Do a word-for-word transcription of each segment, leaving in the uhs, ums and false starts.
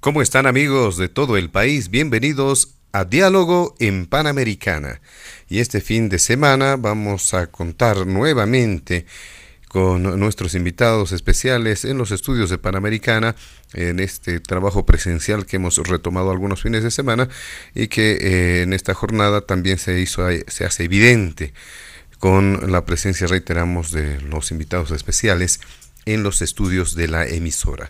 ¿Cómo están amigos de todo el país? Bienvenidos a Diálogo en Panamericana. Y este fin de semana vamos a contar nuevamente con nuestros invitados especiales en los estudios de Panamericana, en este trabajo presencial que hemos retomado algunos fines de semana y que eh, en esta jornada también se hizo, se hace evidente con la presencia, reiteramos, de los invitados especiales en los estudios de la emisora.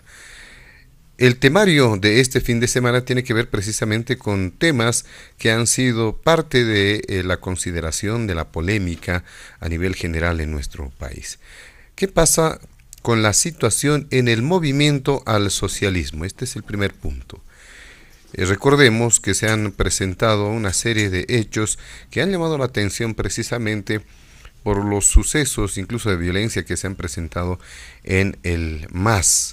El temario de este fin de semana tiene que ver precisamente con temas que han sido parte de eh, la consideración de la polémica a nivel general en nuestro país. ¿Qué pasa con la situación en el movimiento al socialismo? Este es el primer punto. Eh, recordemos que se han presentado una serie de hechos que han llamado la atención precisamente por los sucesos, incluso de violencia, que se han presentado en el M A S.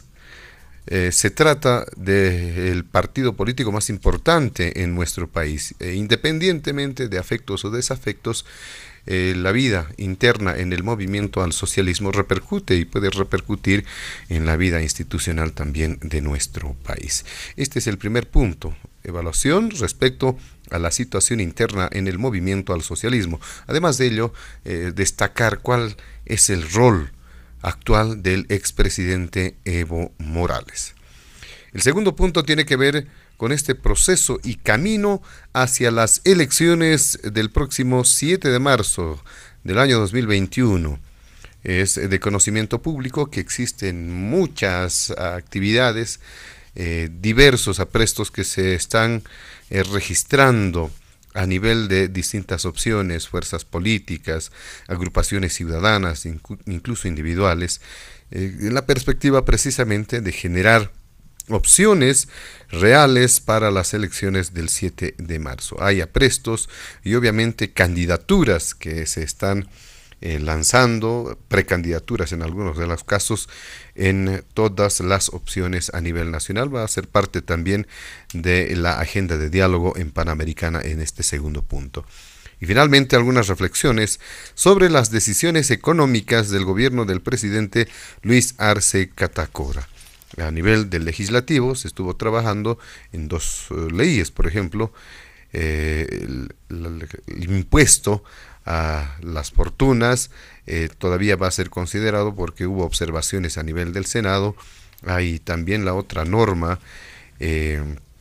Eh, se trata del partido político más importante en nuestro país. Eh, independientemente de afectos o desafectos, eh, la vida interna en el movimiento al socialismo repercute y puede repercutir en la vida institucional también de nuestro país. Este es el primer punto, evaluación respecto a la situación interna en el movimiento al socialismo. Además de ello, eh, destacar cuál es el rol actual del expresidente Evo Morales. El segundo punto tiene que ver con este proceso y camino hacia las elecciones del próximo siete de marzo del año dos mil veintiuno. Es de conocimiento público que existen muchas actividades, eh, diversos aprestos que se están eh, registrando a nivel de distintas opciones, fuerzas políticas, agrupaciones ciudadanas, incluso individuales, eh, en la perspectiva precisamente de generar opciones reales para las elecciones del siete de marzo. Hay aprestos y obviamente candidaturas que se están eh, lanzando, precandidaturas en algunos de los casos, en todas las opciones a nivel nacional. Va a ser parte también de la agenda de diálogo en Panamericana en este segundo punto. Y finalmente algunas reflexiones sobre las decisiones económicas del gobierno del presidente Luis Arce Catacora. A nivel del legislativo se estuvo trabajando en dos uh, leyes, por ejemplo, eh, el, el, el impuesto a las fortunas eh, todavía va a ser considerado porque hubo observaciones a nivel del Senado. Hay también la otra norma eh,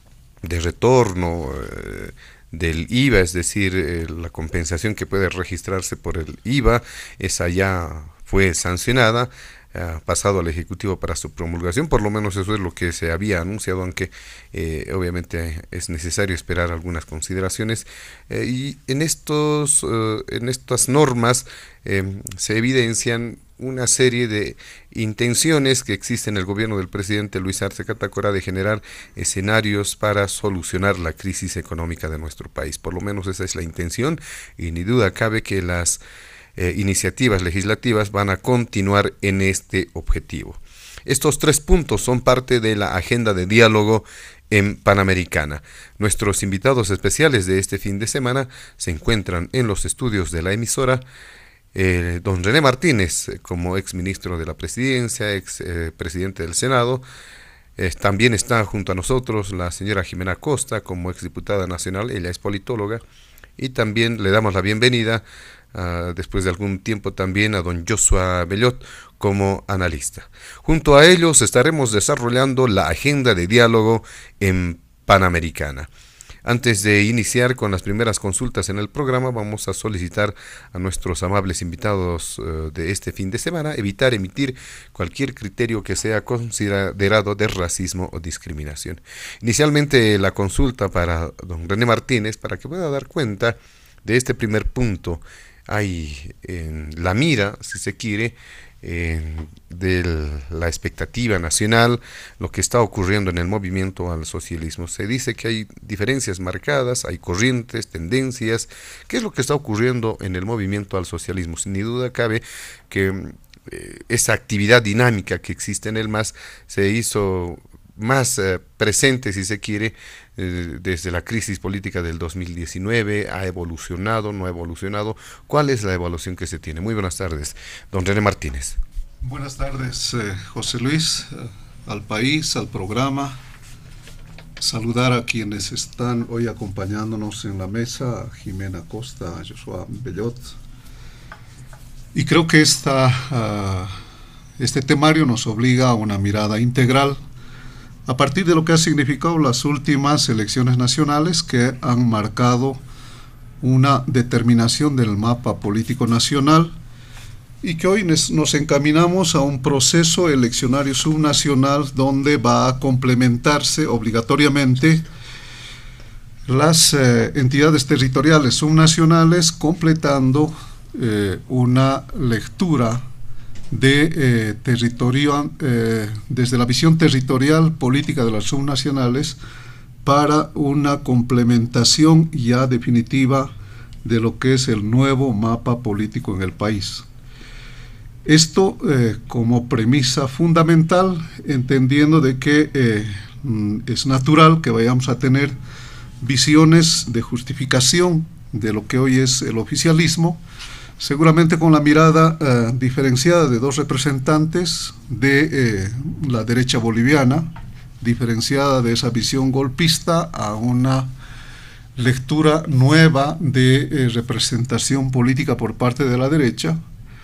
de retorno eh, del I V A, es decir, eh, la compensación que puede registrarse por el I V A, esa ya fue sancionada, ha pasado al Ejecutivo para su promulgación. Por lo menos eso es lo que se había anunciado, aunque eh, obviamente es necesario esperar algunas consideraciones. Eh, y en estos eh, en estas normas eh, se evidencian una serie de intenciones que existen en el gobierno del presidente Luis Arce Catacora de generar escenarios para solucionar la crisis económica de nuestro país. Por lo menos esa es la intención, y ni duda cabe que las Eh, iniciativas legislativas van a continuar en este objetivo. Estos tres puntos son parte de la agenda de diálogo en Panamericana. Nuestros invitados especiales de este fin de semana se encuentran en los estudios de la emisora. Eh, don René Martínez, como ex ministro de la Presidencia, ex eh, presidente del Senado. Eh, también está junto a nosotros la señora Jimena Costa, como ex diputada nacional. Ella es politóloga. Y también le damos la bienvenida Uh, después de algún tiempo también a don Joshua Bellot como analista. Junto a ellos estaremos desarrollando la agenda de diálogo en Panamericana. Antes de iniciar con las primeras consultas en el programa, vamos a solicitar a nuestros amables invitados uh, de este fin de semana evitar emitir cualquier criterio que sea considerado de racismo o discriminación. Inicialmente la consulta para don René Martínez, para que pueda dar cuenta de este primer punto. Hay en la mira, si se quiere, eh, de la expectativa nacional, lo que está ocurriendo en el movimiento al socialismo. Se dice que hay diferencias marcadas, hay corrientes, tendencias. ¿Qué es lo que está ocurriendo en el movimiento al socialismo? Sin duda cabe que eh, esa actividad dinámica que existe en el M A S se hizo más eh, presente, si se quiere, eh, desde la crisis política del dos mil diecinueve. ¿Ha evolucionado, no ha evolucionado? ¿Cuál es la evaluación que se tiene? Muy buenas tardes, don René Martínez. Buenas tardes, eh, José Luis, eh, al país, al programa, saludar a quienes están hoy acompañándonos en la mesa, a Jimena Costa, a Joshua Bellot. Y creo que esta, uh, este temario nos obliga a una mirada integral a partir de lo que ha significado las últimas elecciones nacionales, que han marcado una determinación del mapa político nacional y que hoy nos encaminamos a un proceso eleccionario subnacional donde va a complementarse obligatoriamente las eh, entidades territoriales subnacionales, completando eh, una lectura de eh, territorio eh, desde la visión territorial política de las subnacionales para una complementación ya definitiva de lo que es el nuevo mapa político en el país. Esto eh, como premisa fundamental, entendiendo de que eh, es natural que vayamos a tener visiones de justificación de lo que hoy es el oficialismo, seguramente con la mirada eh, diferenciada de dos representantes de eh, la derecha boliviana, diferenciada de esa visión golpista a una lectura nueva de eh, representación política por parte de la derecha,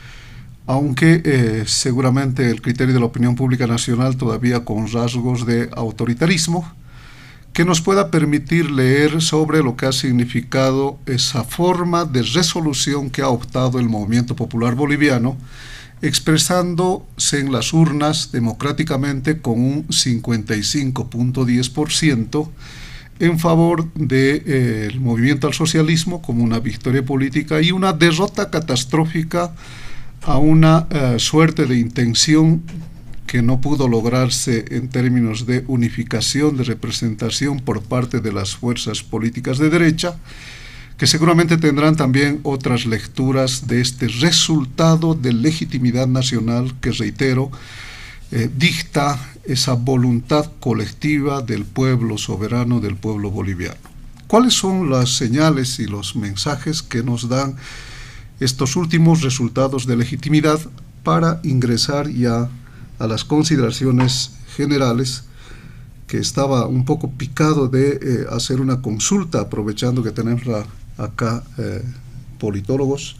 aunque eh, seguramente el criterio de la opinión pública nacional todavía con rasgos de autoritarismo, que nos pueda permitir leer sobre lo que ha significado esa forma de resolución que ha optado el movimiento popular boliviano, expresándose en las urnas democráticamente con un cincuenta y cinco punto diez por ciento en favor del de, eh, movimiento al socialismo como una victoria política y una derrota catastrófica a una uh, suerte de intención que no pudo lograrse en términos de unificación, de representación por parte de las fuerzas políticas de derecha, que seguramente tendrán también otras lecturas de este resultado de legitimidad nacional que, reitero, eh, dicta esa voluntad colectiva del pueblo soberano, del pueblo boliviano. ¿Cuáles son las señales y los mensajes que nos dan estos últimos resultados de legitimidad para ingresar ya a las consideraciones generales, que estaba un poco picado de eh, hacer una consulta, aprovechando que tenemos la, acá eh, politólogos?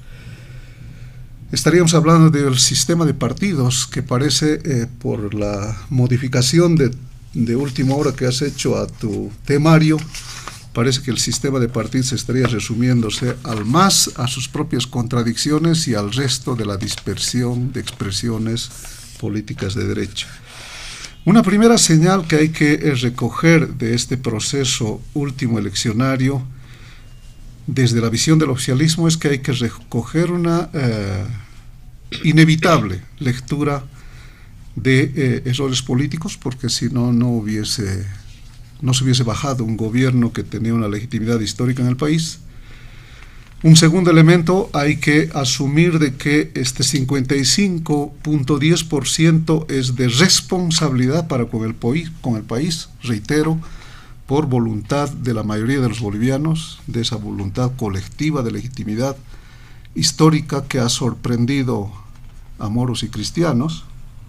Estaríamos hablando del sistema de partidos, que parece, eh, por la modificación de, de última hora que has hecho a tu temario, parece que el sistema de partidos estaría resumiéndose al más a sus propias contradicciones y al resto de la dispersión de expresiones políticas de derecha. Una primera señal que hay que recoger de este proceso último eleccionario desde la visión del oficialismo es que hay que recoger una eh, inevitable lectura de eh, errores políticos, porque si no, no hubiese, no se hubiese bajado un gobierno que tenía una legitimidad histórica en el país. Un segundo elemento, hay que asumir de que este cincuenta y cinco punto diez por ciento es de responsabilidad para con el, con el país, reitero, por voluntad de la mayoría de los bolivianos, de esa voluntad colectiva de legitimidad histórica que ha sorprendido a moros y cristianos.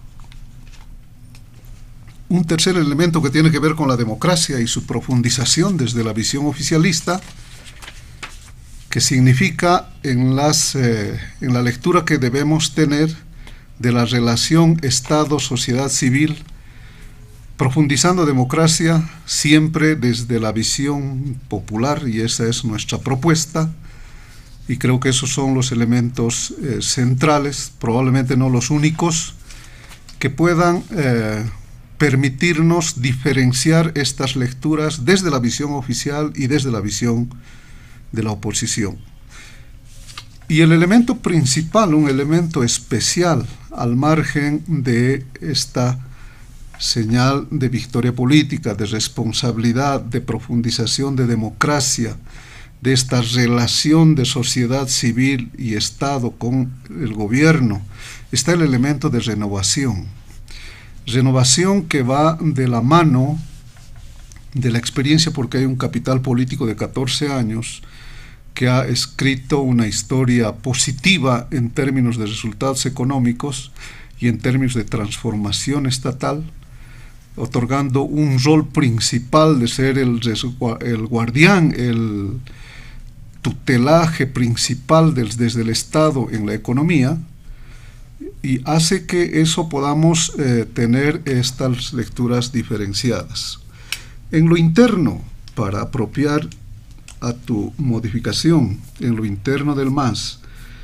Un tercer elemento que tiene que ver con la democracia y su profundización desde la visión oficialista, que significa en, las, eh, en la lectura que debemos tener de la relación Estado-sociedad civil, profundizando democracia siempre desde la visión popular, y esa es nuestra propuesta, y creo que esos son los elementos eh, centrales, probablemente no los únicos, que puedan eh, permitirnos diferenciar estas lecturas desde la visión oficial y desde la visión de la oposición. Y el elemento principal, un elemento especial al margen de esta señal de victoria política, de responsabilidad, de profundización de democracia, de esta relación de sociedad civil y Estado con el gobierno, está el elemento de renovación. Renovación que va de la mano de la experiencia, porque hay un capital político de catorce años que ha escrito una historia positiva en términos de resultados económicos y en términos de transformación estatal, otorgando un rol principal de ser el, el guardián, el tutelaje principal del, desde el Estado en la economía, y hace que eso podamos eh, tener estas lecturas diferenciadas. En lo interno, para apropiar a tu modificación, en lo interno del M A S,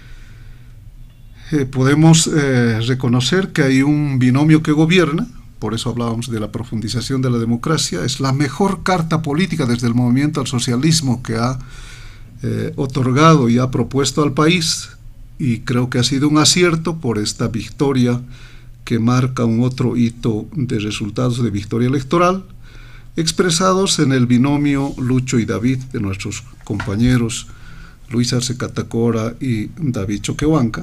eh, podemos eh, reconocer que hay un binomio que gobierna. Por eso hablábamos de la profundización de la democracia. Es la mejor carta política desde el movimiento al socialismo que ha eh, otorgado y ha propuesto al país, y creo que ha sido un acierto por esta victoria que marca un otro hito de resultados de victoria electoral, expresados en el binomio Lucho y David de nuestros compañeros Luis Arce Catacora y David Choquehuanca.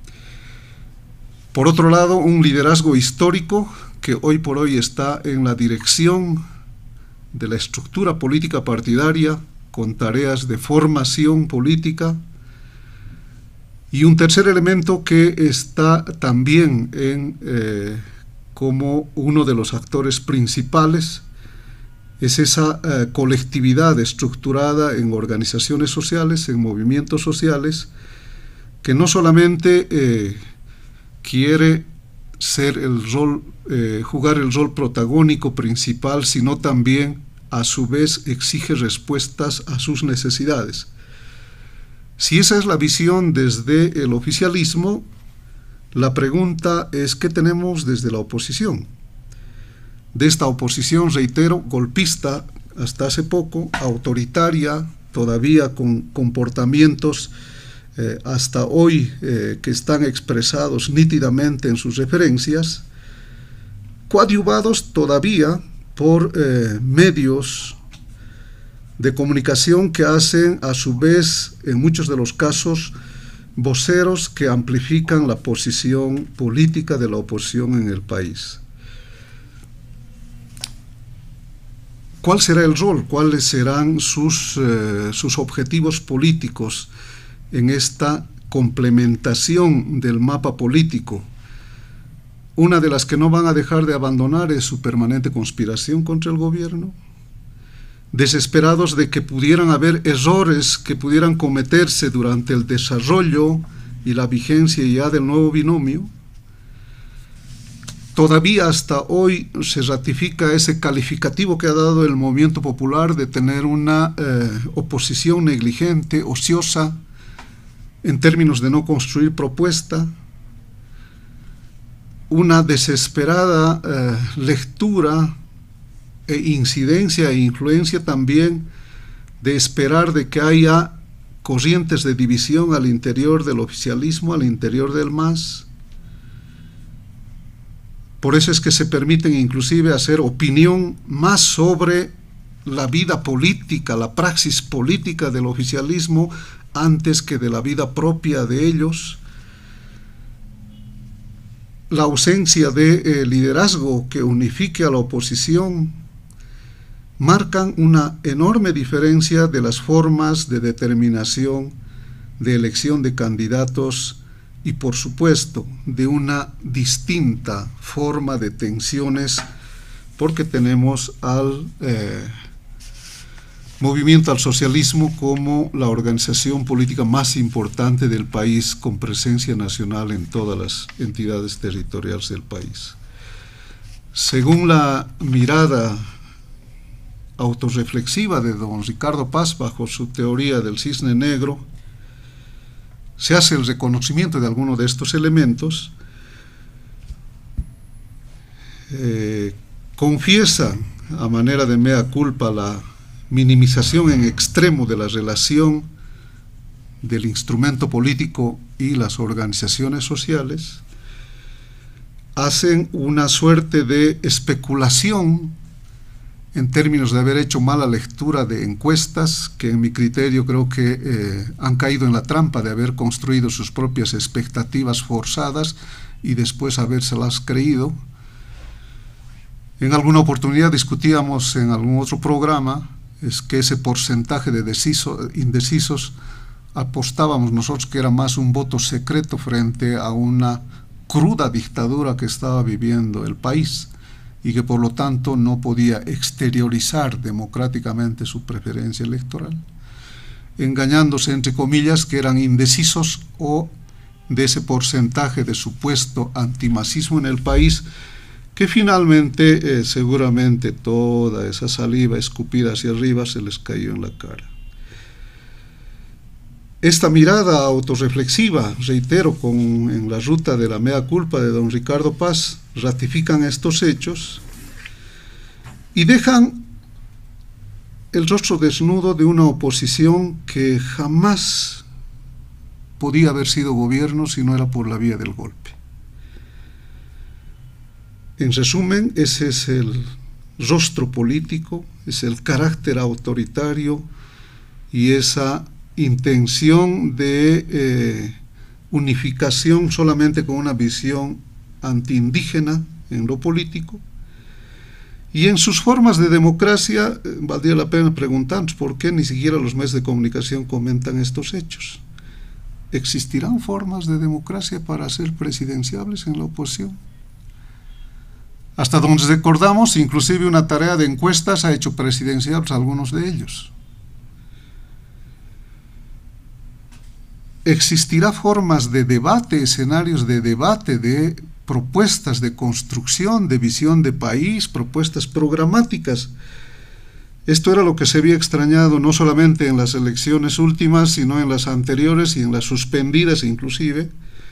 Por otro lado, un liderazgo histórico que hoy por hoy está en la dirección de la estructura política partidaria, con tareas de formación política. Y un tercer elemento que está también en, eh, como uno de los actores principales, es esa eh, colectividad estructurada en organizaciones sociales, en movimientos sociales, que no solamente eh, quiere ser el rol, eh, jugar el rol protagónico principal, sino también a su vez exige respuestas a sus necesidades. Si esa es la visión desde el oficialismo, la pregunta es ¿qué tenemos desde la oposición? De esta oposición, reitero, golpista hasta hace poco, autoritaria, todavía con comportamientos Eh, hasta hoy eh, que están expresados nítidamente en sus referencias, coadyuvados todavía por eh, medios de comunicación que hacen a su vez, en muchos de los casos, voceros que amplifican la posición política de la oposición en el país. ¿Cuál será el rol? ¿Cuáles serán sus, eh, sus objetivos políticos en esta complementación del mapa político? Una de las que no van a dejar de abandonar es su permanente conspiración contra el gobierno, desesperados de que pudieran haber errores que pudieran cometerse durante el desarrollo y la vigencia ya del nuevo binomio. Todavía hasta hoy se ratifica ese calificativo que ha dado el movimiento popular de tener una eh, oposición negligente, ociosa, en términos de no construir propuesta, una desesperada eh, lectura e incidencia e influencia también de esperar de que haya corrientes de división al interior del oficialismo, al interior del M A S. Por eso es que se permiten inclusive hacer opinión más sobre la vida política, la praxis política del oficialismo, antes que de la vida propia de ellos. La ausencia de eh, liderazgo que unifique a la oposición marcan una enorme diferencia de las formas de determinación, de elección de candidatos y, por supuesto, de una distinta forma de tensiones, porque tenemos al eh, movimiento al socialismo como la organización política más importante del país, con presencia nacional en todas las entidades territoriales del país. Según la mirada autorreflexiva de don Ricardo Paz, bajo su teoría del cisne negro, se hace el reconocimiento de alguno de estos elementos, eh, confiesa a manera de mea culpa la minimización en extremo de la relación del instrumento político y las organizaciones sociales, hacen una suerte de especulación en términos de haber hecho mala lectura de encuestas, que en mi criterio creo que eh, han caído en la trampa de haber construido sus propias expectativas forzadas y después habérselas creído. En alguna oportunidad discutíamos en algún otro programa es que ese porcentaje de deciso, indecisos apostábamos nosotros que era más un voto secreto frente a una cruda dictadura que estaba viviendo el país, y que por lo tanto no podía exteriorizar democráticamente su preferencia electoral, engañándose entre comillas que eran indecisos o de ese porcentaje de supuesto antimasismo en el país, que finalmente eh, seguramente toda esa saliva escupida hacia arriba se les cayó en la cara. Esta mirada autorreflexiva, reitero, con, en la ruta de la mea culpa de don Ricardo Paz, ratifican estos hechos y dejan el rostro desnudo de una oposición que jamás podía haber sido gobierno si no era por la vía del golpe. En resumen, ese es el rostro político, es el carácter autoritario y esa intención de eh, unificación solamente con una visión antiindígena en lo político. Y en sus formas de democracia, eh, valdría la pena preguntarnos por qué ni siquiera los medios de comunicación comentan estos hechos. ¿Existirán formas de democracia para ser presidenciables en la oposición? Hasta donde recordamos, inclusive una tarea de encuestas ha hecho presidenciables a algunos de ellos. ¿Existirá formas de debate, escenarios de debate, de propuestas de construcción, de visión de país, propuestas programáticas? Esto era lo que se había extrañado no solamente en las elecciones últimas, sino en las anteriores y en las suspendidas inclusive.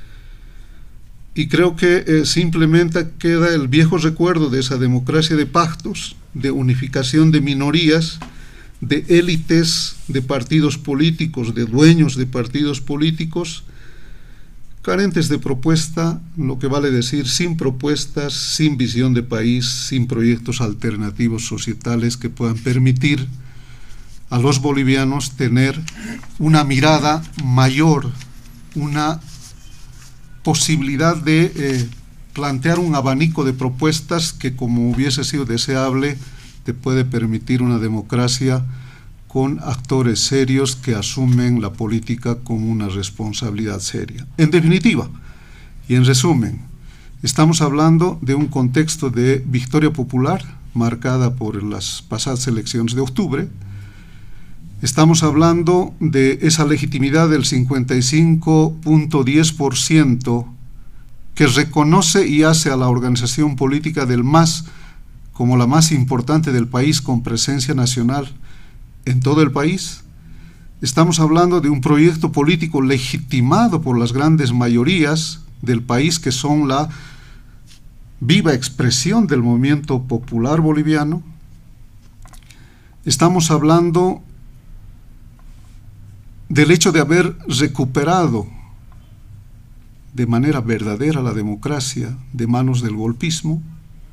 Y creo que eh, simplemente queda el viejo recuerdo de esa democracia de pactos, de unificación de minorías, de élites de partidos políticos, de dueños de partidos políticos, carentes de propuesta, lo que vale decir sin propuestas, sin visión de país, sin proyectos alternativos societales que puedan permitir a los bolivianos tener una mirada mayor, una posibilidad de eh, plantear un abanico de propuestas que, como hubiese sido deseable, te puede permitir una democracia con actores serios que asumen la política como una responsabilidad seria. En definitiva, y en resumen, estamos hablando de un contexto de victoria popular marcada por las pasadas elecciones de octubre. Estamos hablando de esa legitimidad del cincuenta y cinco punto diez por ciento que reconoce y hace a la organización política del M A S como la más importante del país, con presencia nacional en todo el país. Estamos hablando de un proyecto político legitimado por las grandes mayorías del país, que son la viva expresión del movimiento popular boliviano. Estamos hablando del hecho de haber recuperado de manera verdadera la democracia de manos del golpismo,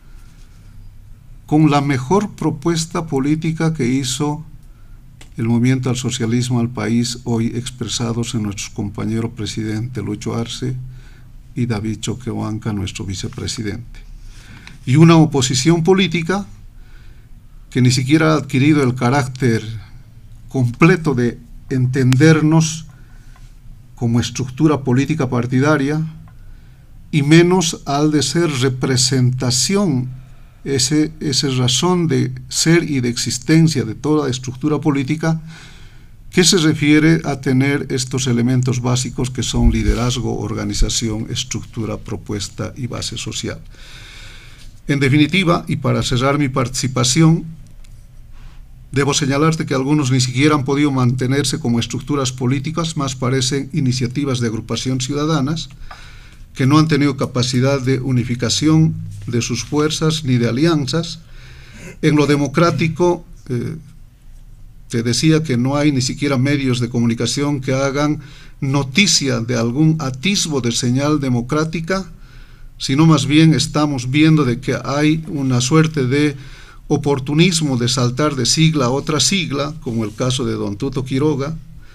con la mejor propuesta política que hizo el movimiento al socialismo al país, hoy expresados en nuestro compañero presidente Lucho Arce y David Choquehuanca, nuestro vicepresidente. Y una oposición política que ni siquiera ha adquirido el carácter completo de entendernos como estructura política partidaria, y menos al de ser representación, ese, esa razón de ser y de existencia de toda estructura política, que se refiere a tener estos elementos básicos que son liderazgo, organización, estructura, propuesta y base social. En definitiva, y para cerrar mi participación, debo señalarte que algunos ni siquiera han podido mantenerse como estructuras políticas, más parecen iniciativas de agrupación ciudadanas, que no han tenido capacidad de unificación de sus fuerzas ni de alianzas. En lo democrático, eh, te decía que no hay ni siquiera medios de comunicación que hagan noticia de algún atisbo de señal democrática, sino más bien estamos viendo de que hay una suerte de oportunismo de saltar de sigla a otra sigla, como el caso de don Tuto Quiroga.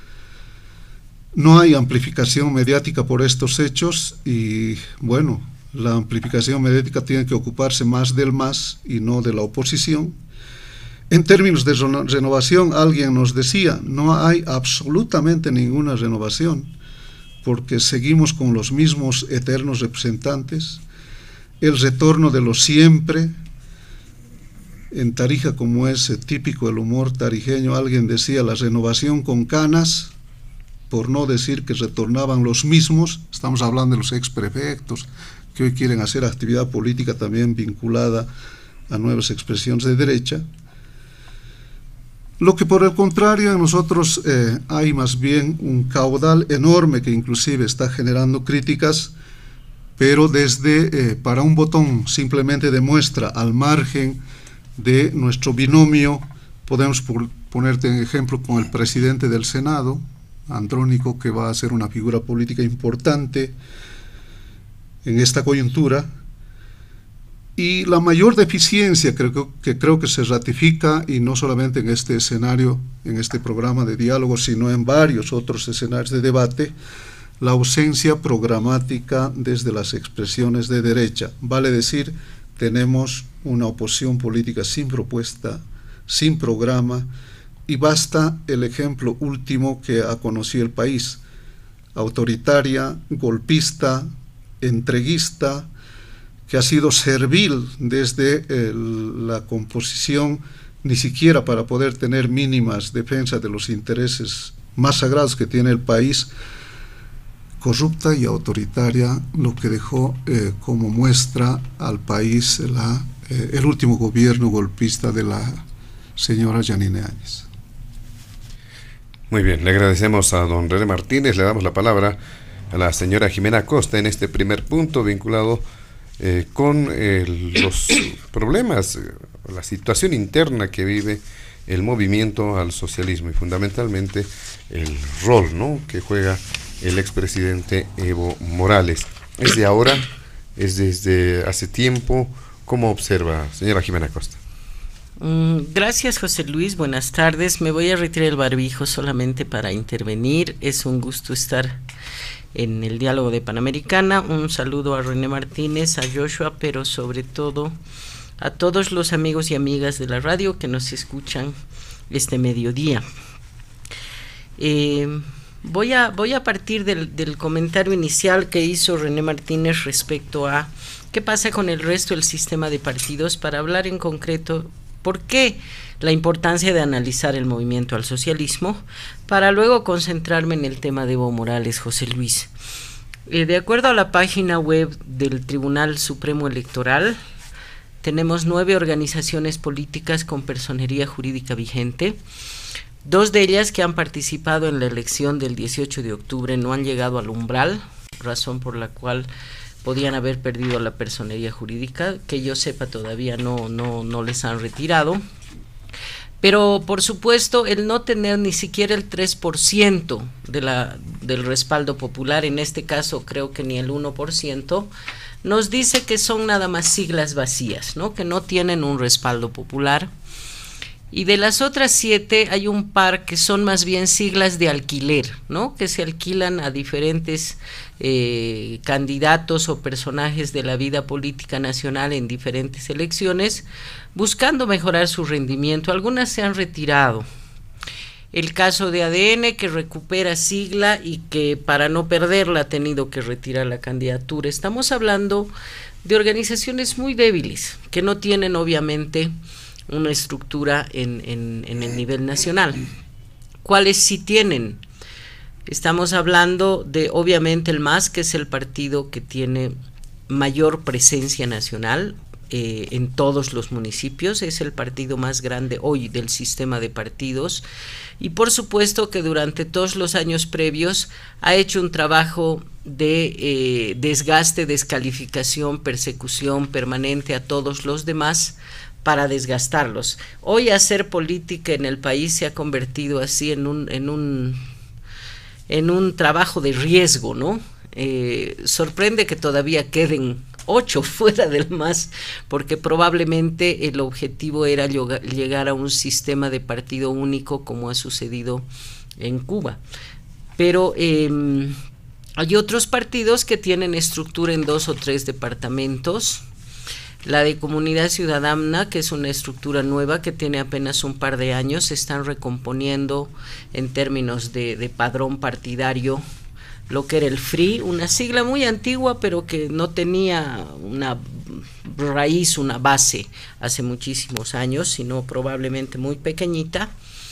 No hay amplificación mediática por estos hechos y, bueno, la amplificación mediática tiene que ocuparse más del M A S y no de la oposición. En términos de renovación, alguien nos decía, no hay absolutamente ninguna renovación, porque seguimos con los mismos eternos representantes, el retorno de lo siempre, En Tarija, como es eh, típico el humor tarijeño, alguien decía la renovación con canas, por no decir que retornaban los mismos. Estamos hablando de los exprefectos que hoy quieren hacer actividad política también vinculada a nuevas expresiones de derecha. Lo que por el contrario en nosotros eh, hay más bien un caudal enorme que inclusive está generando críticas, pero desde eh, para un botón simplemente demuestra al margen de nuestro binomio. Podemos por, ponerte en ejemplo con el presidente del Senado, Andrónico, que va a ser una figura política importante en esta coyuntura, y la mayor deficiencia creo que creo que se ratifica, y no solamente en este escenario, en este programa de diálogo, sino en varios otros escenarios de debate, la ausencia programática desde las expresiones de derecha. Vale decir, tenemos una oposición política sin propuesta, sin programa, y basta el ejemplo último que ha conocido el país: autoritaria, golpista, entreguista, que ha sido servil desde el, la composición, ni siquiera para poder tener mínimas defensas de los intereses más sagrados que tiene el país, corrupta y autoritaria, lo que dejó eh, como muestra al país la, eh, el último gobierno golpista de la señora Yanine Áñez. Muy bien, le agradecemos a don René Martínez. Le damos la palabra a la señora Jimena Acosta en este primer punto vinculado eh, con eh, los problemas, eh, la situación interna que vive el movimiento al socialismo y fundamentalmente el rol, ¿no?, que juega el expresidente Evo Morales. ¿Es de ahora? ¿Es desde hace tiempo? ¿Cómo observa, señora Jimena Acosta? Mm, gracias, José Luis. Buenas tardes. Me voy a retirar el barbijo solamente para intervenir. Es un gusto estar en el diálogo de Panamericana. Un saludo a René Martínez, a Joshua, pero sobre todo a todos los amigos y amigas de la radio que nos escuchan este mediodía. Eh, voy a voy a partir del, del comentario inicial que hizo René Martínez respecto a qué pasa con el resto del sistema de partidos, para hablar en concreto por qué la importancia de analizar el movimiento al socialismo, para luego concentrarme en el tema de Evo Morales, José Luis. Eh, de acuerdo a la página web del Tribunal Supremo Electoral, tenemos nueve organizaciones políticas con personería jurídica vigente. Dos de ellas que han participado en la elección del dieciocho de octubre no han llegado al umbral, razón por la cual podían haber perdido la personería jurídica, que yo sepa todavía no, no, no les han retirado. Pero por supuesto el no tener ni siquiera el tres por ciento de la, del respaldo popular, en este caso creo que ni el uno por ciento, nos dice que son nada más siglas vacías, ¿no?, que no tienen un respaldo popular. Y de las otras siete hay un par que son más bien siglas de alquiler, ¿no?, que se alquilan a diferentes eh, candidatos o personajes de la vida política nacional en diferentes elecciones, buscando mejorar su rendimiento. Algunas se han retirado. El caso de A D N, que recupera sigla y que para no perderla ha tenido que retirar la candidatura. Estamos hablando de organizaciones muy débiles, que no tienen obviamente una estructura en, en, en el nivel nacional. ¿Cuáles sí tienen? Estamos hablando de, obviamente, el M A S, que es el partido que tiene mayor presencia nacional eh, en todos los municipios, es el partido más grande hoy del sistema de partidos, y por supuesto que durante todos los años previos ha hecho un trabajo de eh, desgaste, descalificación, persecución permanente a todos los demás, para desgastarlos. Hoy hacer política en el país se ha convertido así en un en un en un trabajo de riesgo, ¿no? Eh, sorprende que todavía queden ocho fuera del M A S, porque probablemente el objetivo era llegar a un sistema de partido único, como ha sucedido en Cuba. Pero eh, hay otros partidos que tienen estructura en dos o tres departamentos. La de Comunidad Ciudadana, que es una estructura nueva que tiene apenas un par de años, se están recomponiendo en términos de, de padrón partidario lo que era el F R I, una sigla muy antigua pero que no tenía una raíz, una base hace muchísimos años, sino probablemente muy pequeñita.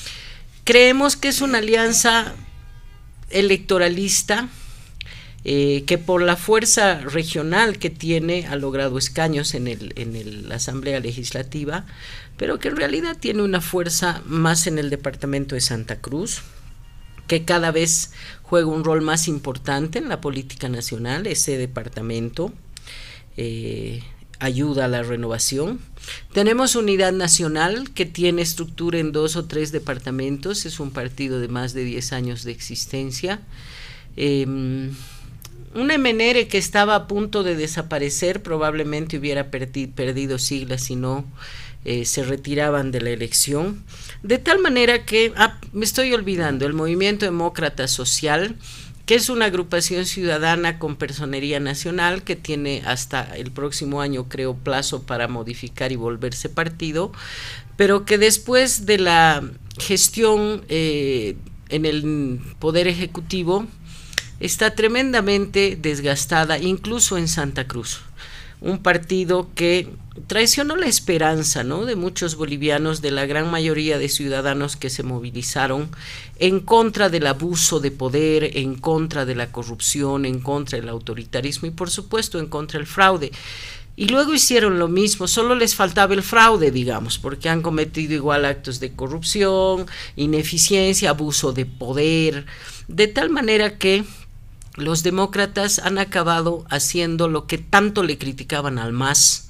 Creemos que es una alianza electoralista eh, que por la fuerza regional que tiene ha logrado escaños en, el, en el, la Asamblea Legislativa, pero que en realidad tiene una fuerza más en el departamento de Santa Cruz, que cada vez juega un rol más importante en la política nacional. Ese departamento eh, ayuda a la renovación. Tenemos Unidad Nacional, que tiene estructura en dos o tres departamentos, es un partido de más de diez años de existencia. Eh, un M N R que estaba a punto de desaparecer, probablemente hubiera perdi perdido siglas si no eh, se retiraban de la elección. De tal manera que, ah, me estoy olvidando, el Movimiento Demócrata Social, que es una agrupación ciudadana con personería nacional, que tiene hasta el próximo año, creo, plazo para modificar y volverse partido, pero que después de la gestión eh, en el Poder Ejecutivo está tremendamente desgastada, incluso en Santa Cruz. Un partido que traicionó la esperanza, ¿no?, de muchos bolivianos, de la gran mayoría de ciudadanos que se movilizaron en contra del abuso de poder, en contra de la corrupción, en contra del autoritarismo y por supuesto en contra del fraude. Y luego hicieron lo mismo, solo les faltaba el fraude, digamos, porque han cometido igual actos de corrupción, ineficiencia, abuso de poder, de tal manera que los demócratas han acabado haciendo lo que tanto le criticaban al M A S,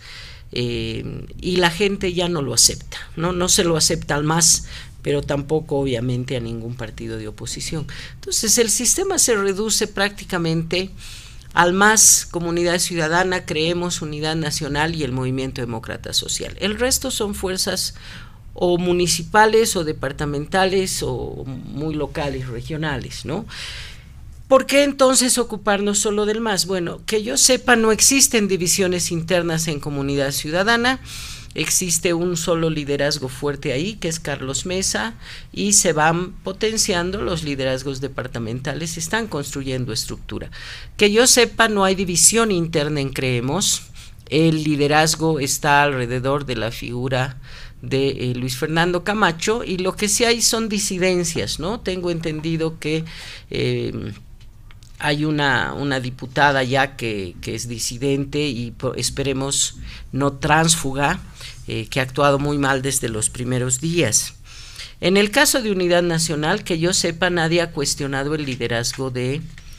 eh, y la gente ya no lo acepta, no, no se lo acepta al M A S, pero tampoco obviamente a ningún partido de oposición. Entonces el sistema se reduce prácticamente al M A S, Comunidad Ciudadana, Creemos, Unidad Nacional y el Movimiento Demócrata Social. El resto son fuerzas o municipales o departamentales o muy locales, regionales, ¿no? ¿Por qué entonces ocuparnos solo del M A S? Bueno, que yo sepa, no existen divisiones internas en Comunidad Ciudadana, existe un solo liderazgo fuerte ahí, que es Carlos Mesa, y se van potenciando los liderazgos departamentales, se están construyendo estructura. Que yo sepa, no hay división interna en Creemos, el liderazgo está alrededor de la figura de eh, Luis Fernando Camacho, y lo que sí hay son disidencias, ¿no? Tengo entendido que eh, hay una, una diputada ya que, que es disidente y esperemos no tránsfuga, eh, que ha actuado muy mal desde los primeros días. En el caso de Unidad Nacional, que yo sepa, nadie ha cuestionado el liderazgo de,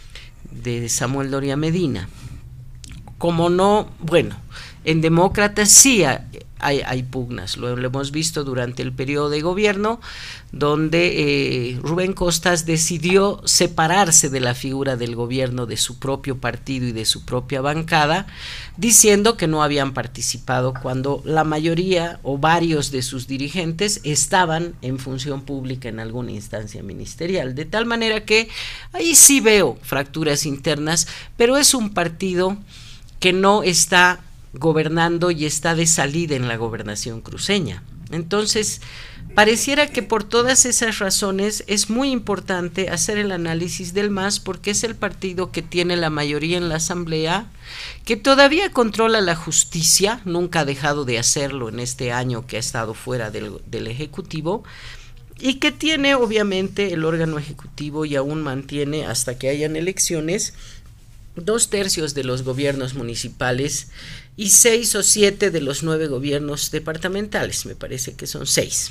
de Samuel Doria Medina. Como no, bueno, en Demócratas sí hay, hay, hay pugnas, lo, lo hemos visto durante el periodo de gobierno, donde eh, Rubén Costas decidió separarse de la figura del gobierno, de su propio partido y de su propia bancada, diciendo que no habían participado cuando la mayoría o varios de sus dirigentes estaban en función pública en alguna instancia ministerial, de tal manera que ahí sí veo fracturas internas, pero es un partido que no está gobernando y está de salida en la gobernación cruceña. Entonces, pareciera que por todas esas razones es muy importante hacer el análisis del M A S, porque es el partido que tiene la mayoría en la Asamblea, que todavía controla la justicia, nunca ha dejado de hacerlo en este año que ha estado fuera del, del Ejecutivo, y que tiene obviamente el órgano ejecutivo y aún mantiene hasta que hayan elecciones dos tercios de los gobiernos municipales y seis o siete de los nueve gobiernos departamentales, me parece que son seis.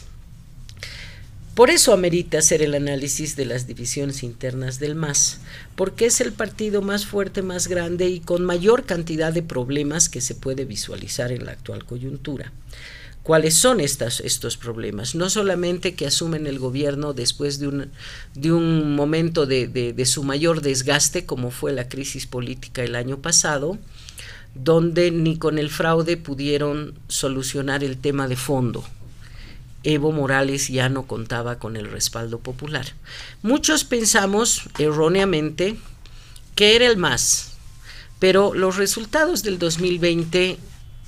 Por eso amerita hacer el análisis de las divisiones internas del M A S, porque es el partido más fuerte, más grande y con mayor cantidad de problemas que se puede visualizar en la actual coyuntura. ¿Cuáles son estas, estos problemas? No solamente que asumen el gobierno después de un, de un momento de, de, de su mayor desgaste, como fue la crisis política el año pasado, donde ni con el fraude pudieron solucionar el tema de fondo. Evo Morales ya no contaba con el respaldo popular. Muchos pensamos erróneamente que era el M A S, pero los resultados del dos mil veinte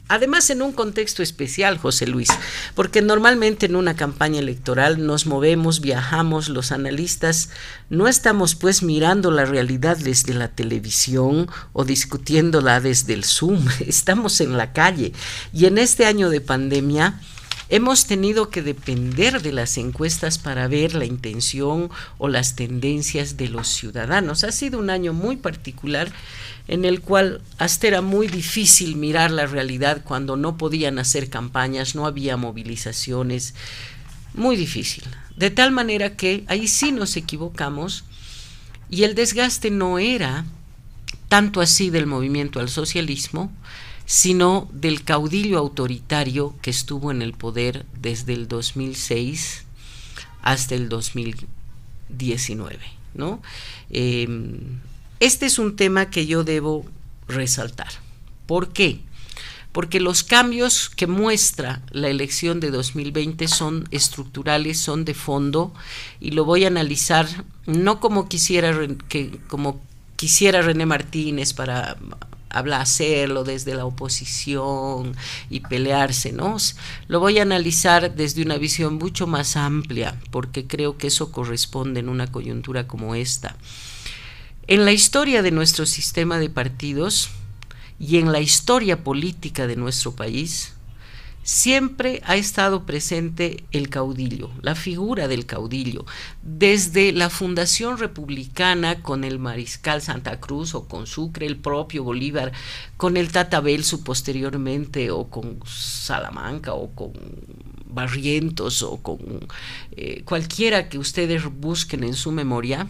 Además, en un contexto especial, José Luis, porque normalmente en una campaña electoral nos movemos, viajamos, los analistas no estamos pues mirando la realidad desde la televisión o discutiéndola desde el Zoom, estamos en la calle. Y en este año de pandemia hemos tenido que depender de las encuestas para ver la intención o las tendencias de los ciudadanos. Ha sido un año muy particular en el cual hasta era muy difícil mirar la realidad cuando no podían hacer campañas, no había movilizaciones, muy difícil. De tal manera que ahí sí nos equivocamos y el desgaste no era tanto así del movimiento al socialismo, sino del caudillo autoritario que estuvo en el poder desde el dos mil seis hasta el dos mil diecinueve, ¿no? Eh, Este es un tema que yo debo resaltar. ¿Por qué? Porque los cambios que muestra la elección de dos mil veinte son estructurales, son de fondo, y lo voy a analizar no como quisiera, que, como quisiera René Martínez para hablar, hacerlo desde la oposición y pelearse, ¿no? Lo voy a analizar desde una visión mucho más amplia, porque creo que eso corresponde en una coyuntura como esta. En la historia de nuestro sistema de partidos y en la historia política de nuestro país, siempre ha estado presente el caudillo, la figura del caudillo, desde la fundación republicana con el mariscal Santa Cruz o con Sucre, el propio Bolívar, con el Tata Belsu posteriormente, o con Salamanca o con Barrientos o con eh, cualquiera que ustedes busquen en su memoria.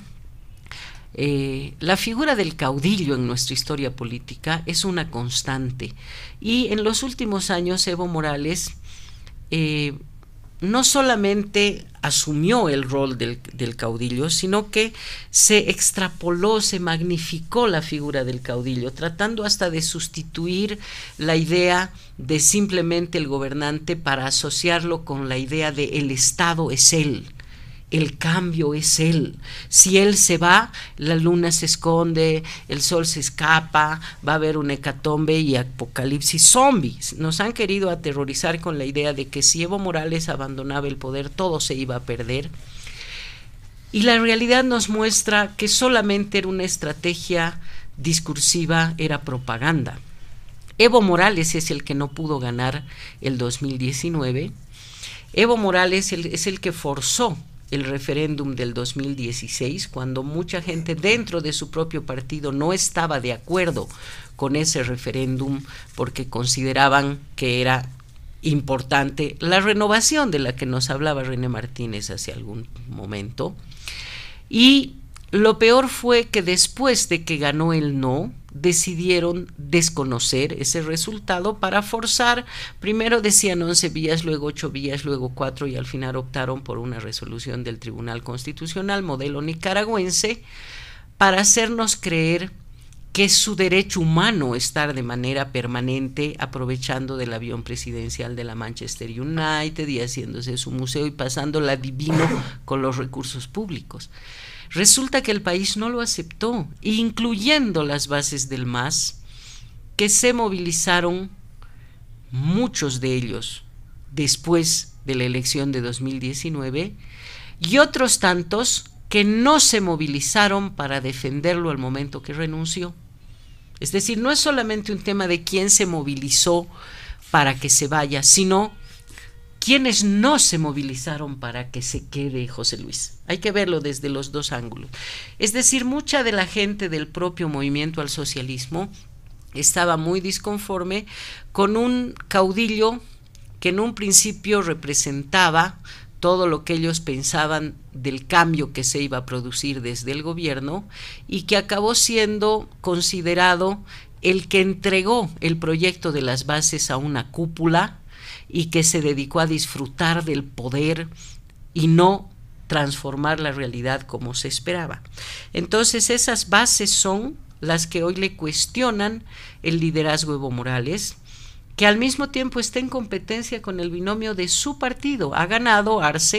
Eh, la figura del caudillo en nuestra historia política es una constante, y en los últimos años Evo Morales eh, no solamente asumió el rol del, del caudillo, sino que se extrapoló, se magnificó la figura del caudillo, tratando hasta de sustituir la idea de simplemente el gobernante para asociarlo con la idea de el Estado es él. El cambio es él. Si él se va, la luna se esconde, el sol se escapa, va a haber un hecatombe y apocalipsis zombies. Nos han querido aterrorizar con la idea de que si Evo Morales abandonaba el poder, todo se iba a perder. Y la realidad nos muestra que solamente era una estrategia discursiva, era propaganda. Evo Morales es el que no pudo ganar el dos mil diecinueve. Evo Morales es el que forzó el referéndum del dos mil dieciséis, cuando mucha gente dentro de su propio partido no estaba de acuerdo con ese referéndum porque consideraban que era importante la renovación de la que nos hablaba René Martínez hace algún momento. Y lo peor fue que después de que ganó el no, decidieron desconocer ese resultado para forzar, primero decían once vías, luego ocho vías, luego cuatro, y al final optaron por una resolución del Tribunal Constitucional, modelo nicaragüense, para hacernos creer que es su derecho humano estar de manera permanente aprovechando del avión presidencial de la Manchester United y haciéndose su museo y pasándola divino con los recursos públicos. Resulta que el país no lo aceptó, incluyendo las bases del M A S, que se movilizaron, muchos de ellos, después de la elección de dos mil diecinueve, y otros tantos que no se movilizaron para defenderlo al momento que renunció. Es decir, no es solamente un tema de quién se movilizó para que se vaya, sino quienes no se movilizaron para que se quede José Luis. Hay que verlo desde los dos ángulos. Es decir, mucha de la gente del propio movimiento al socialismo estaba muy disconforme con un caudillo que en un principio representaba todo lo que ellos pensaban del cambio que se iba a producir desde el gobierno, y que acabó siendo considerado el que entregó el proyecto de las bases a una cúpula y que se dedicó a disfrutar del poder y no transformar la realidad como se esperaba. Entonces esas bases son las que hoy le cuestionan el liderazgo de Evo Morales, que al mismo tiempo está en competencia con el binomio de su partido. Ha ganado Arce,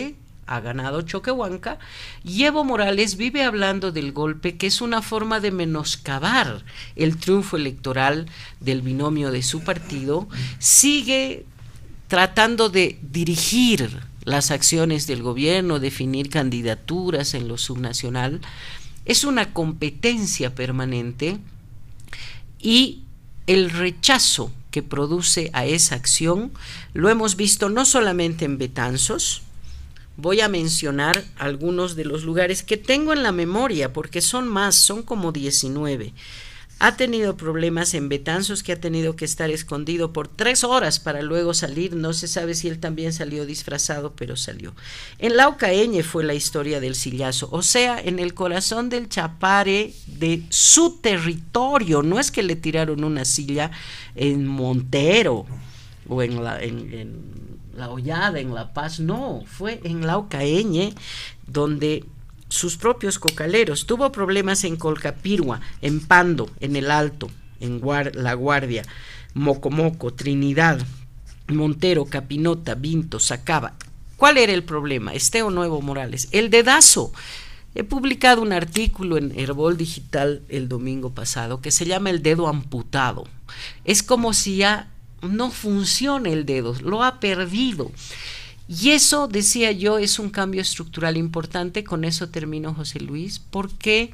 ha ganado Choquehuanca, y Evo Morales vive hablando del golpe, que es una forma de menoscabar el triunfo electoral del binomio de su partido, sigue tratando de dirigir las acciones del gobierno, definir candidaturas en lo subnacional. Es una competencia permanente y el rechazo que produce a esa acción lo hemos visto no solamente en Betanzos. Voy a mencionar algunos de los lugares que tengo en la memoria, porque son más, son como diecinueve. Ha tenido problemas en Betanzos, que ha tenido que estar escondido por tres horas para luego salir. No se sabe si él también salió disfrazado, pero salió. En Laucaeñe fue la historia del sillazo, o sea, en el corazón del Chapare, de su territorio. No es que le tiraron una silla en Montero o en la, en, en la Hollada, en La Paz. No, fue en Laucaeñe, donde sus propios cocaleros. Tuvo problemas en Colcapirua, en Pando, en El Alto, en Guar La Guardia, Mocomoco, Trinidad, Montero, Capinota, Vinto, Sacaba. ¿Cuál era el problema? Esteo Nuevo Morales, el dedazo. He publicado un artículo en Herbol Digital el domingo pasado que se llama El dedo amputado. Es como si ya no funciona el dedo, lo ha perdido. Y eso, decía yo, es un cambio estructural importante. Con eso termino, José Luis, porque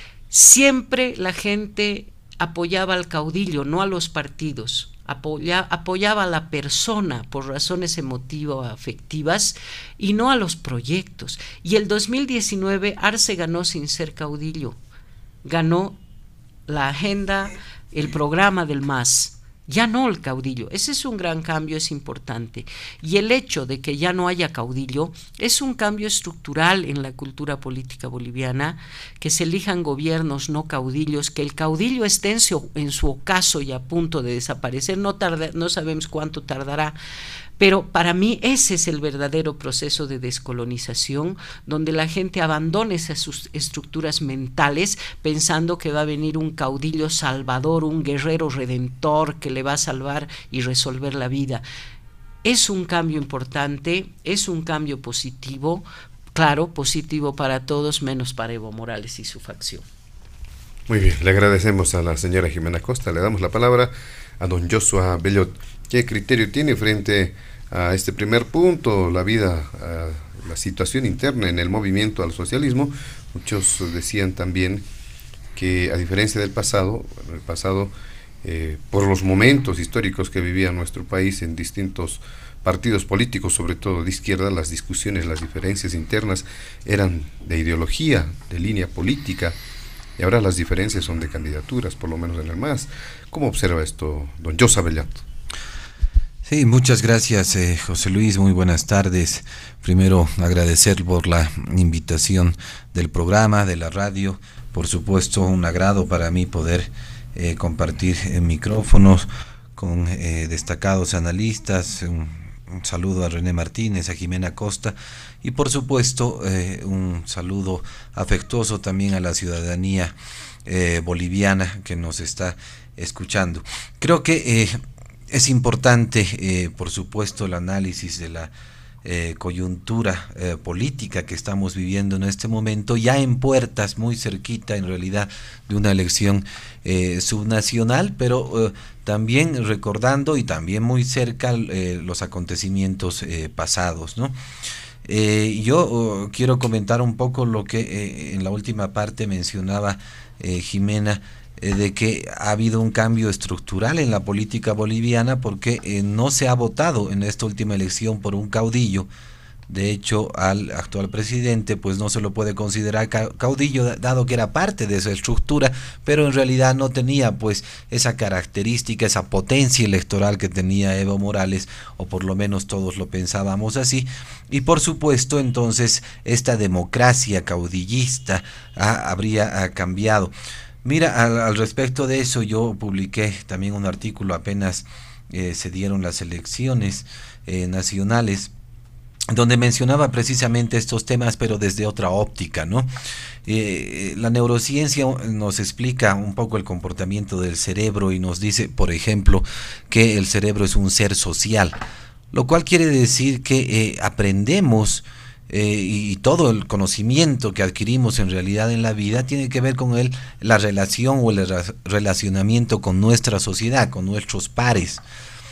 siempre la gente apoyaba al caudillo, no a los partidos. Apoya, apoyaba a la persona por razones emotivo-afectivas y no a los proyectos. Y el dos mil diecinueve Arce ganó sin ser caudillo, ganó la agenda, el programa del M A S, ya no el caudillo. Ese es un gran cambio, es importante. Y el hecho de que ya no haya caudillo es un cambio estructural en la cultura política boliviana, que se elijan gobiernos, no caudillos, que el caudillo esté en su, en su ocaso y a punto de desaparecer. No, tarda, no sabemos cuánto tardará, pero para mí ese es el verdadero proceso de descolonización, donde la gente abandone esas sus estructuras mentales pensando que va a venir un caudillo salvador, un guerrero redentor que le va a salvar y resolver la vida. Es un cambio importante, es un cambio positivo, claro, positivo para todos, menos para Evo Morales y su facción. Muy bien, le agradecemos a la señora Jimena Costa. Le damos la palabra a don Joshua Bellot. ¿Qué criterio tiene frente a este primer punto, la vida, la situación interna en el movimiento al socialismo? Muchos decían también que, a diferencia del pasado, en el pasado, eh, por los momentos históricos que vivía nuestro país en distintos partidos políticos, sobre todo de izquierda, las discusiones, las diferencias internas eran de ideología, de línea política, y ahora las diferencias son de candidaturas, por lo menos en el M A S. ¿Cómo observa esto, don Joshua Bellot? Sí, muchas gracias, eh, José Luis, muy buenas tardes. Primero, agradecer por la invitación del programa, de la radio. Por supuesto, un agrado para mí poder eh, compartir eh, micrófonos con eh, destacados analistas. Un, un saludo a René Martínez, a Jimena Costa y, por supuesto, eh, un saludo afectuoso también a la ciudadanía eh, boliviana que nos está escuchando. Creo que eh, es importante, eh, por supuesto, el análisis de la eh, coyuntura eh, política que estamos viviendo en este momento, ya en puertas, muy cerquita en realidad de una elección eh, subnacional, pero eh, también recordando y también muy cerca eh, los acontecimientos eh, pasados, ¿no? Eh, yo oh, quiero comentar un poco lo que eh, en la última parte mencionaba eh, Jimena, de que ha habido un cambio estructural en la política boliviana porque eh, no se ha votado en esta última elección por un caudillo. De hecho, al actual presidente pues no se lo puede considerar caudillo, dado que era parte de esa estructura, pero en realidad no tenía pues esa característica, esa potencia electoral que tenía Evo Morales, o por lo menos todos lo pensábamos así. Y por supuesto entonces esta democracia caudillista ah, habría ah, cambiado. Mira, al, al respecto de eso yo publiqué también un artículo apenas eh, se dieron las elecciones eh, nacionales, donde mencionaba precisamente estos temas, pero desde otra óptica, ¿no? Eh, la neurociencia nos explica un poco el comportamiento del cerebro y nos dice, por ejemplo, que el cerebro es un ser social, lo cual quiere decir que eh, aprendemos eh, y todo el conocimiento que adquirimos en realidad en la vida tiene que ver con el, la relación o el relacionamiento con nuestra sociedad, con nuestros pares.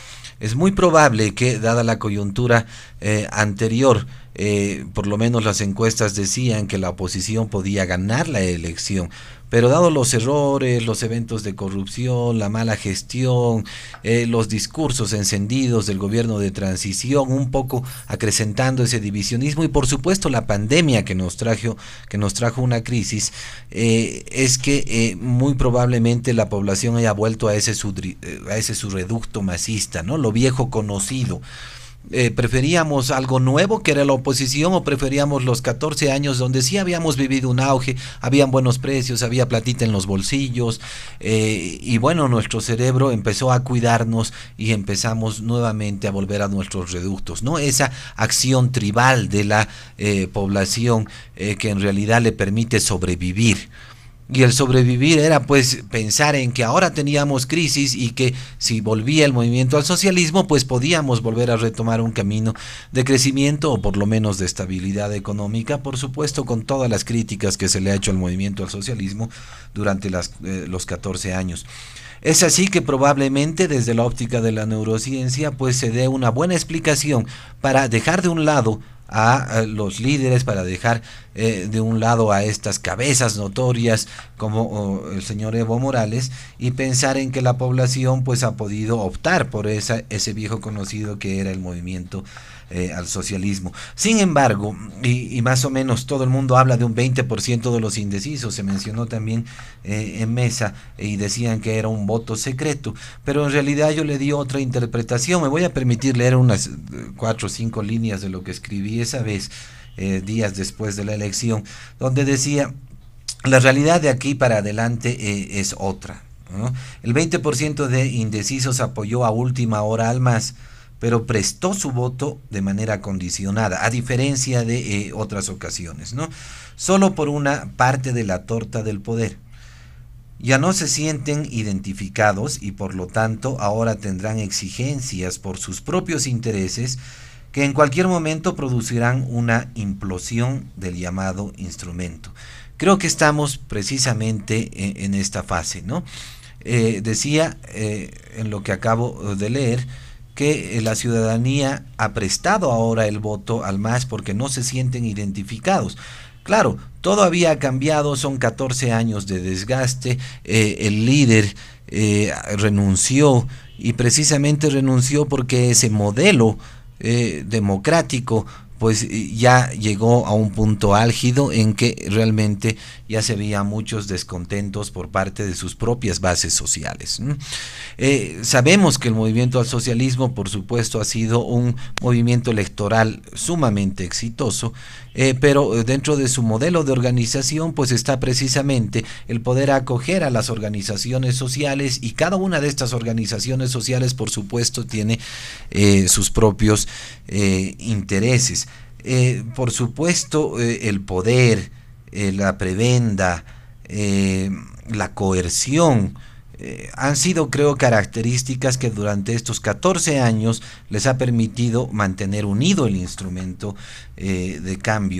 Es muy probable que, dada la coyuntura eh, anterior, eh, por lo menos las encuestas decían que la oposición podía ganar la elección, pero dado los errores, los eventos de corrupción, la mala gestión, eh, los discursos encendidos del gobierno de transición, un poco acrecentando ese divisionismo, y por supuesto la pandemia que nos trajo, que nos trajo una crisis, eh, es que eh, muy probablemente la población haya vuelto a ese su, a ese su reducto masista, ¿no? Lo viejo conocido. Eh, ¿Preferíamos algo nuevo que era la oposición o preferíamos los catorce años donde sí habíamos vivido un auge, habían buenos precios, había platita en los bolsillos, eh, y bueno, nuestro cerebro empezó a cuidarnos y empezamos nuevamente a volver a nuestros reductos, ¿no? Esa acción tribal de la eh, población eh, que en realidad le permite sobrevivir. Y el sobrevivir era pues pensar en que ahora teníamos crisis y que si volvía el movimiento al socialismo pues podíamos volver a retomar un camino de crecimiento o por lo menos de estabilidad económica, por supuesto con todas las críticas que se le ha hecho al movimiento al socialismo durante las, eh, los catorce años. Es así que probablemente desde la óptica de la neurociencia pues se dé una buena explicación para dejar de un lado a, a los líderes, para dejar eh, de un lado a estas cabezas notorias como oh, el señor Evo Morales, y pensar en que la población pues ha podido optar por esa, ese viejo conocido que era el movimiento eh, al socialismo. Sin embargo, y, y más o menos todo el mundo habla de un veinte por ciento de los indecisos, se mencionó también eh, en mesa, y decían que era un voto secreto, pero en realidad yo le di otra interpretación. Me voy a permitir leer unas cuatro o cinco líneas de lo que escribí esa vez, eh, días después de la elección, donde decía: la realidad de aquí para adelante eh, es otra, ¿no? El veinte por ciento de indecisos apoyó a última hora al M A S, pero prestó su voto de manera condicionada, a diferencia de eh, otras ocasiones, ¿no? Solo por una parte de la torta del poder. Ya no se sienten identificados y por lo tanto ahora tendrán exigencias por sus propios intereses que en cualquier momento producirán una implosión del llamado instrumento. Creo que estamos precisamente en, en esta fase, ¿no? Eh, decía eh, en lo que acabo de leer que la ciudadanía ha prestado ahora el voto al M A S porque no se sienten identificados. Claro, todo había cambiado, son catorce años de desgaste, eh, el líder eh, renunció, y precisamente renunció porque ese modelo eh, democrático pues ya llegó a un punto álgido en que realmente ya se veían muchos descontentos por parte de sus propias bases sociales. Eh, sabemos que el movimiento al socialismo, por supuesto, ha sido un movimiento electoral sumamente exitoso, eh, pero dentro de su modelo de organización pues está precisamente el poder acoger a las organizaciones sociales, y cada una de estas organizaciones sociales, por supuesto, tiene eh, sus propios eh, intereses. Eh, por supuesto, eh, el poder, eh, la prebenda, eh, la coerción, eh, han sido, creo, características que durante estos catorce años les ha permitido mantener unido el instrumento eh, de cambio.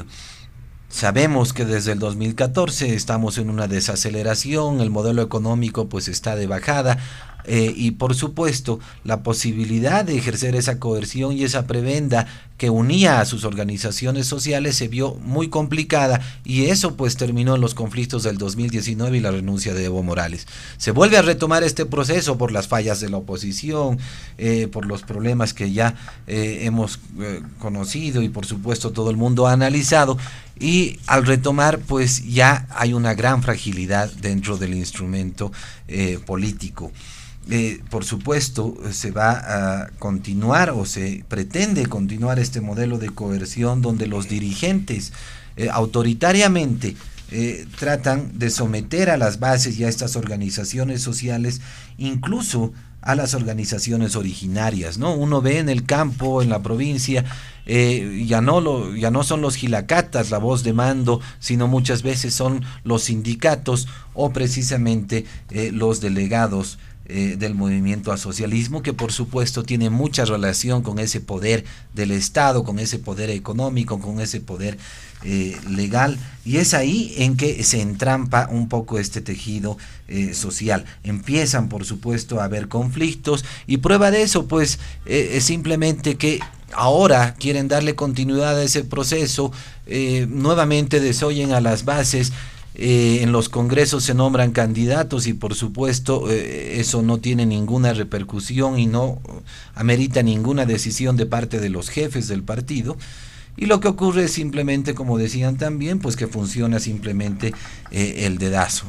Sabemos que desde el dos mil catorce estamos en una desaceleración, el modelo económico pues está de bajada, eh, y por supuesto la posibilidad de ejercer esa coerción y esa prebenda que unía a sus organizaciones sociales se vio muy complicada, y eso pues terminó en los conflictos del dos mil diecinueve y la renuncia de Evo Morales. Se vuelve a retomar este proceso por las fallas de la oposición, eh, por los problemas que ya eh, hemos eh, conocido y por supuesto todo el mundo ha analizado, y al retomar pues ya hay una gran fragilidad dentro del instrumento eh, político. Eh, por supuesto se va a continuar o se pretende continuar este modelo de coerción donde los dirigentes eh, autoritariamente eh, tratan de someter a las bases y a estas organizaciones sociales, incluso a las organizaciones originarias, ¿no? Uno ve en el campo, en la provincia, eh, ya no lo, ya no son los gilacatas la voz de mando, sino muchas veces son los sindicatos o precisamente eh, los delegados eh, del movimiento al socialismo, que por supuesto tiene mucha relación con ese poder del Estado, con ese poder económico, con ese poder eh, legal, y es ahí en que se entrampa un poco este tejido eh, social. Empiezan por supuesto a haber conflictos, y prueba de eso pues eh, es simplemente que ahora quieren darle continuidad a ese proceso, eh, nuevamente desoyen a las bases. Eh, en los congresos se nombran candidatos y por supuesto eh, eso no tiene ninguna repercusión y no amerita ninguna decisión de parte de los jefes del partido, y lo que ocurre es simplemente, como decían también, pues que funciona simplemente eh, el dedazo.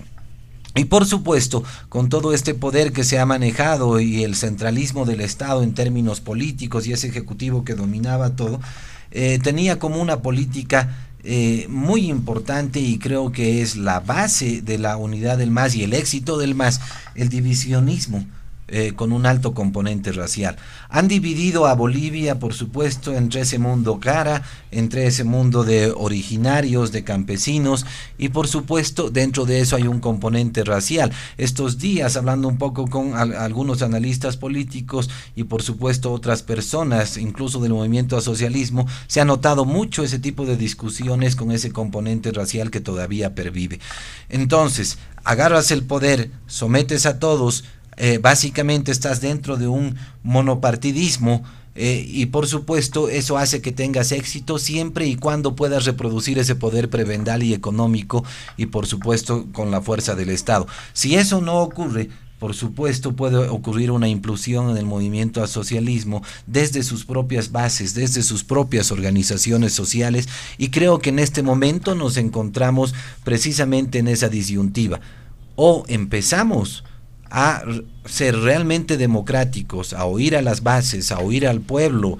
Y por supuesto, con todo este poder que se ha manejado y el centralismo del Estado en términos políticos y ese ejecutivo que dominaba todo, eh, tenía como una política Eh, muy importante, y creo que es la base de la unidad del M A S y el éxito del M A S, el divisionismo eh, con un alto componente racial. Han dividido a Bolivia, por supuesto, entre ese mundo cara, entre ese mundo de originarios, de campesinos, y por supuesto dentro de eso hay un componente racial. Estos días, hablando un poco con a, algunos analistas políticos y por supuesto otras personas, incluso del movimiento al socialismo, se ha notado mucho ese tipo de discusiones con ese componente racial que todavía pervive. Entonces, agarras el poder, sometes a todos, Eh, básicamente estás dentro de un monopartidismo, eh, y por supuesto eso hace que tengas éxito siempre y cuando puedas reproducir ese poder prebendal y económico, y por supuesto con la fuerza del Estado. Si eso no ocurre, por supuesto puede ocurrir una implosión en el movimiento al socialismo desde sus propias bases, desde sus propias organizaciones sociales, y creo que en este momento nos encontramos precisamente en esa disyuntiva. O empezamos a ser realmente democráticos, a oír a las bases, a oír al pueblo,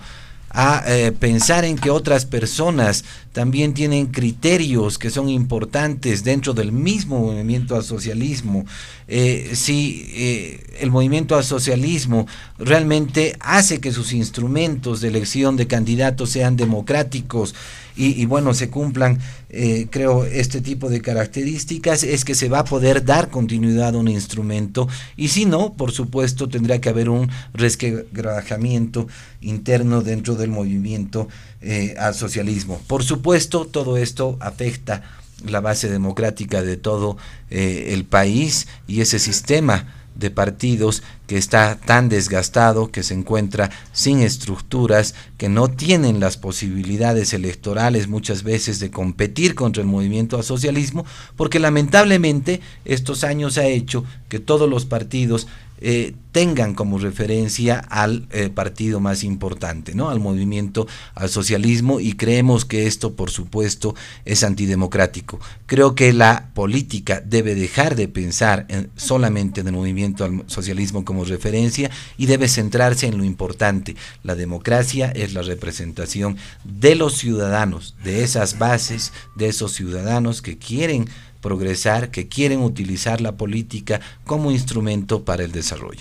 a eh, pensar en que otras personas también tienen criterios que son importantes dentro del mismo movimiento al socialismo. Eh, si eh, el movimiento al socialismo realmente hace que sus instrumentos de elección de candidatos sean democráticos y, y bueno, se cumplan, eh, creo, este tipo de características, es que se va a poder dar continuidad a un instrumento, y si no, por supuesto, tendrá que haber un resquebrajamiento interno dentro del movimiento eh, al socialismo. Por supuesto, todo esto afecta la base democrática de todo eh, el país, y ese sistema de partidos que está tan desgastado, que se encuentra sin estructuras, que no tienen las posibilidades electorales muchas veces de competir contra el movimiento al socialismo, porque lamentablemente estos años ha hecho que todos los partidos eh, tengan como referencia al eh, partido más importante, ¿no? Al movimiento al socialismo, y creemos que esto por supuesto es antidemocrático. Creo que la política debe dejar de pensar en, solamente en el movimiento al socialismo como referencia, y debe centrarse en lo importante. La democracia es la representación de los ciudadanos, de esas bases, de esos ciudadanos que quieren progresar, que quieren utilizar la política como instrumento para el desarrollo.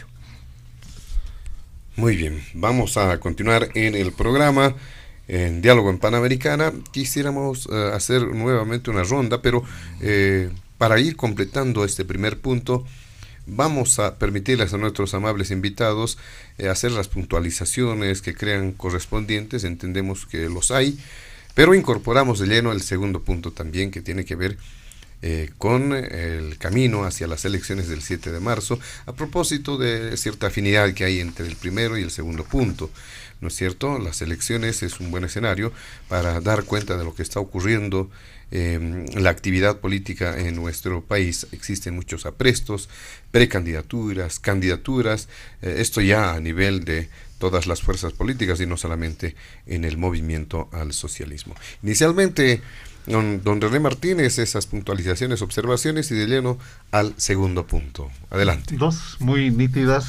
Muy bien, vamos a continuar en el programa en Diálogo en Panamericana. Quisiéramos uh, hacer nuevamente una ronda, pero eh, para ir completando este primer punto, vamos a permitirles a nuestros amables invitados eh, hacer las puntualizaciones que crean correspondientes. Entendemos que los hay, pero incorporamos de lleno el segundo punto también, que tiene que ver Eh, con el camino hacia las elecciones del siete de marzo, a propósito de cierta afinidad que hay entre el primero y el segundo punto, ¿no es cierto? Las elecciones es un buen escenario para dar cuenta de lo que está ocurriendo en eh, la actividad política en nuestro país. Existen muchos aprestos, precandidaturas, candidaturas, eh, esto ya a nivel de todas las fuerzas políticas y no solamente en el movimiento al socialismo. Inicialmente, Don, don René Martínez, esas puntualizaciones, observaciones, y de lleno al segundo punto. Adelante. Dos muy nítidas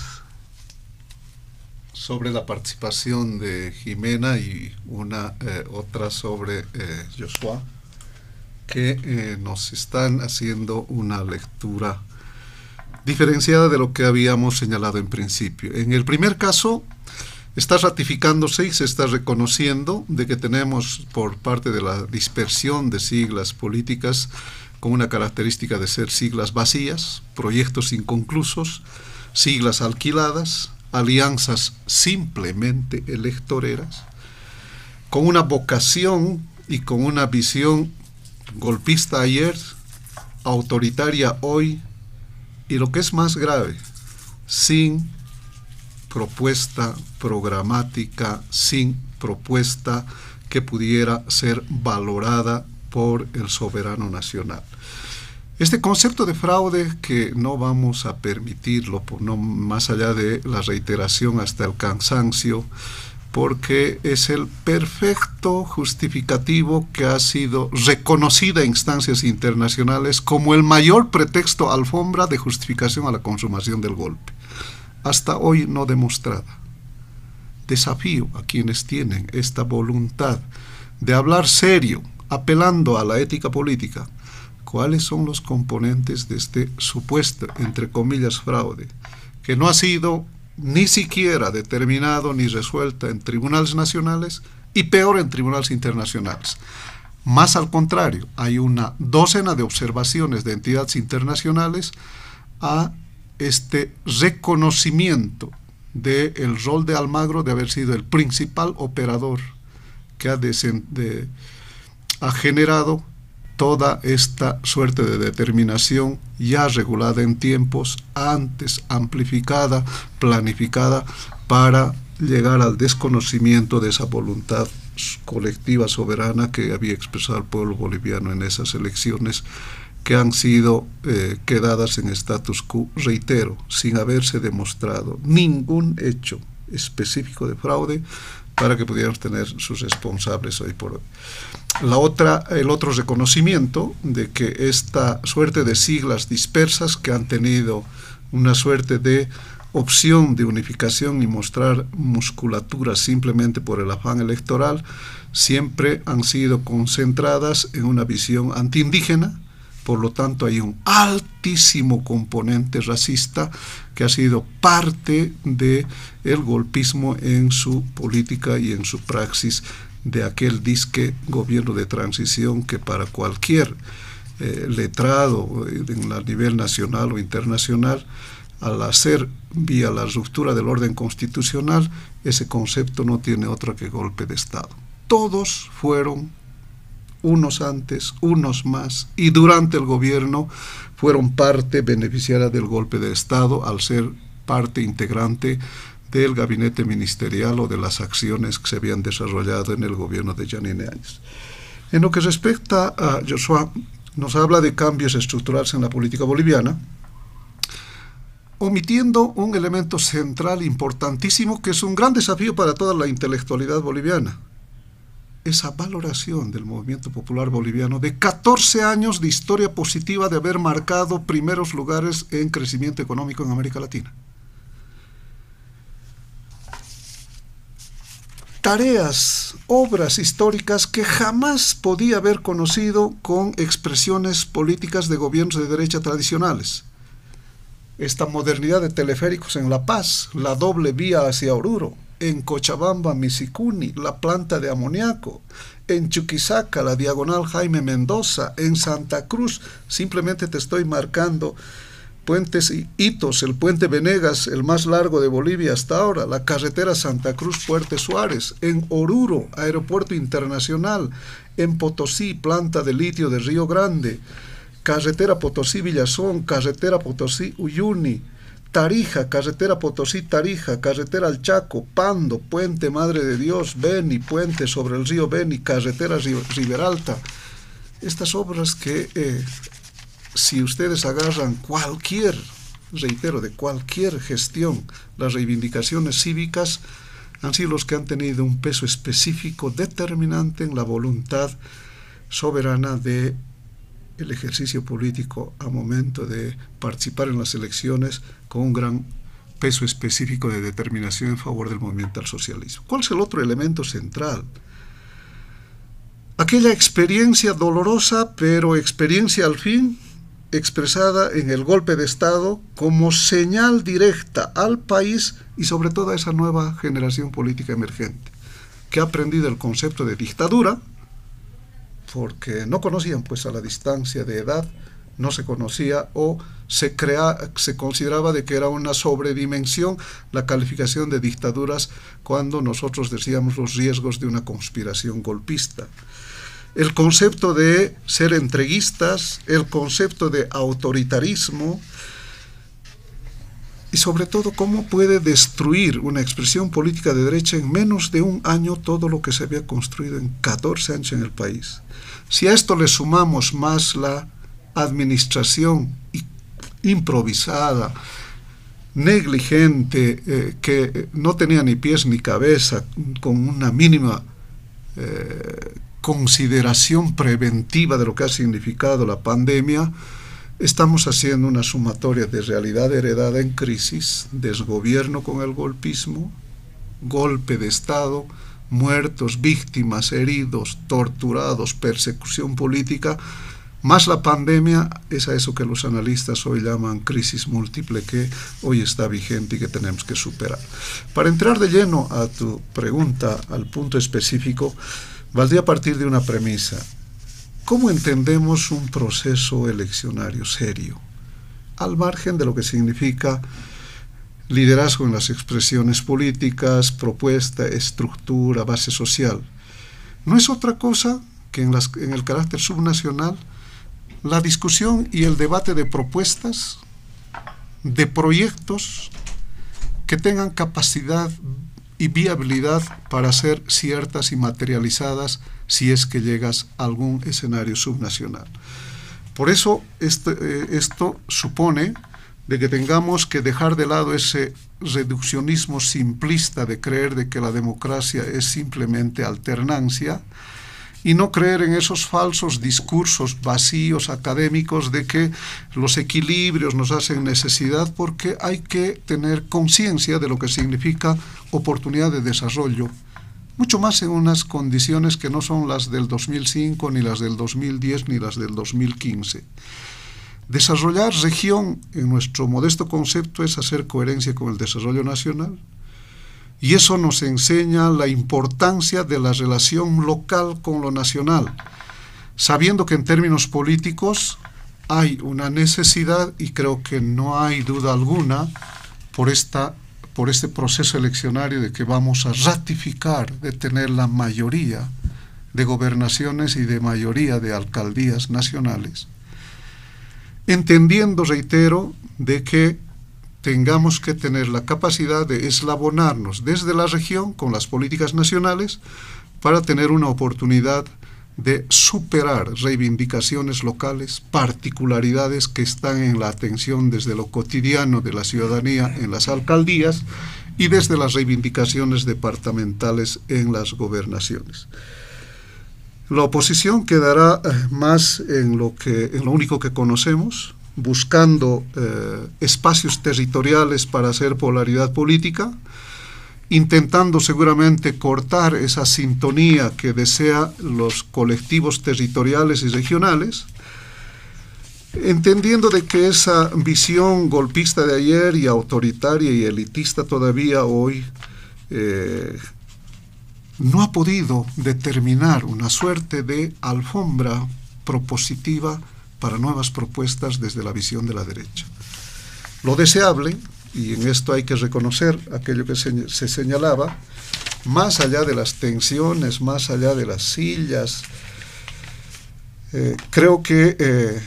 sobre la participación de Jimena, y una eh, otra sobre eh, Joshua, que eh, nos están haciendo una lectura diferenciada de lo que habíamos señalado en principio. En el primer caso, está ratificándose y se está reconociendo de que tenemos, por parte de la dispersión de siglas políticas, con una característica de ser siglas vacías, proyectos inconclusos, siglas alquiladas, alianzas simplemente electoreras, con una vocación y con una visión golpista ayer, autoritaria hoy, y lo que es más grave, sin propuesta programática, sin propuesta que pudiera ser valorada por el soberano nacional. Este concepto de fraude, que no vamos a permitirlo, no más allá de la reiteración hasta el cansancio, porque es el perfecto justificativo que ha sido reconocida en instancias internacionales como el mayor pretexto alfombra de justificación a la consumación del golpe, hasta hoy no demostrada. Desafío a quienes tienen esta voluntad de hablar serio, apelando a la ética política, cuáles son los componentes de este supuesto, entre comillas, fraude, que no ha sido ni siquiera determinado ni resuelta en tribunales nacionales y peor en tribunales internacionales. Más al contrario, hay una docena de observaciones de entidades internacionales a este reconocimiento del rol de Almagro de haber sido el principal operador que ha, de, ha generado toda esta suerte de determinación ya regulada en tiempos, antes amplificada, planificada, para llegar al desconocimiento de esa voluntad colectiva soberana que había expresado el pueblo boliviano en esas elecciones, que han sido eh, quedadas en status quo, reitero, sin haberse demostrado ningún hecho específico de fraude para que pudiéramos tener sus responsables hoy por hoy. La otra, el otro reconocimiento de que esta suerte de siglas dispersas que han tenido una suerte de opción de unificación y mostrar musculatura simplemente por el afán electoral, siempre han sido concentradas en una visión antiindígena. Por lo tanto, hay un altísimo componente racista que ha sido parte del golpismo en su política y en su praxis de aquel disque gobierno de transición que para cualquier eh, letrado en a nivel nacional o internacional, al hacer vía la ruptura del orden constitucional, ese concepto no tiene otra que golpe de Estado. Todos fueron, unos antes, unos más, y durante el gobierno fueron parte beneficiaria del golpe de Estado al ser parte integrante del gabinete ministerial o de las acciones que se habían desarrollado en el gobierno de Yanine Áñez. En lo que respecta a Joshua, nos habla de cambios estructurales en la política boliviana, omitiendo un elemento central importantísimo que es un gran desafío para toda la intelectualidad boliviana: esa valoración del movimiento popular boliviano de catorce años de historia positiva de haber marcado primeros lugares en crecimiento económico en América Latina. Tareas, obras históricas que jamás podía haber conocido con expresiones políticas de gobiernos de derecha tradicionales. Esta modernidad de teleféricos en La Paz, la doble vía hacia Oruro, en Cochabamba, Misicuni, la planta de amoníaco, en Chuquisaca, la diagonal Jaime Mendoza, en Santa Cruz, simplemente te estoy marcando puentes y hitos, el puente Venegas, el más largo de Bolivia hasta ahora, la carretera Santa Cruz-Puerto Suárez, en Oruro, aeropuerto internacional, en Potosí, planta de litio de Río Grande, carretera Potosí-Villazón, carretera Potosí-Uyuni, Tarija, carretera Potosí-Tarija, carretera al Chaco, Pando, puente Madre de Dios, Beni, puente sobre el río Beni, carretera Riberalta. Estas obras que eh, si ustedes agarran cualquier, reitero, de cualquier gestión, las reivindicaciones cívicas han sido los que han tenido un peso específico determinante en la voluntad soberana de el ejercicio político a momento de participar en las elecciones, con un gran peso específico de determinación en favor del movimiento al socialismo. ¿Cuál es el otro elemento central? Aquella experiencia dolorosa, pero experiencia al fin, expresada en el golpe de Estado como señal directa al país y sobre todo a esa nueva generación política emergente, que ha aprendido el concepto de dictadura, porque no conocían pues a la distancia de edad no se conocía o se, crea, se consideraba de que era una sobredimensión la calificación de dictaduras cuando nosotros decíamos los riesgos de una conspiración golpista. El concepto de ser entreguistas, el concepto de autoritarismo y sobre todo cómo puede destruir una expresión política de derecha en menos de un año todo lo que se había construido en catorce años en el país. Si a esto le sumamos más la administración improvisada, negligente, eh, que no tenía ni pies ni cabeza, con una mínima eh, consideración preventiva de lo que ha significado la pandemia, estamos haciendo una sumatoria de realidad heredada en crisis, desgobierno con el golpismo, golpe de Estado, muertos, víctimas, heridos, torturados, persecución política, más la pandemia, es a eso que los analistas hoy llaman crisis múltiple, que hoy está vigente y que tenemos que superar. Para entrar de lleno a tu pregunta, al punto específico, valdría partir de una premisa. ¿Cómo entendemos un proceso eleccionario serio? Al margen de lo que significa liderazgo en las expresiones políticas, propuesta, estructura, base social. No es otra cosa que en, las, en el carácter subnacional la discusión y el debate de propuestas, de proyectos que tengan capacidad y viabilidad para ser ciertas y materializadas si es que llegas a algún escenario subnacional. Por eso esto, eh, esto supone de que tengamos que dejar de lado ese reduccionismo simplista de creer de que la democracia es simplemente alternancia y no creer en esos falsos discursos vacíos académicos de que los equilibrios nos hacen necesidad, porque hay que tener conciencia de lo que significa oportunidad de desarrollo, mucho más en unas condiciones que no son las del dos mil cinco, ni las del dos mil diez, ni las del dos mil quince. Desarrollar región, en nuestro modesto concepto, es hacer coherencia con el desarrollo nacional. Y eso nos enseña la importancia de la relación local con lo nacional, sabiendo que en términos políticos hay una necesidad, y creo que no hay duda alguna, por, esta, por este proceso eleccionario de que vamos a ratificar de tener la mayoría de gobernaciones y de mayoría de alcaldías nacionales, entendiendo, reitero, de que tengamos que tener la capacidad de eslabonarnos desde la región con las políticas nacionales para tener una oportunidad de superar reivindicaciones locales, particularidades que están en la atención desde lo cotidiano de la ciudadanía en las alcaldías y desde las reivindicaciones departamentales en las gobernaciones. La oposición quedará más en lo, que, en lo único que conocemos, buscando eh, espacios territoriales para hacer polaridad política, intentando seguramente cortar esa sintonía que desean los colectivos territoriales y regionales, entendiendo de que esa visión golpista de ayer y autoritaria y elitista todavía hoy eh, no ha podido determinar una suerte de alfombra propositiva para nuevas propuestas desde la visión de la derecha. Lo deseable, y en esto hay que reconocer aquello que se, se señalaba, más allá de las tensiones, más allá de las sillas, eh, creo que eh,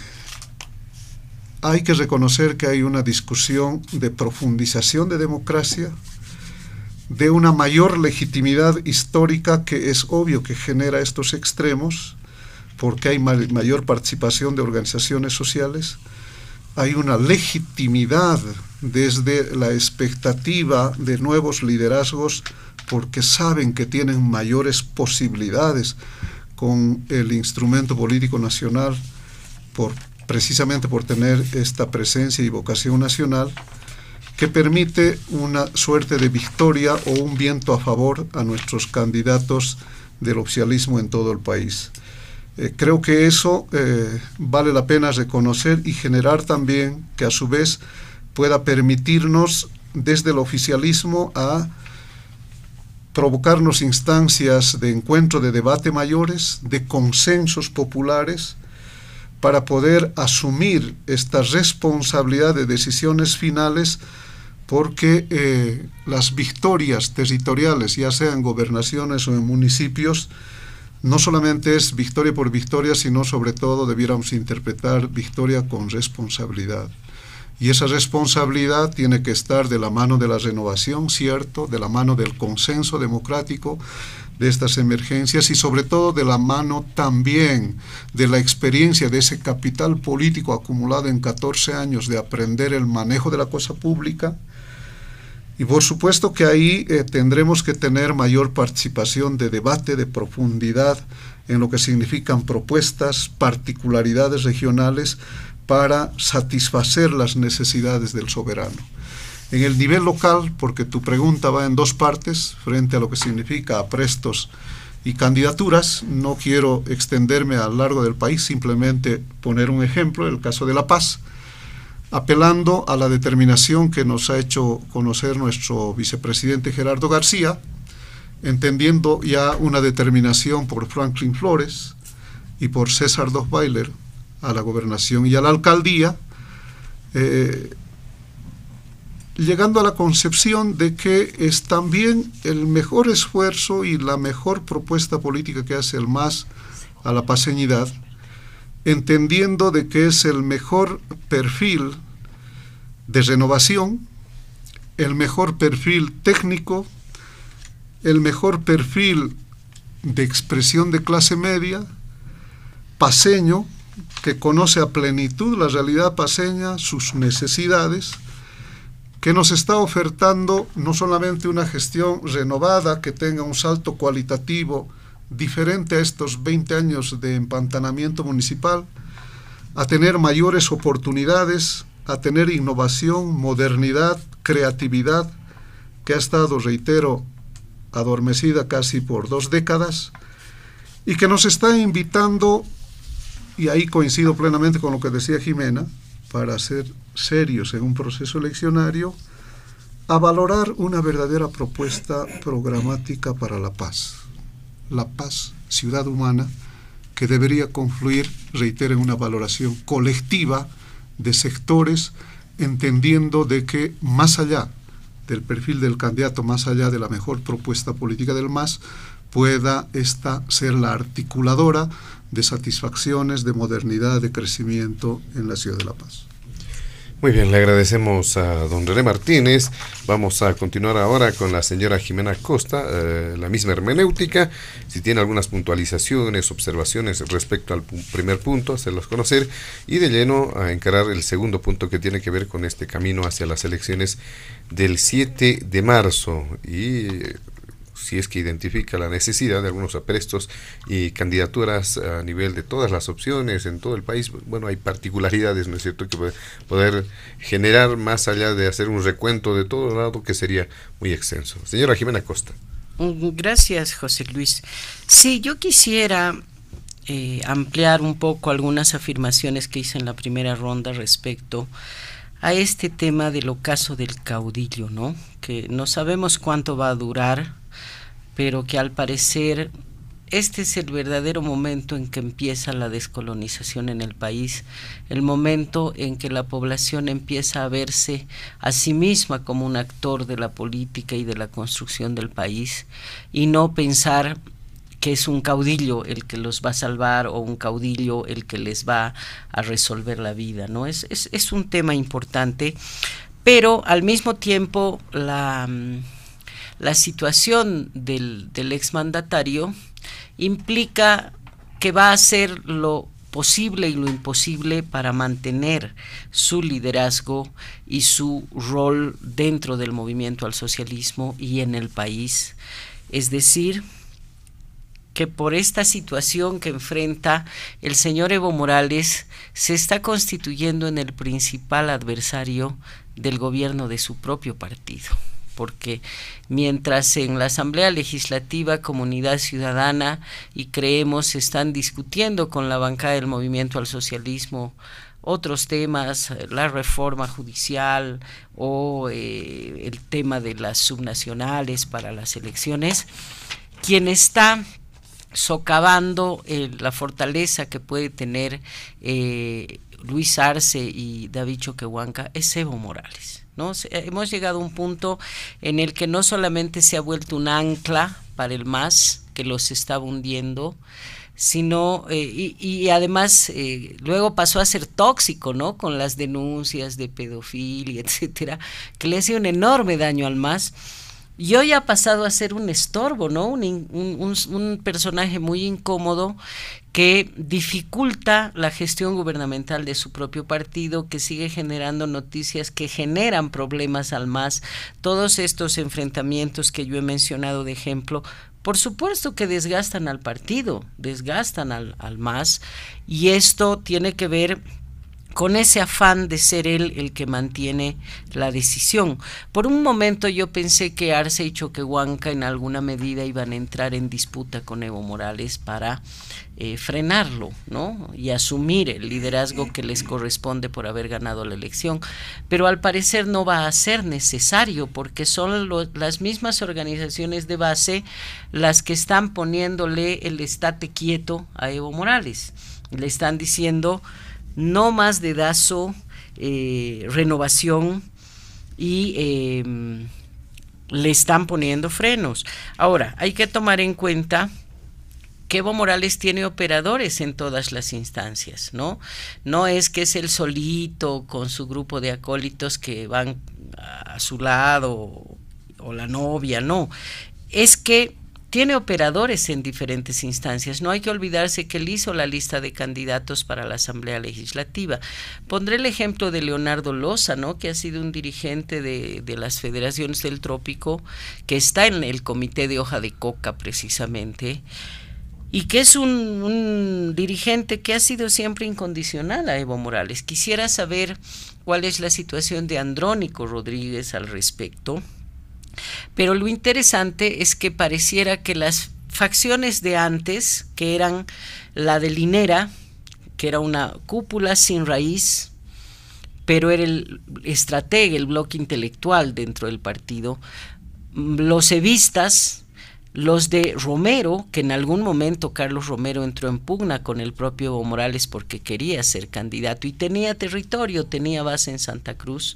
hay que reconocer que hay una discusión de profundización de democracia, de una mayor legitimidad histórica que es obvio que genera estos extremos, porque hay mayor participación de organizaciones sociales, hay una legitimidad desde la expectativa de nuevos liderazgos, porque saben que tienen mayores posibilidades con el instrumento político nacional, por, precisamente por tener esta presencia y vocación nacional, que permite una suerte de victoria o un viento a favor a nuestros candidatos del oficialismo en todo el país. Eh, creo que eso eh, vale la pena reconocer y generar también que a su vez pueda permitirnos desde el oficialismo a provocarnos instancias de encuentro, de debate mayores, de consensos populares, para poder asumir esta responsabilidad de decisiones finales, porque eh, las victorias territoriales, ya sea en gobernaciones o en municipios, no solamente es victoria por victoria, sino sobre todo debiéramos interpretar victoria con responsabilidad. Y esa responsabilidad tiene que estar de la mano de la renovación, cierto, de la mano del consenso democrático de estas emergencias y sobre todo de la mano también de la experiencia de ese capital político acumulado en catorce años de aprender el manejo de la cosa pública. Y por supuesto que ahí eh, tendremos que tener mayor participación de debate, de profundidad en lo que significan propuestas, particularidades regionales para satisfacer las necesidades del soberano. En el nivel local, porque tu pregunta va en dos partes, frente a lo que significa aprestos y candidaturas, no quiero extenderme a lo largo del país, simplemente poner un ejemplo, el caso de La Paz, apelando a la determinación que nos ha hecho conocer nuestro vicepresidente Gerardo García, entendiendo ya una determinación por Franklin Flores y por César Dochweiler a la gobernación y a la alcaldía, eh, llegando a la concepción de que es también el mejor esfuerzo y la mejor propuesta política que hace el M A S a la paseñidad, entendiendo de que es el mejor perfil de renovación, el mejor perfil técnico, el mejor perfil de expresión de clase media, paseño, que conoce a plenitud la realidad paseña, sus necesidades, que nos está ofertando no solamente una gestión renovada que tenga un salto cualitativo diferente a estos veinte años de empantanamiento municipal, a tener mayores oportunidades, a tener innovación, modernidad, creatividad, que ha estado, reitero, adormecida casi por dos décadas, y que nos está invitando, y ahí coincido plenamente con lo que decía Jimena, para ser serios en un proceso eleccionario, a valorar una verdadera propuesta programática para la paz. La paz, ciudad humana, que debería confluir, reitero, en una valoración colectiva de sectores, entendiendo de que más allá del perfil del candidato, más allá de la mejor propuesta política del M A S, pueda esta ser la articuladora de satisfacciones, de modernidad, de crecimiento en la ciudad de La Paz. Muy bien, le agradecemos a don René Martínez. Vamos a continuar ahora con la señora Jimena Costa, eh, la misma hermenéutica. Si tiene algunas puntualizaciones, observaciones respecto al pu- primer punto, hacerlos conocer, y de lleno a encarar el segundo punto que tiene que ver con este camino hacia las elecciones del siete de marzo. Y eh, si es que identifica la necesidad de algunos aprestos y candidaturas a nivel de todas las opciones en todo el país. Bueno, hay particularidades, ¿no es cierto?, que puede poder generar más allá de hacer un recuento de todo lado, que sería muy extenso. Señora Jimena Costa. Gracias, José Luis. Sí, yo quisiera eh, ampliar un poco algunas afirmaciones que hice en la primera ronda respecto a este tema del ocaso del caudillo, ¿no? Que no sabemos cuánto va a durar, pero que al parecer este es el verdadero momento en que empieza la descolonización en el país, el momento en que la población empieza a verse a sí misma como un actor de la política y de la construcción del país, y no pensar que es un caudillo el que los va a salvar o un caudillo el que les va a resolver la vida, ¿no? Es, es, es un tema importante, pero al mismo tiempo la... La situación del, del exmandatario implica que va a hacer lo posible y lo imposible para mantener su liderazgo y su rol dentro del movimiento al socialismo y en el país. Es decir, que por esta situación que enfrenta el señor Evo Morales, se está constituyendo en el principal adversario del gobierno de su propio partido. Porque mientras en la Asamblea Legislativa, Comunidad Ciudadana y Creemos están discutiendo con la bancada del Movimiento al Socialismo otros temas, la reforma judicial o eh, el tema de las subnacionales para las elecciones, quien está socavando eh, la fortaleza que puede tener eh, Luis Arce y David Choquehuanca es Evo Morales, ¿no? Hemos llegado a un punto en el que no solamente se ha vuelto un ancla para el M A S que los estaba hundiendo, sino eh, y, y además eh, luego pasó a ser tóxico, ¿no? Con las denuncias de pedofilia, etcétera, que le hacía un enorme daño al M A S. Y hoy ha pasado a ser un estorbo, ¿no? Un, un, un, un personaje muy incómodo que dificulta la gestión gubernamental de su propio partido, que sigue generando noticias que generan problemas al M A S. Todos estos enfrentamientos que yo he mencionado de ejemplo, por supuesto que desgastan al partido, desgastan al, al M A S, y esto tiene que ver con ese afán de ser él el que mantiene la decisión. Por un momento yo pensé que Arce y Choquehuanca en alguna medida iban a entrar en disputa con Evo Morales para eh, frenarlo, ¿no? Y asumir el liderazgo que les corresponde por haber ganado la elección, pero al parecer no va a ser necesario, porque son lo, las mismas organizaciones de base las que están poniéndole el estate quieto a Evo Morales. Le están diciendo: no más dedazo, eh, renovación, y eh, le están poniendo frenos. Ahora, hay que tomar en cuenta que Evo Morales tiene operadores en todas las instancias, ¿no? No es que es el solito con su grupo de acólitos que van a su lado, o la novia, no. Es que tiene operadores en diferentes instancias. No hay que olvidarse que él hizo la lista de candidatos para la Asamblea Legislativa. Pondré el ejemplo de Leonardo Loza, ¿no? Que ha sido un dirigente de, de las federaciones del Trópico, que está en el comité de hoja de coca precisamente, y que es un, un dirigente que ha sido siempre incondicional a Evo Morales. Quisiera saber cuál es la situación de Andrónico Rodríguez al respecto. Pero lo interesante es que pareciera que las facciones de antes, que eran la de Linera, que era una cúpula sin raíz, pero era el estratega, el bloque intelectual dentro del partido, los evistas, los de Romero, que en algún momento Carlos Romero entró en pugna con el propio Evo Morales porque quería ser candidato y tenía territorio, tenía base en Santa Cruz.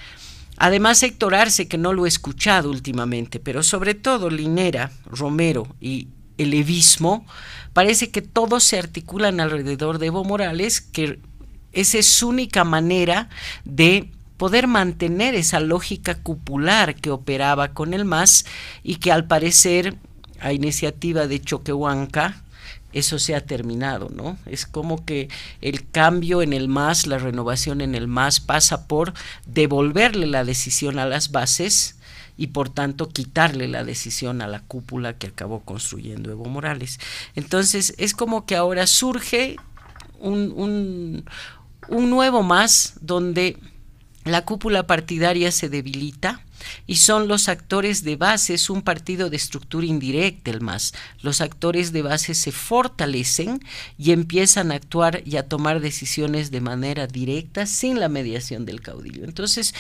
Además, Héctor Arce, que no lo he escuchado últimamente, pero sobre todo Linera, Romero y el evismo, parece que todos se articulan alrededor de Evo Morales, que esa es su única manera de poder mantener esa lógica cupular que operaba con el M A S, y que al parecer, a iniciativa de Choquehuanca, eso se ha terminado, ¿no? Es como que el cambio en el M A S, la renovación en el M A S pasa por devolverle la decisión a las bases y por tanto quitarle la decisión a la cúpula que acabó construyendo Evo Morales. Entonces es como que ahora surge un, un, un nuevo M A S donde la cúpula partidaria se debilita y son los actores de base, es un partido de estructura indirecta el M A S. Los actores de base se fortalecen y empiezan a actuar y a tomar decisiones de manera directa sin la mediación del caudillo. Entonces,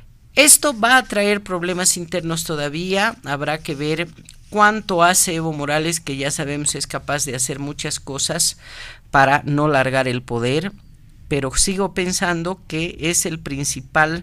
esto va a traer problemas internos todavía. Habrá que ver cuánto hace Evo Morales, que ya sabemos es capaz de hacer muchas cosas para no largar el poder, pero sigo pensando que es el principal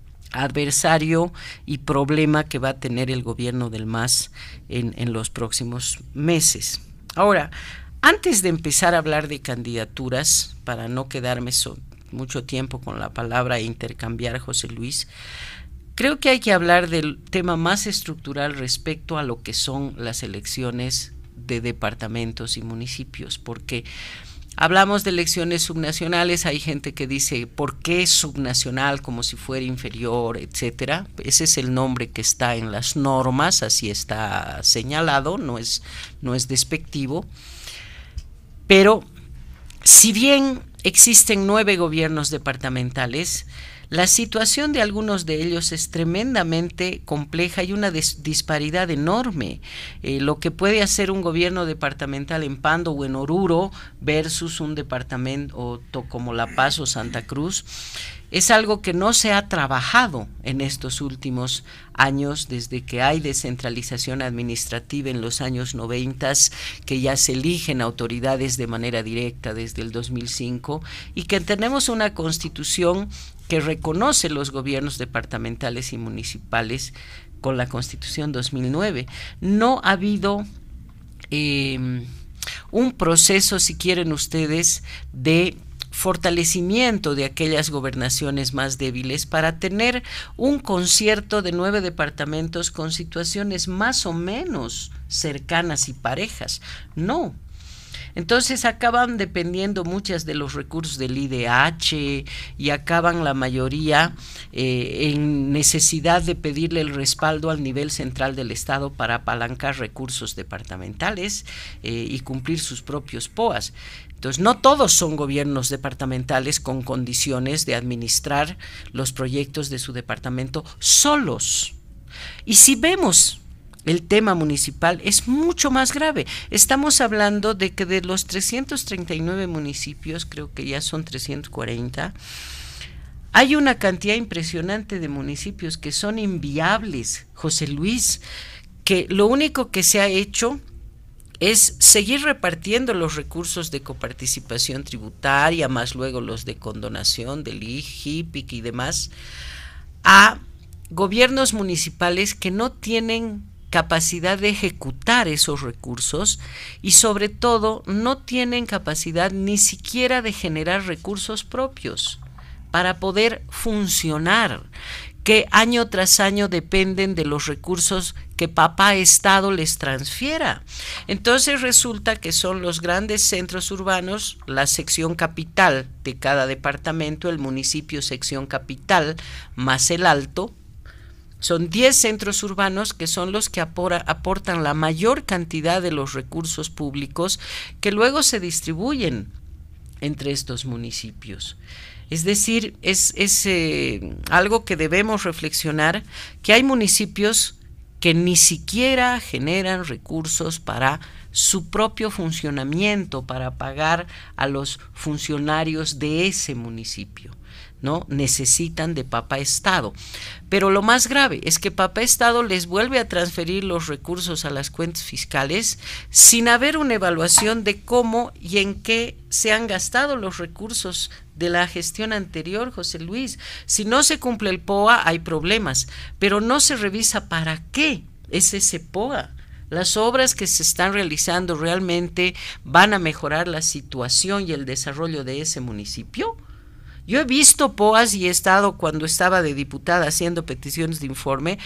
adversario y problema que va a tener el gobierno del M A S en, en los próximos meses. Ahora, antes de empezar a hablar de candidaturas, para no quedarme so, mucho tiempo con la palabra e intercambiar, José Luis, creo que hay que hablar del tema más estructural respecto a lo que son las elecciones de departamentos y municipios, porque hablamos de elecciones subnacionales, hay gente que dice, ¿por qué subnacional? Como si fuera inferior, etcétera. Ese es el nombre que está en las normas, así está señalado, no es, no es despectivo. Pero si bien existen nueve gobiernos departamentales, La situación de algunos de ellos es tremendamente compleja y una des- disparidad enorme. Eh, lo que puede hacer un gobierno departamental en Pando o en Oruro versus un departamento como La Paz o Santa Cruz es algo que no se ha trabajado en estos últimos años, desde que hay descentralización administrativa en los años noventas, que ya se eligen autoridades de manera directa desde el dos mil cinco, y que tenemos una constitución que reconoce los gobiernos departamentales y municipales con la Constitución dos mil nueve. No ha habido eh, un proceso, si quieren ustedes, de fortalecimiento de aquellas gobernaciones más débiles para tener un concierto de nueve departamentos con situaciones más o menos cercanas y parejas. No. Entonces acaban dependiendo muchas de los recursos del I D H y acaban la mayoría eh, en necesidad de pedirle el respaldo al nivel central del Estado para apalancar recursos departamentales eh, y cumplir sus propios P O As. Entonces, no todos son gobiernos departamentales con condiciones de administrar los proyectos de su departamento solos. Y si vemos el tema municipal, es mucho más grave. Estamos hablando de que de los trescientos treinta y nueve municipios, creo que ya son trescientos cuarenta, hay una cantidad impresionante de municipios que son inviables, José Luis, que lo único que se ha hecho es seguir repartiendo los recursos de coparticipación tributaria, más luego los de condonación del I J I, P I C y demás, a gobiernos municipales que no tienen capacidad de ejecutar esos recursos y sobre todo no tienen capacidad ni siquiera de generar recursos propios para poder funcionar, que año tras año dependen de los recursos que papá Estado les transfiera. Entonces resulta que son los grandes centros urbanos, la sección capital de cada departamento, el municipio sección capital más el alto. Son diez centros urbanos que son los que apora, aportan la mayor cantidad de los recursos públicos que luego se distribuyen entre estos municipios. Es decir, es, es eh, algo que debemos reflexionar, que hay municipios que ni siquiera generan recursos para su propio funcionamiento, para pagar a los funcionarios de ese municipio, ¿no? Necesitan de papá Estado. Pero lo más grave es que papá Estado les vuelve a transferir los recursos a las cuentas fiscales sin haber una evaluación de cómo y en qué se han gastado los recursos de la gestión anterior, José Luis. Si no se cumple el P O A, hay problemas, pero no se revisa para qué es ese P O A. Las obras que se están realizando realmente van a mejorar la situación y el desarrollo de ese municipio. Yo he visto P O As y he estado, cuando estaba de diputada haciendo peticiones de informe,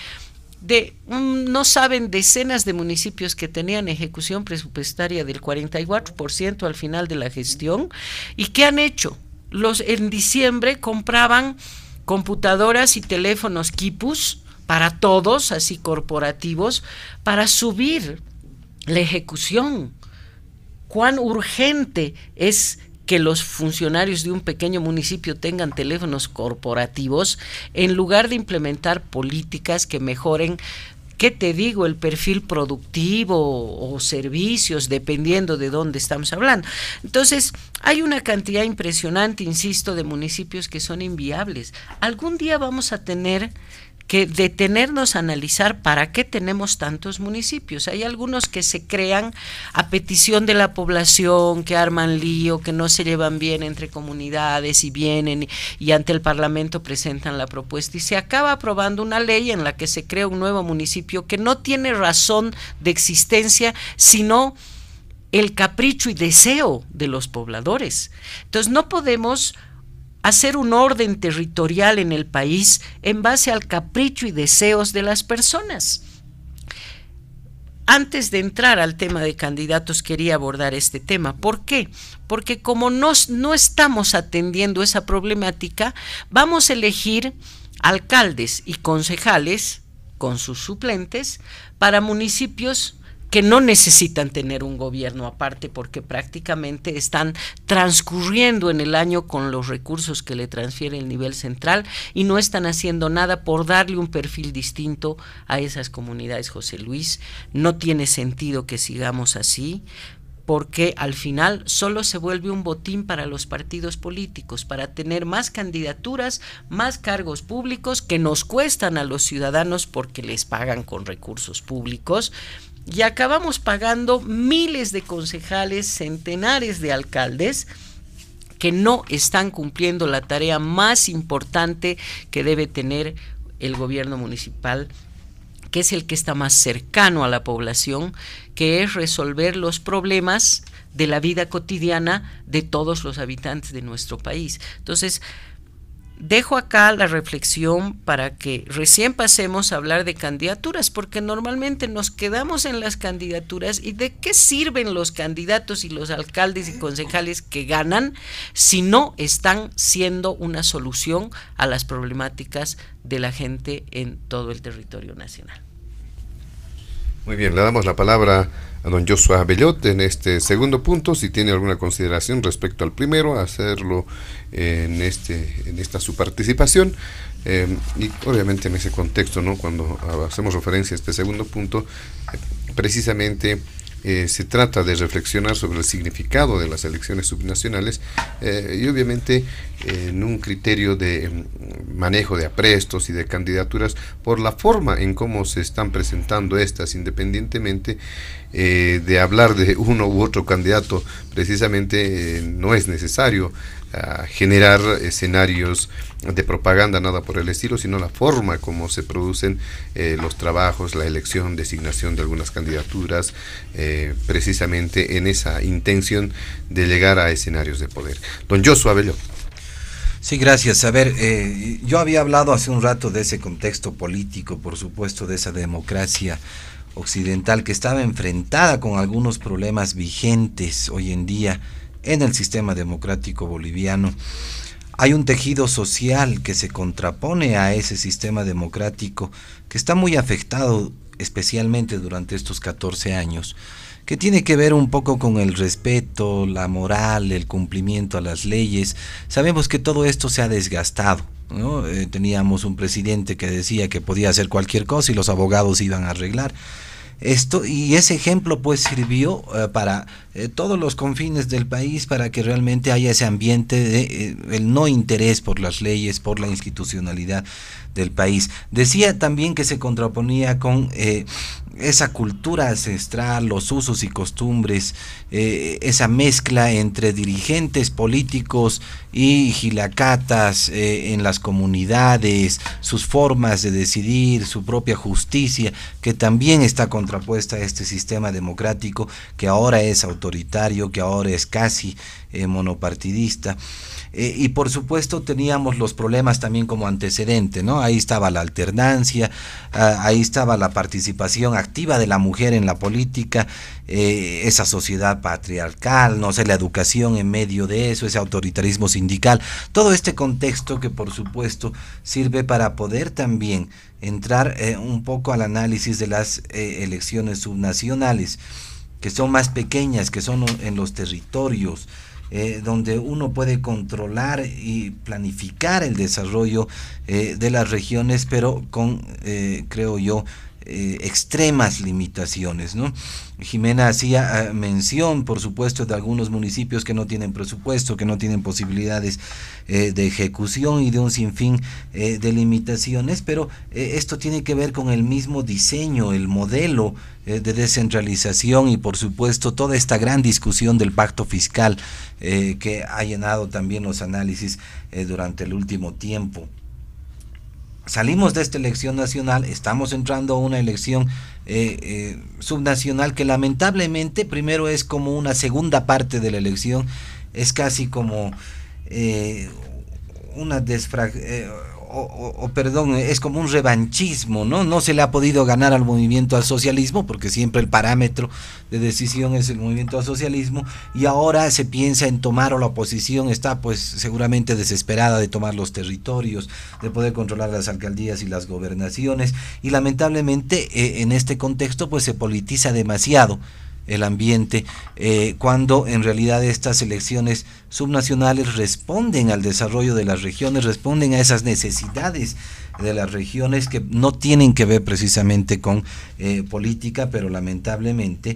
de um, no saben decenas de municipios que tenían ejecución presupuestaria del cuarenta y cuatro por ciento al final de la gestión. ¿Y qué han hecho? Los en diciembre compraban computadoras y teléfonos quipus para todos, así corporativos, para subir la ejecución. ¿Cuán urgente es que los funcionarios de un pequeño municipio tengan teléfonos corporativos en lugar de implementar políticas que mejoren, qué te digo, el perfil productivo o servicios, dependiendo de dónde estamos hablando? Entonces, hay una cantidad impresionante, insisto, de municipios que son inviables. Algún día vamos a tener que detenernos a analizar para qué tenemos tantos municipios. Hay algunos que se crean a petición de la población, que arman lío, que no se llevan bien entre comunidades y vienen y, y ante el Parlamento presentan la propuesta y se acaba aprobando una ley en la que se crea un nuevo municipio que no tiene razón de existencia, sino el capricho y deseo de los pobladores. Entonces no podemos hacer un orden territorial en el país en base al capricho y deseos de las personas. Antes de entrar al tema de candidatos, quería abordar este tema. ¿Por qué? Porque como no, no estamos atendiendo esa problemática, vamos a elegir alcaldes y concejales con sus suplentes para municipios que no necesitan tener un gobierno aparte porque prácticamente están transcurriendo en el año con los recursos que le transfiere el nivel central y no están haciendo nada por darle un perfil distinto a esas comunidades, José Luis. No tiene sentido que sigamos así, porque al final solo se vuelve un botín para los partidos políticos, para tener más candidaturas, más cargos públicos que nos cuestan a los ciudadanos porque les pagan con recursos públicos, y acabamos pagando miles de concejales, centenares de alcaldes que no están cumpliendo la tarea más importante que debe tener el gobierno municipal, que es el que está más cercano a la población, que es resolver los problemas de la vida cotidiana de todos los habitantes de nuestro país. Entonces, dejo acá la reflexión para que recién pasemos a hablar de candidaturas, porque normalmente nos quedamos en las candidaturas. ¿Y de qué sirven los candidatos y los alcaldes y concejales que ganan si no están siendo una solución a las problemáticas de la gente en todo el territorio nacional? Muy bien, le damos la palabra a don Joshua Bellot en este segundo punto. Si tiene alguna consideración respecto al primero, hacerlo en este en esta su participación, eh, y obviamente en ese contexto, ¿no? Cuando hacemos referencia a este segundo punto, eh, precisamente eh, se trata de reflexionar sobre el significado de las elecciones subnacionales, eh, y obviamente eh, en un criterio de eh, manejo de aprestos y de candidaturas por la forma en cómo se están presentando estas, independientemente eh, de hablar de uno u otro candidato. Precisamente eh, no es necesario a generar escenarios de propaganda, nada por el estilo, sino la forma como se producen eh, los trabajos, la elección, designación de algunas candidaturas, eh, precisamente en esa intención de llegar a escenarios de poder. Don Joshua Bellot. Sí, gracias. A ver, eh, yo había hablado hace un rato de ese contexto político, por supuesto, de esa democracia occidental que estaba enfrentada con algunos problemas vigentes hoy en día en el sistema democrático boliviano. Hay un tejido social que se contrapone a ese sistema democrático que está muy afectado, especialmente durante estos catorce años, que tiene que ver un poco con el respeto, la moral, el cumplimiento a las leyes. Sabemos que todo esto se ha desgastado, ¿no? Eh, teníamos un presidente que decía que podía hacer cualquier cosa y los abogados iban a arreglar esto, y ese ejemplo pues sirvió uh, para eh, todos los confines del país, para que realmente haya ese ambiente de eh, el no interés por las leyes, por la institucionalidad del país. Decía también que se contraponía con eh, esa cultura ancestral, los usos y costumbres, eh, esa mezcla entre dirigentes políticos y gilacatas eh, en las comunidades, sus formas de decidir, su propia justicia, que también está contrapuesta a este sistema democrático que ahora es autoritario, que ahora es casi eh, monopartidista. Eh, y por supuesto teníamos los problemas también como antecedente, ¿no? Ahí estaba la alternancia, uh, ahí estaba la participación activa de la mujer en la política, eh, esa sociedad patriarcal, no sé, la educación en medio de eso, ese autoritarismo sindical, todo este contexto que por supuesto sirve para poder también entrar eh, un poco al análisis de las eh, elecciones subnacionales, que son más pequeñas, que son en los territorios, Eh, donde uno puede controlar y planificar el desarrollo eh, de las regiones, pero con, eh, creo yo, eh, extremas limitaciones, ¿no? Jimena hacía uh, mención, por supuesto, de algunos municipios que no tienen presupuesto, que no tienen posibilidades eh, de ejecución y de un sinfín eh, de limitaciones, pero eh, esto tiene que ver con el mismo diseño, el modelo eh, de descentralización y, por supuesto, toda esta gran discusión del pacto fiscal eh, que ha llenado también los análisis eh, durante el último tiempo. Salimos de esta elección nacional, estamos entrando a una elección eh, eh, subnacional que lamentablemente primero es como una segunda parte de la elección, es casi como eh, una desfrag eh, o, o perdón, es como un revanchismo, ¿no? No se le ha podido ganar al movimiento al socialismo, porque siempre el parámetro de decisión es el movimiento al socialismo, y ahora se piensa en tomar, o la oposición está pues seguramente desesperada de tomar los territorios, de poder controlar las alcaldías y las gobernaciones, y lamentablemente eh, en este contexto pues se politiza demasiado el ambiente, eh, cuando en realidad estas elecciones subnacionales responden al desarrollo de las regiones, responden a esas necesidades de las regiones que no tienen que ver precisamente con eh, política, pero lamentablemente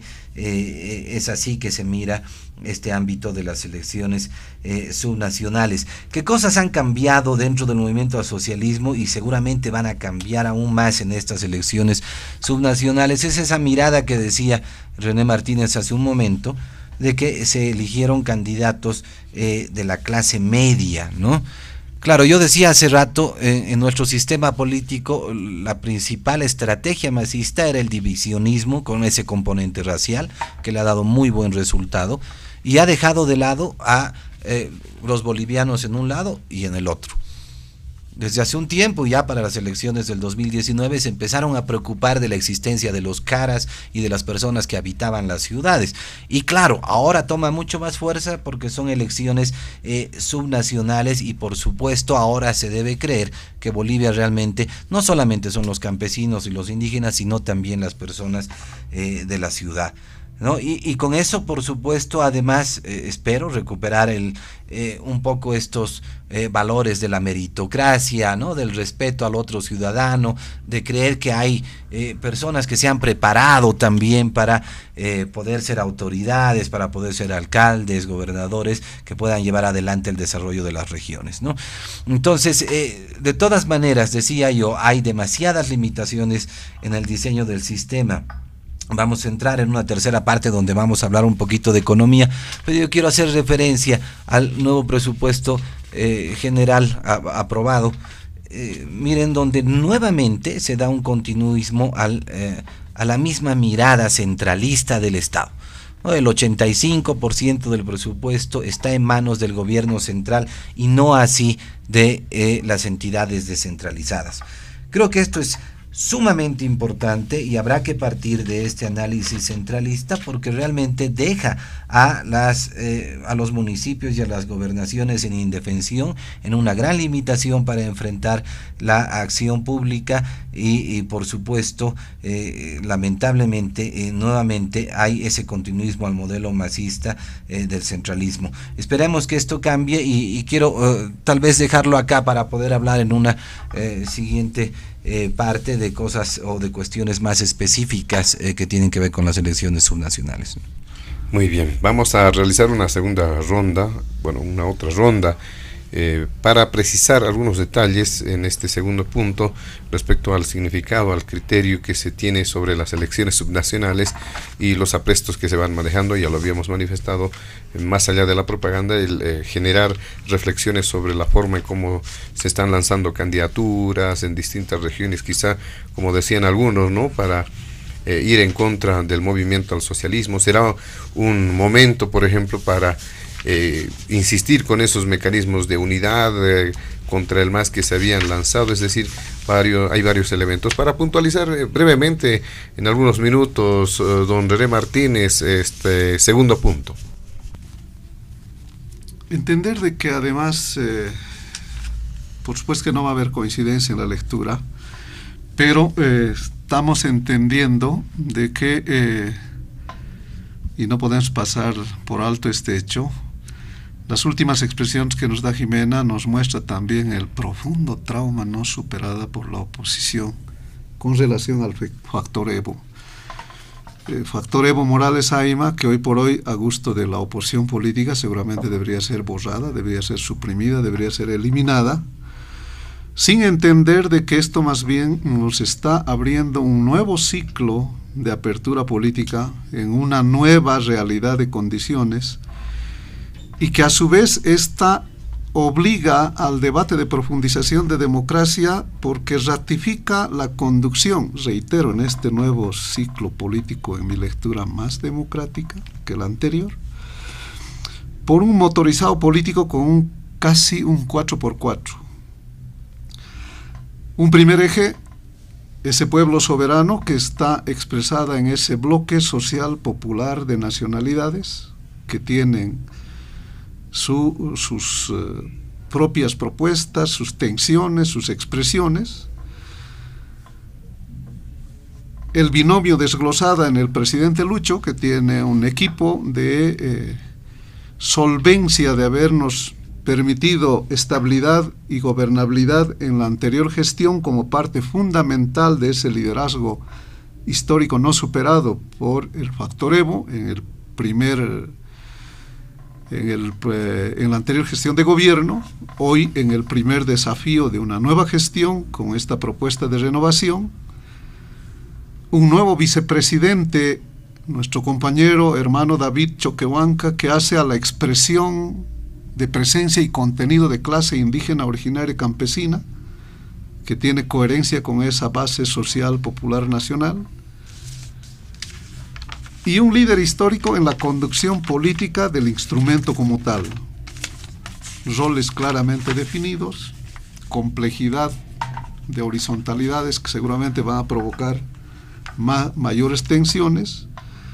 eh, es así que se mira este ámbito de las elecciones eh, subnacionales. ¿Qué cosas han cambiado dentro del movimiento al socialismo y seguramente van a cambiar aún más en estas elecciones subnacionales? Es esa mirada que decía René Martínez hace un momento, de que se eligieron candidatos eh, de la clase media, ¿no? Claro, yo decía hace rato, eh, en nuestro sistema político la principal estrategia masista era el divisionismo con ese componente racial que le ha dado muy buen resultado y ha dejado de lado a eh, los bolivianos en un lado y en el otro. Desde hace un tiempo, ya para las elecciones del dos mil diecinueve, se empezaron a preocupar de la existencia de los caras y de las personas que habitaban las ciudades. Y claro, ahora toma mucho más fuerza porque son elecciones eh, subnacionales y por supuesto ahora se debe creer que Bolivia realmente no solamente son los campesinos y los indígenas, sino también las personas eh, de la ciudad, ¿no? Y, y con eso, por supuesto, además eh, espero recuperar el eh, un poco estos eh, valores de la meritocracia, ¿no? Del respeto al otro ciudadano, de creer que hay eh, personas que se han preparado también para eh, poder ser autoridades, para poder ser alcaldes, gobernadores, que puedan llevar adelante el desarrollo de las regiones, ¿no? Entonces, eh, de todas maneras, decía yo, hay demasiadas limitaciones en el diseño del sistema. Vamos a entrar en una tercera parte donde vamos a hablar un poquito de economía, pero yo quiero hacer referencia al nuevo presupuesto eh, general a, aprobado. Eh, miren, donde nuevamente se da un continuismo al, eh, a la misma mirada centralista del Estado. El ochenta y cinco por ciento del presupuesto está en manos del gobierno central y no así de eh, las entidades descentralizadas. Creo que esto es sumamente importante y habrá que partir de este análisis centralista porque realmente deja a las eh, a los municipios y a las gobernaciones en indefensión, en una gran limitación para enfrentar la acción pública y, y por supuesto eh, lamentablemente eh, nuevamente hay ese continuismo al modelo masista eh, del centralismo. Esperemos que esto cambie y, y quiero eh, tal vez dejarlo acá para poder hablar en una eh, siguiente Eh, parte de cosas o de cuestiones más específicas eh, que tienen que ver con las elecciones subnacionales. Muy bien, vamos a realizar una segunda ronda, bueno, una otra ronda, eh, para precisar algunos detalles en este segundo punto respecto al significado, al criterio que se tiene sobre las elecciones subnacionales y los aprestos que se van manejando. Ya lo habíamos manifestado, eh, más allá de la propaganda, el eh, generar reflexiones sobre la forma en cómo se están lanzando candidaturas en distintas regiones, quizá, como decían algunos, ¿no?, para eh, ir en contra del movimiento al socialismo. Será un momento, por ejemplo, para Eh, insistir con esos mecanismos de unidad eh, contra el M A S que se habían lanzado, es decir, varios, hay varios elementos. Para puntualizar eh, brevemente, en algunos minutos, eh, don René Martínez, este segundo punto. Entender de que además, eh, por supuesto que no va a haber coincidencia en la lectura, pero eh, estamos entendiendo de que, eh, y no podemos pasar por alto este hecho, las últimas expresiones que nos da Jimena nos muestra también el profundo trauma no superado por la oposición con relación al factor Evo. El factor Evo Morales Aima, que hoy por hoy, a gusto de la oposición política, seguramente debería ser borrada, debería ser suprimida, debería ser eliminada, sin entender de que esto más bien nos está abriendo un nuevo ciclo de apertura política en una nueva realidad de condiciones, y que a su vez esta obliga al debate de profundización de democracia porque ratifica la conducción, reitero, en este nuevo ciclo político, en mi lectura, más democrática que la anterior, por un motorizado político con un, casi un cuatro por cuatro. Un primer eje, ese pueblo soberano que está expresada en ese bloque social popular de nacionalidades que tienen su, sus uh, propias propuestas, sus tensiones, sus expresiones. El binomio desglosada en el presidente Lucho, que tiene un equipo de eh, solvencia de habernos permitido estabilidad y gobernabilidad en la anterior gestión como parte fundamental de ese liderazgo histórico no superado por el factor Evo en el primer en, el, en la anterior gestión de gobierno, hoy en el primer desafío de una nueva gestión con esta propuesta de renovación. Un nuevo vicepresidente, nuestro compañero hermano David Choquehuanca, que hace a la expresión de presencia y contenido de clase indígena originaria campesina, que tiene coherencia con esa base social popular nacional, y un líder histórico en la conducción política del instrumento como tal. Roles claramente definidos, complejidad de horizontalidades que seguramente van a provocar ma- mayores tensiones,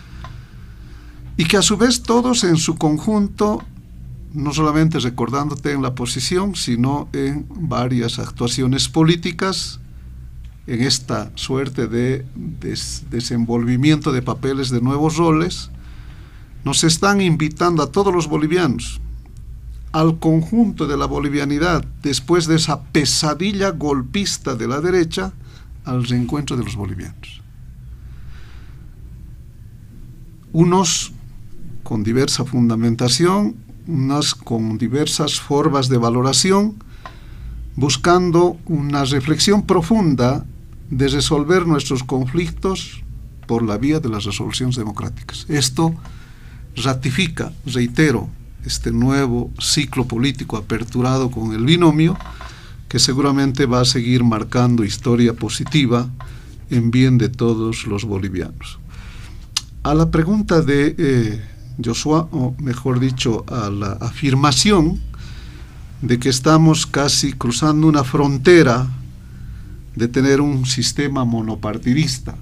y que a su vez todos en su conjunto, no solamente recordándote en la posición, sino en varias actuaciones políticas, en esta suerte de des desenvolvimiento de papeles de nuevos roles, nos están invitando a todos los bolivianos, al conjunto de la bolivianidad, después de esa pesadilla golpista de la derecha, al reencuentro de los bolivianos. Unos con diversa fundamentación, unas con diversas formas de valoración, buscando una reflexión profunda de resolver nuestros conflictos por la vía de las resoluciones democráticas. Esto ratifica, reitero, este nuevo ciclo político aperturado con el binomio, que seguramente va a seguir marcando historia positiva en bien de todos los bolivianos. A la pregunta de eh, Joshua, o mejor dicho, a la afirmación de que estamos casi cruzando una frontera de tener un sistema monopartidista.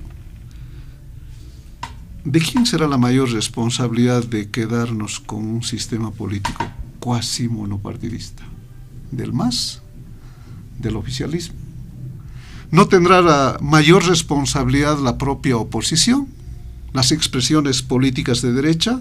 ¿De quién será la mayor responsabilidad de quedarnos con un sistema político cuasi monopartidista? ¿Del M A S? ¿Del oficialismo? ¿No tendrá la mayor responsabilidad la propia oposición, las expresiones políticas de derecha?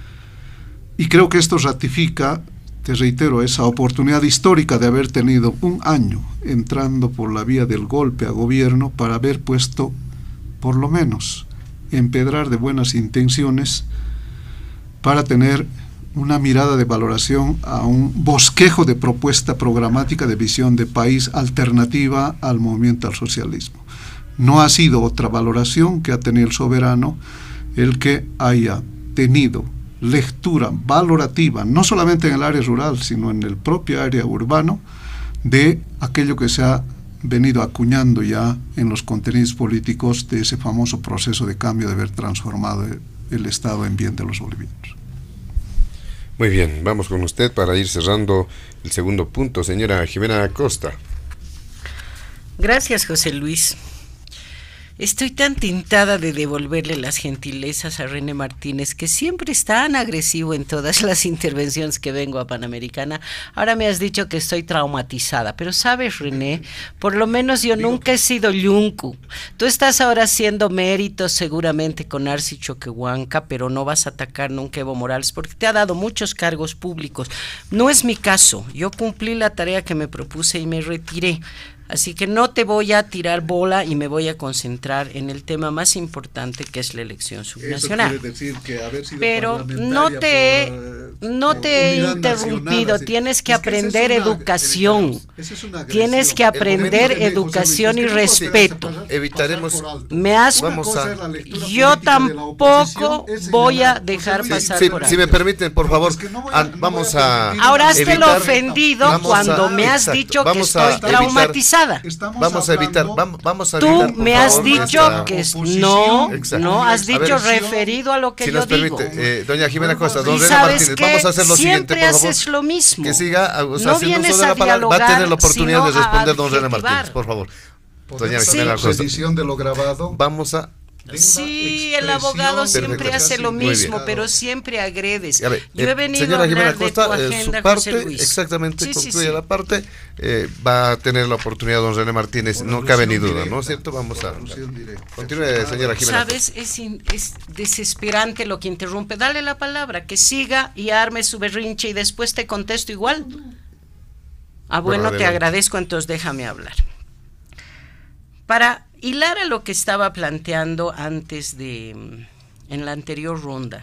Y creo que esto ratifica, te reitero, esa oportunidad histórica de haber tenido un año entrando por la vía del golpe a gobierno para haber puesto, por lo menos, empedrar de buenas intenciones para tener una mirada de valoración a un bosquejo de propuesta programática de visión de país alternativa al movimiento al socialismo. No ha sido otra valoración que ha tenido el soberano el que haya tenido lectura valorativa, no solamente en el área rural, sino en el propio área urbano, de aquello que se ha venido acuñando ya en los contenidos políticos de ese famoso proceso de cambio de haber transformado el Estado en bien de los bolivianos. Muy bien, vamos con usted para ir cerrando el segundo punto, señora Jimena Acosta. Gracias, José Luis. Estoy tan tentada de devolverle las gentilezas a René Martínez, que siempre es tan agresivo en todas las intervenciones que vengo a Panamericana. Ahora me has dicho que estoy traumatizada, pero sabes, René, por lo menos yo nunca he sido yuncu. Tú estás ahora haciendo méritos seguramente con Arci Choquehuanca, pero no vas a atacar nunca a Evo Morales porque te ha dado muchos cargos públicos. No es mi caso, yo cumplí la tarea que me propuse y me retiré. Así que no te voy a tirar bola y me voy a concentrar en el tema más importante, que es la elección subnacional. Eso quiere decir que haber sido Pero no te, por, no por te he interrumpido, nacional, tienes que es aprender que es educación, es tienes que aprender educación y respeto. Evitaremos. Me has, vamos a, yo tampoco voy a dejar sí, pasar sí, por ahí. Si me permiten, por favor, es que no a, no vamos a. Ahora has te lo ofendido cuando a, me has exacto, dicho que estoy traumatizado. pasada. Estamos vamos a evitar, hablando- vamos, vamos a Tú evitar, por me has favor, dicho esta- que es, oposición. no, Exacto. no, has A dicho ver, referido a lo que si yo nos digo. permite, eh, doña Jimena Costa, don Y René sabes Martínez, que vamos a hacer lo siguiente, siempre por favor. haces lo mismo. Que siga, o sea, No haciendo vienes uso de la a palabra, va a tener la dialogar, oportunidad de sino a responder don René adjetivar. Martínez, por favor. Doña Ponerse Jimena a Costa, disposición de lo grabado. vamos a... de una Sí, el expresión abogado siempre Perfecto. hace lo Muy mismo, bien. pero siempre agredes. A ver, Yo eh, he venido señora a hablar Jimena de Costa, tu eh, agenda, su parte, José Luis. exactamente, Sí, sí, concluye sí. la parte, eh, va a tener la oportunidad don René Martínez, Por no cabe ni alusión duda, directa. ¿no es cierto? Vamos a... Por alusión directa. Continúe, señora Jimena. Sabes, es, in- es desesperante lo que interrumpe. Dale la palabra, que siga y arme su berrinche y después te contesto igual. Ah, Bueno, bueno, te adelante. agradezco, entonces déjame hablar. Para hilar a lo que estaba planteando antes de, mm, en la anterior ronda,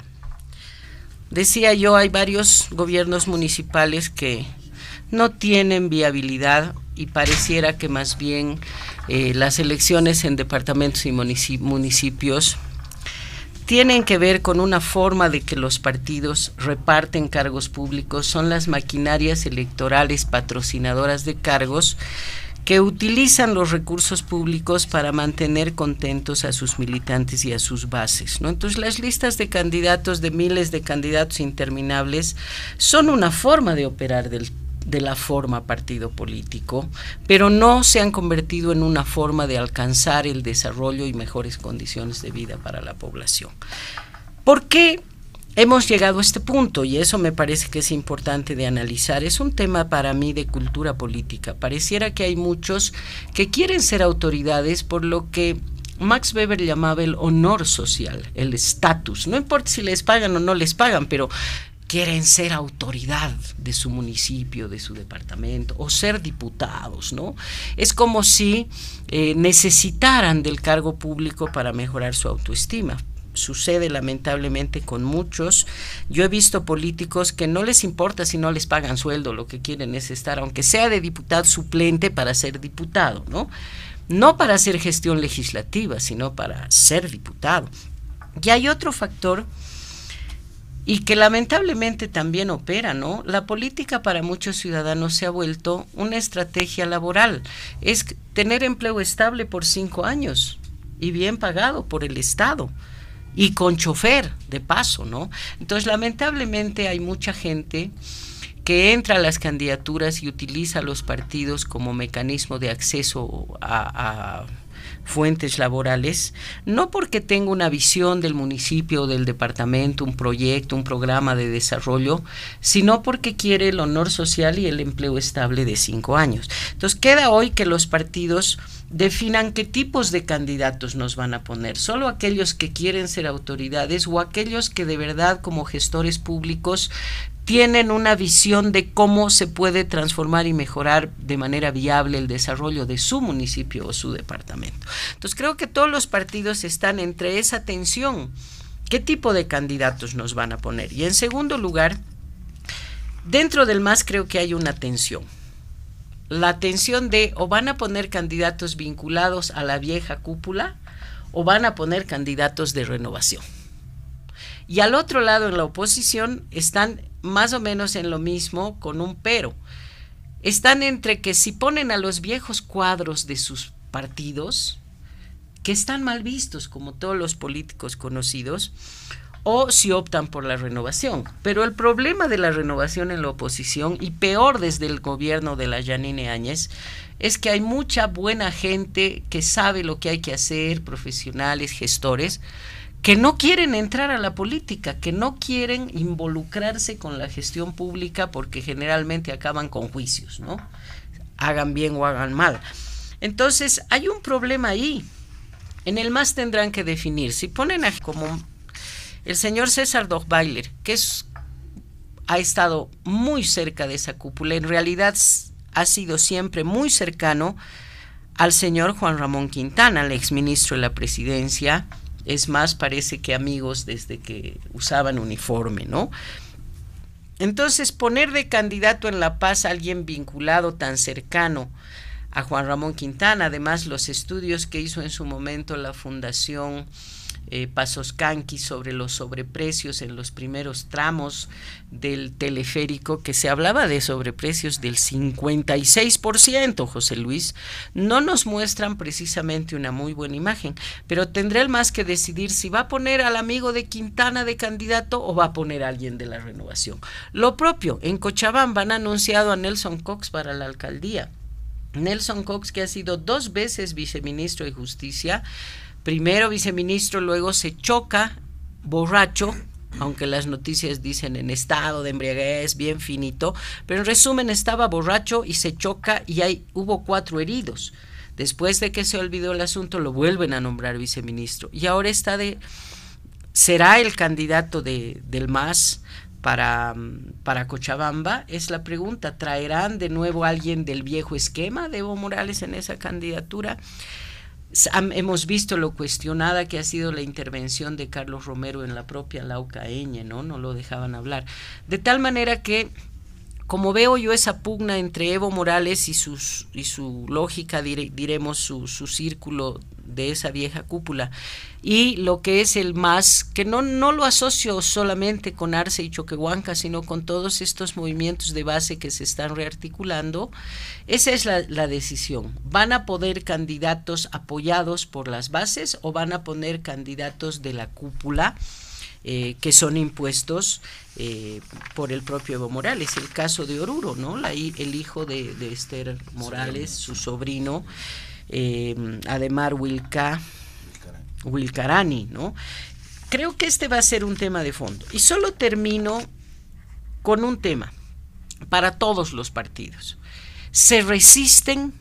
decía yo, hay varios gobiernos municipales que no tienen viabilidad y pareciera que más bien eh, las elecciones en departamentos y municipi- municipios tienen que ver con una forma de que los partidos reparten cargos públicos, son las maquinarias electorales patrocinadoras de cargos que utilizan los recursos públicos para mantener contentos a sus militantes y a sus bases, ¿no? Entonces las listas de candidatos, de miles de candidatos interminables, son una forma de operar del, de la forma partido político, pero no se han convertido en una forma de alcanzar el desarrollo y mejores condiciones de vida para la población. ¿Por qué hemos llegado a este punto? Y eso me parece que es importante de analizar. Es un tema para mí de cultura política. Pareciera que hay muchos que quieren ser autoridades por lo que Max Weber llamaba el honor social, el estatus. No importa si les pagan o no les pagan, pero quieren ser autoridad de su municipio, de su departamento, o ser diputados, ¿no? Es como si eh, necesitaran del cargo público para mejorar su autoestima. Sucede lamentablemente con muchos. Yo he visto políticos que no les importa si no les pagan sueldo, lo que quieren es estar, aunque sea de diputado suplente, para ser diputado, ¿no? No para hacer gestión legislativa, sino para ser diputado. Y hay otro factor, y que lamentablemente también opera, ¿no? La política para muchos ciudadanos se ha vuelto una estrategia laboral. Es tener empleo estable por cinco años y bien pagado por el Estado. Y con chofer, de paso, ¿no? Entonces, lamentablemente hay mucha gente que entra a las candidaturas y utiliza a los partidos como mecanismo de acceso a, a fuentes laborales, no porque tenga una visión del municipio o del departamento, un proyecto, un programa de desarrollo, sino porque quiere el honor social y el empleo estable de cinco años. Entonces, queda hoy que los partidos definan qué tipos de candidatos nos van a poner, solo aquellos que quieren ser autoridades o aquellos que de verdad como gestores públicos tienen una visión de cómo se puede transformar y mejorar de manera viable el desarrollo de su municipio o su departamento. Entonces creo que todos los partidos están entre esa tensión, qué tipo de candidatos nos van a poner. Y en segundo lugar, dentro del M A S creo que hay una tensión. La tensión de o van a poner candidatos vinculados a la vieja cúpula o van a poner candidatos de renovación. Y al otro lado, en la oposición, están más o menos en lo mismo, con un pero. Están entre que si ponen a los viejos cuadros de sus partidos, que están mal vistos, como todos los políticos conocidos, o si optan por la renovación. Pero el problema de la renovación en la oposición, y peor desde el gobierno de la Yanine Áñez, es que hay mucha buena gente que sabe lo que hay que hacer, profesionales, gestores, que no quieren entrar a la política, que no quieren involucrarse con la gestión pública porque generalmente acaban con juicios, ¿no? Hagan bien o hagan mal. Entonces, hay un problema ahí. En el M A S tendrán que definir. Si ponen a, como el señor César Dochweiler, que es, ha estado muy cerca de esa cúpula, en realidad ha sido siempre muy cercano al señor Juan Ramón Quintana, el exministro de la presidencia. Es más, parece que amigos desde que usaban uniforme, ¿no? Entonces, poner de candidato en La Paz a alguien vinculado tan cercano a Juan Ramón Quintana, además los estudios que hizo en su momento la Fundación eh, Pasoscanqui sobre los sobreprecios en los primeros tramos del teleférico, que se hablaba de sobreprecios del cincuenta y seis por ciento, José Luis, no nos muestran precisamente una muy buena imagen, pero tendrá el M A S que decidir si va a poner al amigo de Quintana de candidato o va a poner a alguien de la Renovación. Lo propio, en Cochabamba han anunciado a Nelson Cox para la alcaldía. Nelson Cox, que ha sido dos veces viceministro de Justicia, primero viceministro, luego se choca borracho, aunque las noticias dicen en estado de embriaguez, bien finito, pero en resumen estaba borracho y se choca y hay, hubo cuatro heridos. Después de que se olvidó el asunto, lo vuelven a nombrar viceministro y ahora está de, será el candidato de, del M A S para, para Cochabamba. Es la pregunta, ¿traerán de nuevo a alguien del viejo esquema de Evo Morales en esa candidatura? Hemos visto lo cuestionada que ha sido la intervención de Carlos Romero en la propia Laucaeña, ¿no? No lo dejaban hablar. De tal manera que, como veo yo esa pugna entre Evo Morales y, sus, y su lógica, dire, diremos, su, su círculo de esa vieja cúpula, y lo que es el M A S, que no, no lo asocio solamente con Arce y Choquehuanca, sino con todos estos movimientos de base que se están rearticulando, esa es la, la decisión. ¿Van a poner candidatos apoyados por las bases o van a poner candidatos de la cúpula eh, que son impuestos eh, por el propio Evo Morales? El caso de Oruro, ¿no? La, el hijo de, de Esther Morales, su sobrino, eh, Ademar Wilca Wilcarani, ¿no? Creo que este va a ser un tema de fondo. Y solo termino con un tema para todos los partidos. Se resisten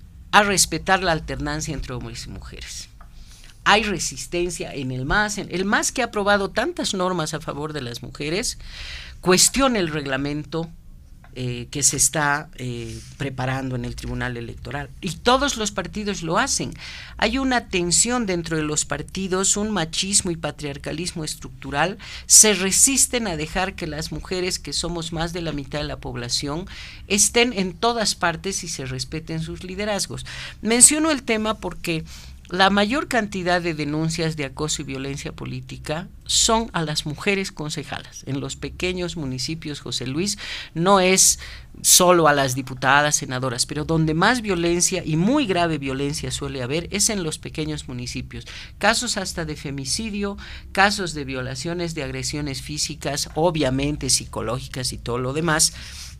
a respetar la alternancia entre hombres y mujeres. Hay resistencia en el M A S. El M A S, que ha aprobado tantas normas a favor de las mujeres, cuestiona el reglamento Eh, que se está eh, preparando en el Tribunal Electoral, y todos los partidos lo hacen. Hay una tensión dentro de los partidos, un machismo y patriarcalismo estructural. Se resisten a dejar que las mujeres, que somos más de la mitad de la población, estén en todas partes y se respeten sus liderazgos. Menciono el tema porque la mayor cantidad de denuncias de acoso y violencia política son a las mujeres concejalas. En los pequeños municipios, José Luis, no es solo a las diputadas, senadoras, pero donde más violencia y muy grave violencia suele haber es en los pequeños municipios. Casos hasta de femicidio, casos de violaciones, de agresiones físicas, obviamente psicológicas y todo lo demás,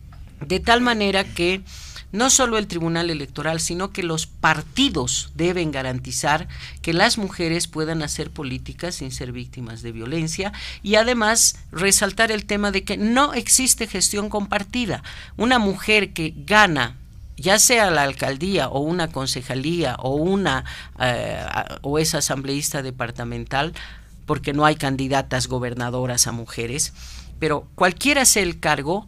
de tal manera que no solo el Tribunal Electoral, sino que los partidos deben garantizar que las mujeres puedan hacer política sin ser víctimas de violencia, y además resaltar el tema de que no existe gestión compartida. Una mujer que gana, ya sea la alcaldía o una concejalía o una eh, o es asambleísta departamental, porque no hay candidatas gobernadoras a mujeres, pero cualquiera sea el cargo,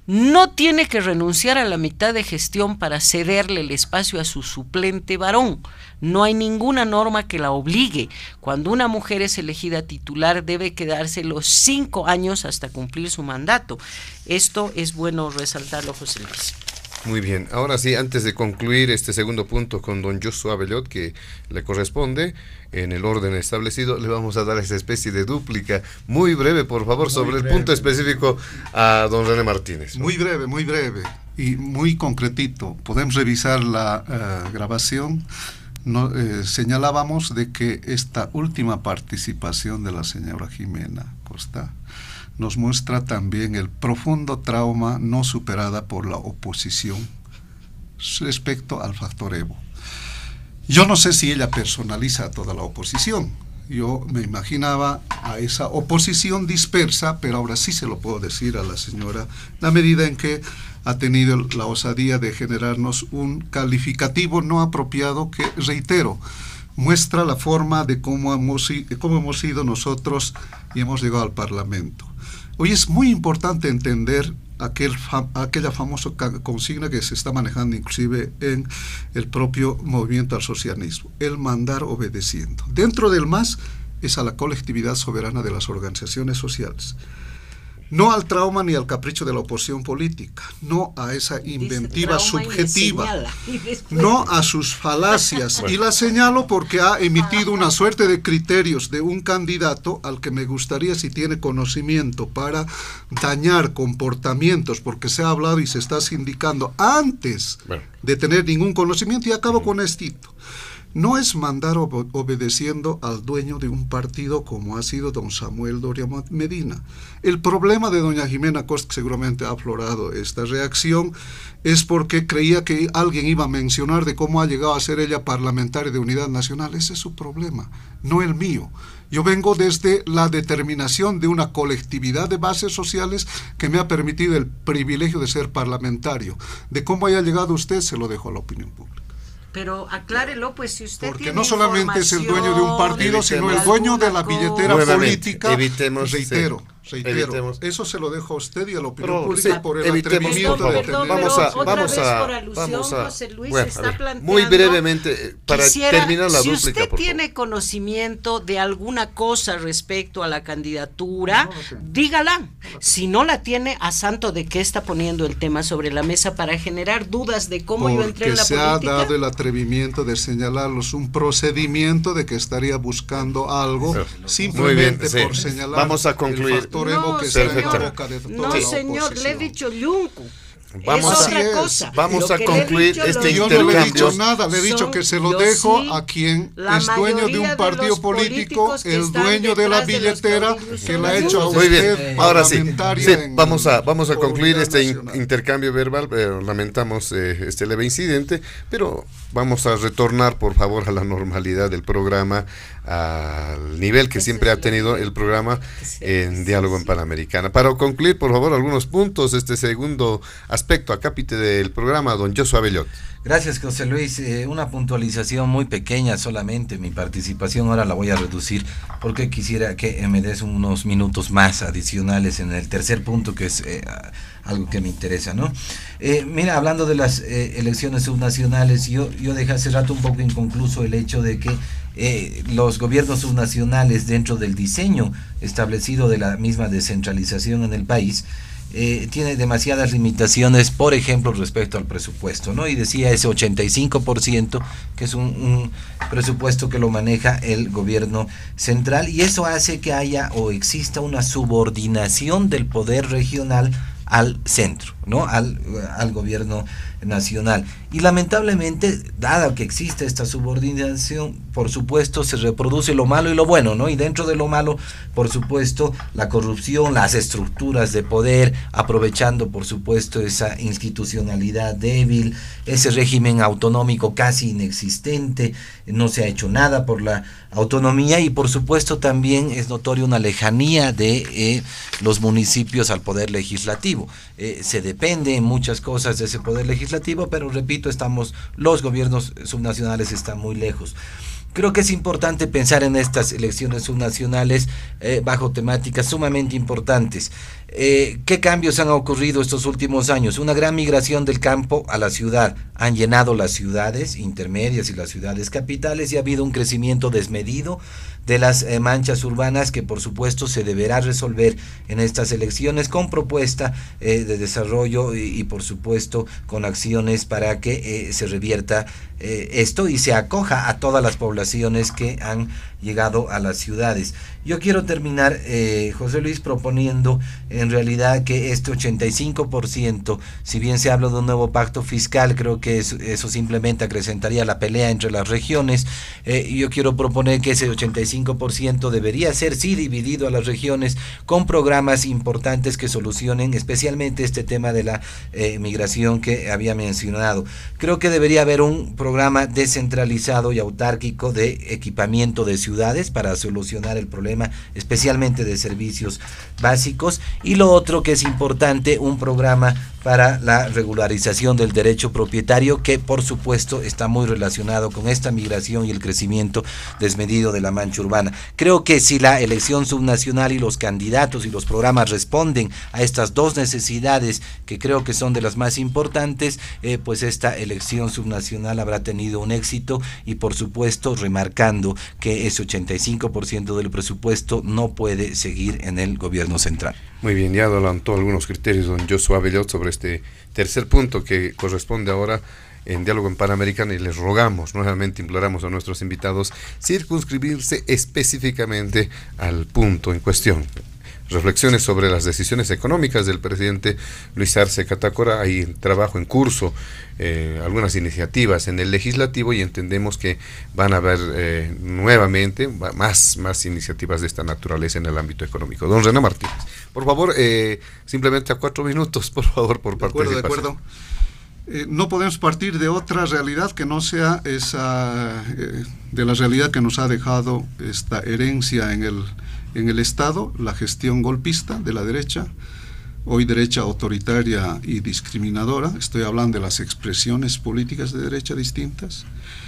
no tiene que renunciar a la mitad de gestión para cederle el espacio a su suplente varón. No hay ninguna norma que la obligue. Cuando una mujer es elegida titular, debe quedarse los cinco años hasta cumplir su mandato. Esto es bueno resaltarlo, José Luis. Muy bien, ahora sí, antes de concluir este segundo punto con don Joshua Bellot, que le corresponde en el orden establecido, le vamos a dar esa especie de dúplica muy breve, por favor, muy sobre breve. El punto específico a don René Martínez. Muy breve, muy breve y muy concretito. Podemos revisar la uh, grabación. No, eh, señalábamos de que esta última participación de la señora Jimena Costa nos muestra también el profundo trauma no superada por la oposición respecto al factor Evo. Yo no sé si ella personaliza a toda la oposición. Yo me imaginaba a esa oposición dispersa, pero ahora sí se lo puedo decir a la señora, la medida en que ha tenido la osadía de generarnos un calificativo no apropiado que, reitero, muestra la forma de cómo hemos, cómo hemos sido nosotros y hemos llegado al Parlamento. Hoy es muy importante entender aquel fam, aquella famosa consigna que se está manejando inclusive en el propio movimiento al socialismo, el mandar obedeciendo. Dentro del M A S es a la colectividad soberana de las organizaciones sociales. No al trauma ni al capricho de la oposición política, no a esa inventiva subjetiva, no a sus falacias. Y la señalo porque ha emitido una suerte de criterios de un candidato al que me gustaría, si tiene conocimiento para dañar comportamientos, porque se ha hablado y se está sindicando antes bueno. de tener ningún conocimiento, y acabo uh-huh. con esto. No es mandar ob- obedeciendo al dueño de un partido como ha sido don Samuel Doria Medina. El problema de doña Jimena Costa, que seguramente ha aflorado esta reacción, es porque creía que alguien iba a mencionar de cómo ha llegado a ser ella parlamentaria de Unidad Nacional. Ese es su problema, no el mío. Yo vengo desde la determinación de una colectividad de bases sociales que me ha permitido el privilegio de ser parlamentario. De cómo haya llegado usted, se lo dejo a la opinión pública. Pero aclárelo, pues, si usted porque tiene no solamente es el dueño de un partido, sino el dueño de la billetera política. Evitemos, reitero, sí, reitero. Evitemos. Eso se lo dejo a usted y a la opinión pero, pública sí, por el evitemos, atrevimiento por de perdón, tener. Vamos a, otra vamos vez a, por alusión, vamos a, José Luis bueno, está a ver, planteando, muy brevemente, para quisiera, terminar la si dúplica, usted por tiene favor. conocimiento de alguna cosa respecto a la candidatura, no, no dígala. No si no la tiene, a santo de qué está poniendo el tema sobre la mesa para generar dudas de cómo porque yo entré en la se política. ha dado el atrevimiento de señalarlos, un procedimiento de que estaría buscando algo, pero, simplemente bien, por sí. señalar vamos a concluir. el factor no, Evo que señor, está en la boca de toda no, la señor, oposición. le he dicho yuncu. Vamos es a, otra es. cosa. Vamos Lo a que concluir le he dicho, este Yo intercambio. no le he dicho nada, le he dicho son, que se lo yo dejo sí, a quien la es dueño de un partido de político, el que dueño de la billetera de que la ha hecho a Muy usted bien, ahora sí, sí vamos a vamos a concluir este in, intercambio verbal. Eh, lamentamos eh, este leve incidente, pero vamos a retornar por favor a la normalidad del programa, al nivel que siempre ha tenido el programa en Diálogo en Panamericana. Para concluir, por favor, algunos puntos, este segundo aspecto a cápite del programa, don Joshua Bellot. Gracias, José Luis. Eh, una puntualización muy pequeña solamente. Mi participación ahora la voy a reducir porque quisiera que me des unos minutos más adicionales en el tercer punto, que es eh, algo que me interesa, ¿no? Eh, mira, hablando de las eh, elecciones subnacionales, yo, yo dejé hace rato un poco inconcluso el hecho de que eh, los gobiernos subnacionales, dentro del diseño establecido de la misma descentralización en el país, Eh, tiene demasiadas limitaciones, por ejemplo, respecto al presupuesto, ¿no? Y decía ese ochenta y cinco por ciento, que es un, un presupuesto que lo maneja el gobierno central, y eso hace que haya o exista una subordinación del poder regional al centro, ¿no? Al, al gobierno nacional. Y lamentablemente, dado que existe esta subordinación, por supuesto se reproduce lo malo y lo bueno, ¿no? Y dentro de lo malo, por supuesto, la corrupción, las estructuras de poder, aprovechando por supuesto esa institucionalidad débil, ese régimen autonómico casi inexistente, no se ha hecho nada por la autonomía, y por supuesto también es notorio una lejanía de eh, los municipios al poder legislativo. Eh, se depende en muchas cosas de ese poder legislativo, pero repito, estamos, los gobiernos subnacionales están muy lejos. Creo que es importante pensar en estas elecciones subnacionales eh, bajo temáticas sumamente importantes. Eh, ¿Qué cambios han ocurrido estos últimos años? Una gran migración del campo a la ciudad. Han llenado las ciudades intermedias y las ciudades capitales, y ha habido un crecimiento desmedido de las eh, manchas urbanas que por supuesto se deberá resolver en estas elecciones con propuesta eh, de desarrollo y, y por supuesto con acciones para que eh, se revierta eh, esto y se acoja a todas las poblaciones que han llegado a las ciudades. Yo quiero terminar, eh, José Luis, proponiendo en realidad que este ochenta y cinco por ciento, si bien se habla de un nuevo pacto fiscal, creo que eso, eso simplemente acrecentaría la pelea entre las regiones. Eh, yo quiero proponer que ese ochenta y cinco por ciento debería ser sí dividido a las regiones con programas importantes que solucionen especialmente este tema de la eh, migración que había mencionado. Creo que debería haber un programa descentralizado y autárquico de equipamiento de ciudades para solucionar el problema especialmente de servicios básicos, y lo otro que es importante, un programa para la regularización del derecho propietario, que por supuesto está muy relacionado con esta migración y el crecimiento desmedido de la mancha urbana. Creo que si la elección subnacional y los candidatos y los programas responden a estas dos necesidades, que creo que son de las más importantes, eh, pues esta elección subnacional habrá tenido un éxito, y por supuesto remarcando que ese ochenta y cinco por ciento del presupuesto no puede seguir en el gobierno central. Muy bien, ya adelantó algunos criterios don Joshua Bellot sobre este tercer punto que corresponde ahora en Diálogo en Panamericana, y les rogamos, nuevamente imploramos a nuestros invitados circunscribirse específicamente al punto en cuestión. Reflexiones sobre las decisiones económicas del presidente Luis Arce Catacora. Hay trabajo en curso, eh, algunas iniciativas en el legislativo, y entendemos que van a haber eh, nuevamente más, más iniciativas de esta naturaleza en el ámbito económico. Don René Martínez, por favor, eh, simplemente a cuatro minutos, por favor, por participación. De acuerdo, de acuerdo. Eh, no podemos partir de otra realidad que no sea esa, eh, de la realidad que nos ha dejado esta herencia en el en el Estado, la gestión golpista de la derecha, hoy derecha autoritaria y discriminadora. Estoy hablando de las expresiones políticas de derecha distintas.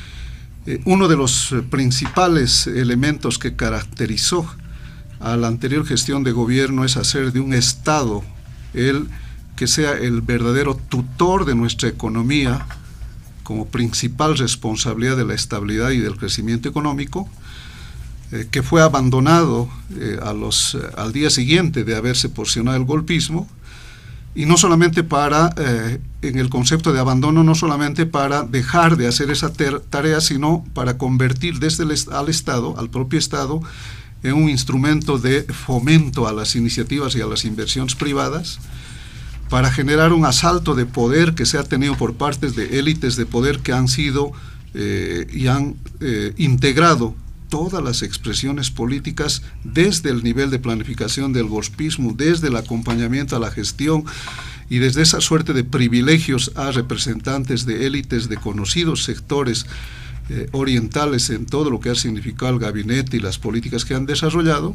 Eh, uno de los principales elementos que caracterizó a la anterior gestión de gobierno es hacer de un Estado el que sea el verdadero tutor de nuestra economía, como principal responsabilidad de la estabilidad y del crecimiento económico, Eh, que fue abandonado eh, a los, eh, al día siguiente de haberse posicionado el golpismo, y no solamente para, eh, en el concepto de abandono, no solamente para dejar de hacer esa tarea, sino para convertir desde el est- al Estado, al propio Estado, en un instrumento de fomento a las iniciativas y a las inversiones privadas, para generar un asalto de poder que se ha tenido por parte de élites de poder que han sido eh, y han eh, integrado todas las expresiones políticas desde el nivel de planificación del golpismo, desde el acompañamiento a la gestión y desde esa suerte de privilegios a representantes de élites de conocidos sectores eh, orientales en todo lo que ha significado el gabinete y las políticas que han desarrollado,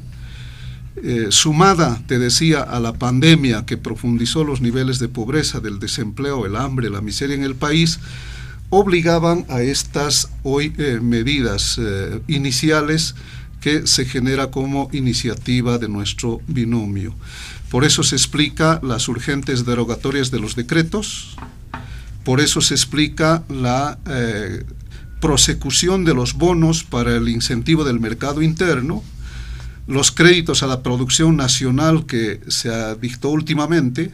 eh, sumada, te decía, a la pandemia que profundizó los niveles de pobreza, del desempleo, el hambre, la miseria en el país, obligaban a estas hoy eh, medidas eh, iniciales que se genera como iniciativa de nuestro binomio. Por eso se explica las urgentes derogatorias de los decretos, por eso se explica la eh, prosecución de los bonos para el incentivo del mercado interno, los créditos a la producción nacional que se dictó últimamente,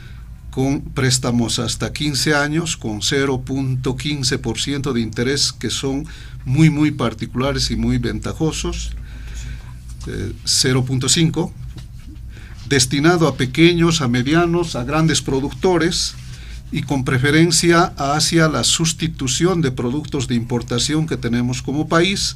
con préstamos hasta quince años, con cero punto quince por ciento de interés, que son muy, muy particulares y muy ventajosos, eh, cero punto cinco, destinado a pequeños, a medianos, a grandes productores, y con preferencia hacia la sustitución de productos de importación que tenemos como país.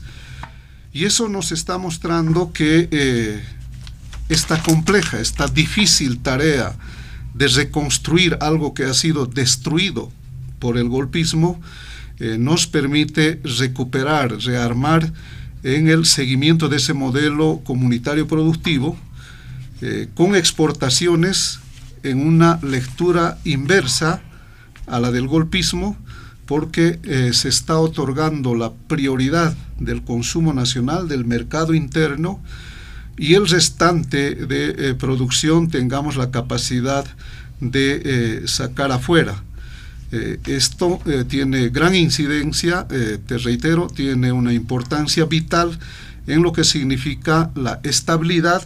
Y eso nos está mostrando que eh, esta compleja, esta difícil tarea de reconstruir algo que ha sido destruido por el golpismo, eh, nos permite recuperar, rearmar en el seguimiento de ese modelo comunitario productivo, eh, con exportaciones en una lectura inversa a la del golpismo, porque eh, se está otorgando la prioridad del consumo nacional, del mercado interno, y el restante de eh, producción tengamos la capacidad de eh, sacar afuera. Eh, esto eh, tiene gran incidencia, eh, te reitero, tiene una importancia vital en lo que significa la estabilidad,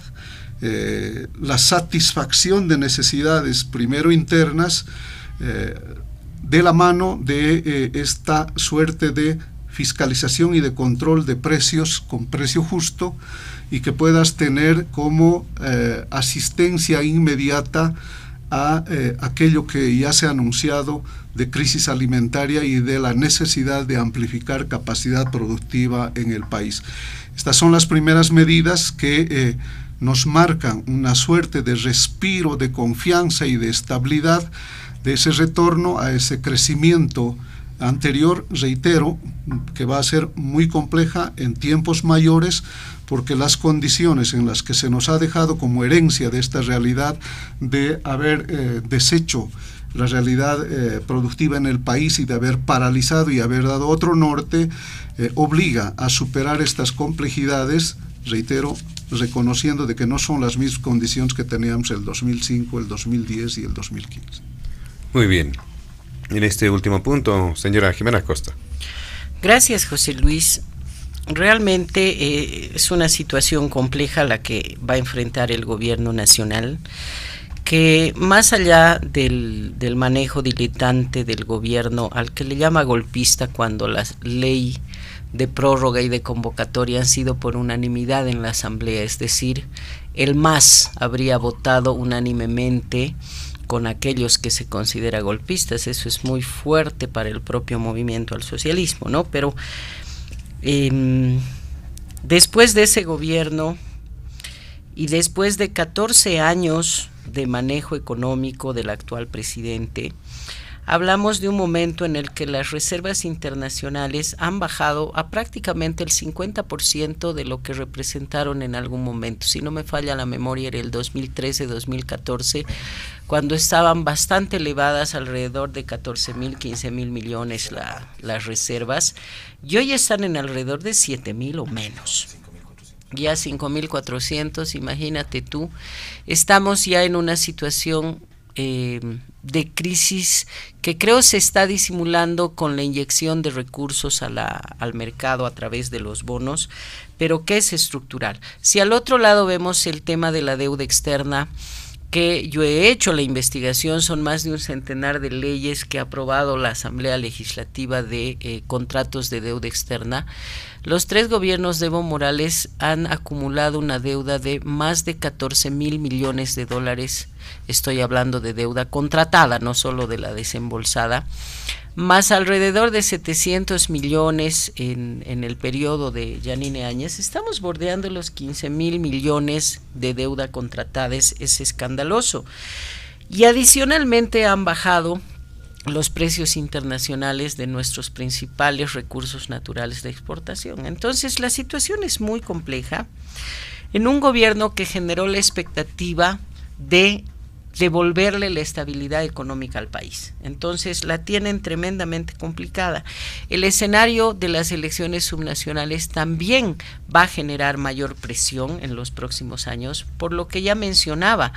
eh, la satisfacción de necesidades primero internas, eh, de la mano de eh, esta suerte de fiscalización y de control de precios con precio justo, y que puedas tener como eh, asistencia inmediata a eh, aquello que ya se ha anunciado de crisis alimentaria y de la necesidad de amplificar capacidad productiva en el país. Estas son las primeras medidas que eh, nos marcan una suerte de respiro, de confianza y de estabilidad, de ese retorno a ese crecimiento anterior, reitero, que va a ser muy compleja en tiempos mayores, porque las condiciones en las que se nos ha dejado como herencia de esta realidad de haber eh, deshecho la realidad eh, productiva en el país y de haber paralizado y haber dado otro norte, eh, obliga a superar estas complejidades, reitero, reconociendo de que no son las mismas condiciones que teníamos el dos mil cinco, el dos mil diez y el dos mil quince. Muy bien. En este último punto, señora Jimena Costa. Gracias, José Luis. realmente eh, es una situación compleja la que va a enfrentar el gobierno nacional, que más allá del, del manejo diletante del gobierno, al que le llama golpista cuando la ley de prórroga y de convocatoria han sido por unanimidad en la Asamblea, es decir, el M A S habría votado unánimemente con aquellos que se considera golpistas. Eso es muy fuerte para el propio movimiento al socialismo, ¿no? Pero eh, después de ese gobierno y después de catorce años de manejo económico del actual presidente, hablamos de un momento en el que las reservas internacionales han bajado a prácticamente el cincuenta por ciento de lo que representaron en algún momento. Si no me falla la memoria, era el dos mil trece, dos mil catorce, cuando estaban bastante elevadas, alrededor de catorce mil, quince mil millones la, las reservas, y hoy están en alrededor de siete mil o menos. Ya cinco mil cuatrocientos, imagínate tú. Estamos ya en una situación Eh, de crisis que creo se está disimulando con la inyección de recursos a la, al mercado a través de los bonos, pero que es estructural. Si al otro lado vemos el tema de la deuda externa, que yo he hecho la investigación, son más de un centenar de leyes que ha aprobado la Asamblea Legislativa de eh, contratos de deuda externa. Los tres gobiernos de Evo Morales han acumulado una deuda de más de catorce mil millones de dólares. Estoy hablando de deuda contratada, no solo de la desembolsada, más alrededor de setecientos millones en, en el periodo de Yanine Áñez. Estamos bordeando los quince mil millones de deuda contratada, es, es escandaloso. Y adicionalmente han bajado los precios internacionales de nuestros principales recursos naturales de exportación. Entonces la situación es muy compleja en un gobierno que generó la expectativa de devolverle la estabilidad económica al país. Entonces la tienen tremendamente complicada. El escenario de las elecciones subnacionales también va a generar mayor presión en los próximos años, por lo que ya mencionaba,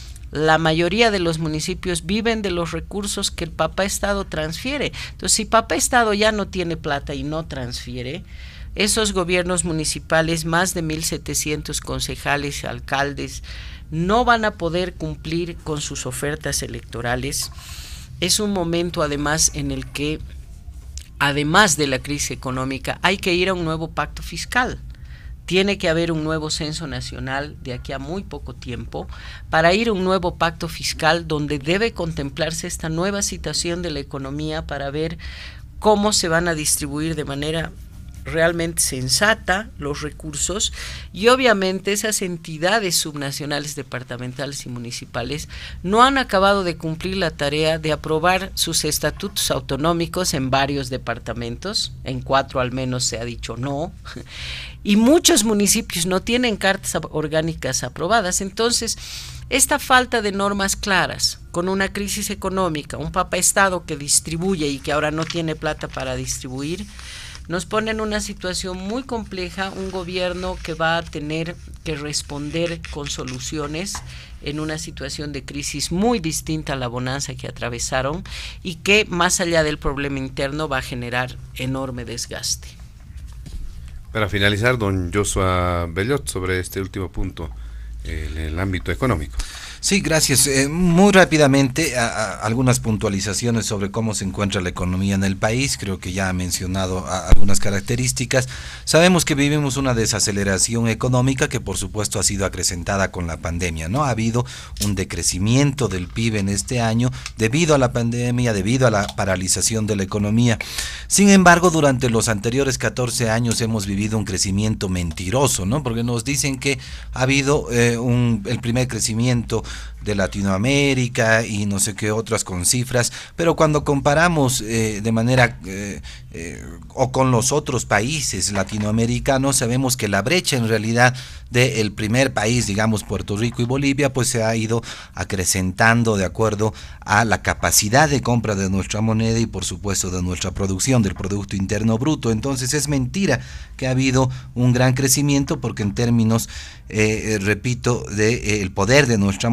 la mayoría de los municipios viven de los recursos que el Papá Estado transfiere. Entonces, si Papá Estado ya no tiene plata y no transfiere, esos gobiernos municipales, más de mil setecientos concejales, alcaldes, no van a poder cumplir con sus ofertas electorales. Es un momento además en el que, además de la crisis económica, hay que ir a un nuevo pacto fiscal. Tiene que haber un nuevo censo nacional de aquí a muy poco tiempo para ir a un nuevo pacto fiscal donde debe contemplarse esta nueva situación de la economía para ver cómo se van a distribuir de manera realmente sensata los recursos, y obviamente esas entidades subnacionales, departamentales y municipales no han acabado de cumplir la tarea de aprobar sus estatutos autonómicos en varios departamentos, en cuatro al menos se ha dicho no, y muchos municipios no tienen cartas orgánicas aprobadas. Entonces, esta falta de normas claras, con una crisis económica, un Papá Estado que distribuye y que ahora no tiene plata para distribuir, nos pone en una situación muy compleja, un gobierno que va a tener que responder con soluciones en una situación de crisis muy distinta a la bonanza que atravesaron y que, más allá del problema interno, va a generar enorme desgaste. Para finalizar, don Joshua Bellot, sobre este último punto, en el ámbito económico. Sí, gracias. Eh, muy rápidamente, a, a, algunas puntualizaciones sobre cómo se encuentra la economía en el país. Creo que ya ha mencionado a, algunas características. Sabemos que vivimos una desaceleración económica que por supuesto ha sido acrecentada con la pandemia, ¿no? Ha habido un decrecimiento del P I B en este año debido a la pandemia, debido a la paralización de la economía. Sin embargo, durante los anteriores catorce años hemos vivido un crecimiento mentiroso, ¿no? Porque nos dicen que ha habido eh, un, el primer crecimiento de Latinoamérica y no sé qué otras con cifras, pero cuando comparamos eh, de manera eh, eh, o con los otros países latinoamericanos, sabemos que la brecha en realidad del primer país, digamos Puerto Rico y Bolivia, pues se ha ido acrecentando de acuerdo a la capacidad de compra de nuestra moneda y por supuesto de nuestra producción, del Producto Interno Bruto. Entonces es mentira que ha habido un gran crecimiento, porque en términos, eh, repito, de eh, el poder de nuestra moneda,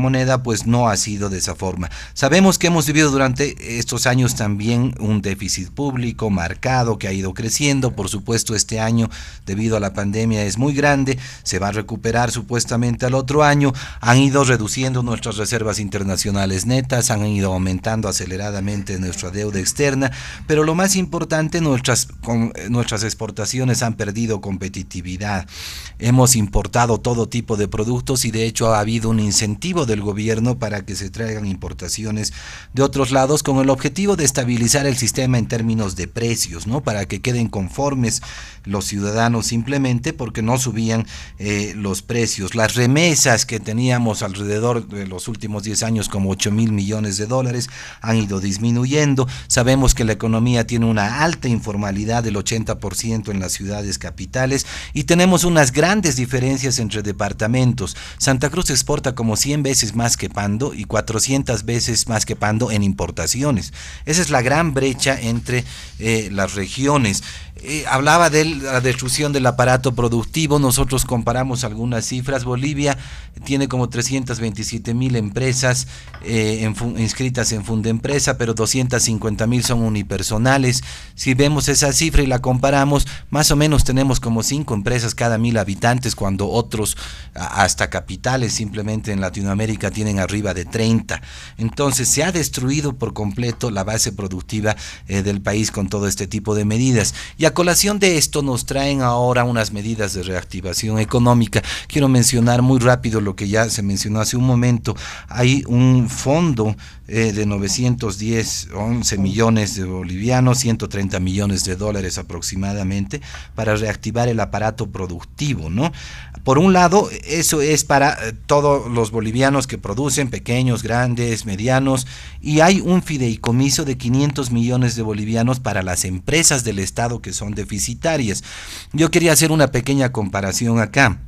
moneda, pues no ha sido de esa forma. Sabemos que hemos vivido durante estos años también un déficit público marcado que ha ido creciendo. Por supuesto, este año, debido a la pandemia, es muy grande, se va a recuperar supuestamente al otro año. Han ido reduciendo nuestras reservas internacionales netas, han ido aumentando aceleradamente nuestra deuda externa, pero lo más importante, nuestras, con, nuestras exportaciones han perdido competitividad. Hemos importado todo tipo de productos y de hecho ha habido un incentivo del gobierno para que se traigan importaciones de otros lados con el objetivo de estabilizar el sistema en términos de precios, ¿no? Para que queden conformes los ciudadanos simplemente porque no subían eh, los precios. Las remesas que teníamos alrededor de los últimos diez años como ocho mil millones de dólares han ido disminuyendo. Sabemos que la economía tiene una alta informalidad del ochenta por ciento en las ciudades capitales y tenemos unas grandes diferencias entre departamentos. Santa Cruz exporta como cien veces más que Pando y cuatrocientas veces más que Pando en importaciones. Esa es la gran brecha entre eh, las regiones. Eh, hablaba de la destrucción del aparato productivo. Nosotros comparamos algunas cifras. Bolivia tiene como trescientas veintisiete mil empresas eh, en, inscritas en Fundempresa, pero doscientas cincuenta mil son unipersonales. Si vemos esa cifra y la comparamos, más o menos tenemos como cinco empresas cada mil habitantes, cuando otros hasta capitales simplemente en Latinoamérica tienen arriba de treinta. Entonces se ha destruido por completo la base productiva eh, del país con todo este tipo de medidas. Y a colación de esto nos traen ahora unas medidas de reactivación económica. Quiero mencionar muy rápido lo que ya se mencionó hace un momento. Hay un fondo eh, de novecientos diez, once millones de bolivianos, ciento treinta millones de dólares aproximadamente, para reactivar el aparato productivo, ¿no? Por un lado, eso es para eh, todos los bolivianos que producen, pequeños, grandes, medianos, y hay un fideicomiso de quinientos millones de bolivianos para las empresas del Estado que son deficitarias. Yo quería hacer una pequeña comparación acá.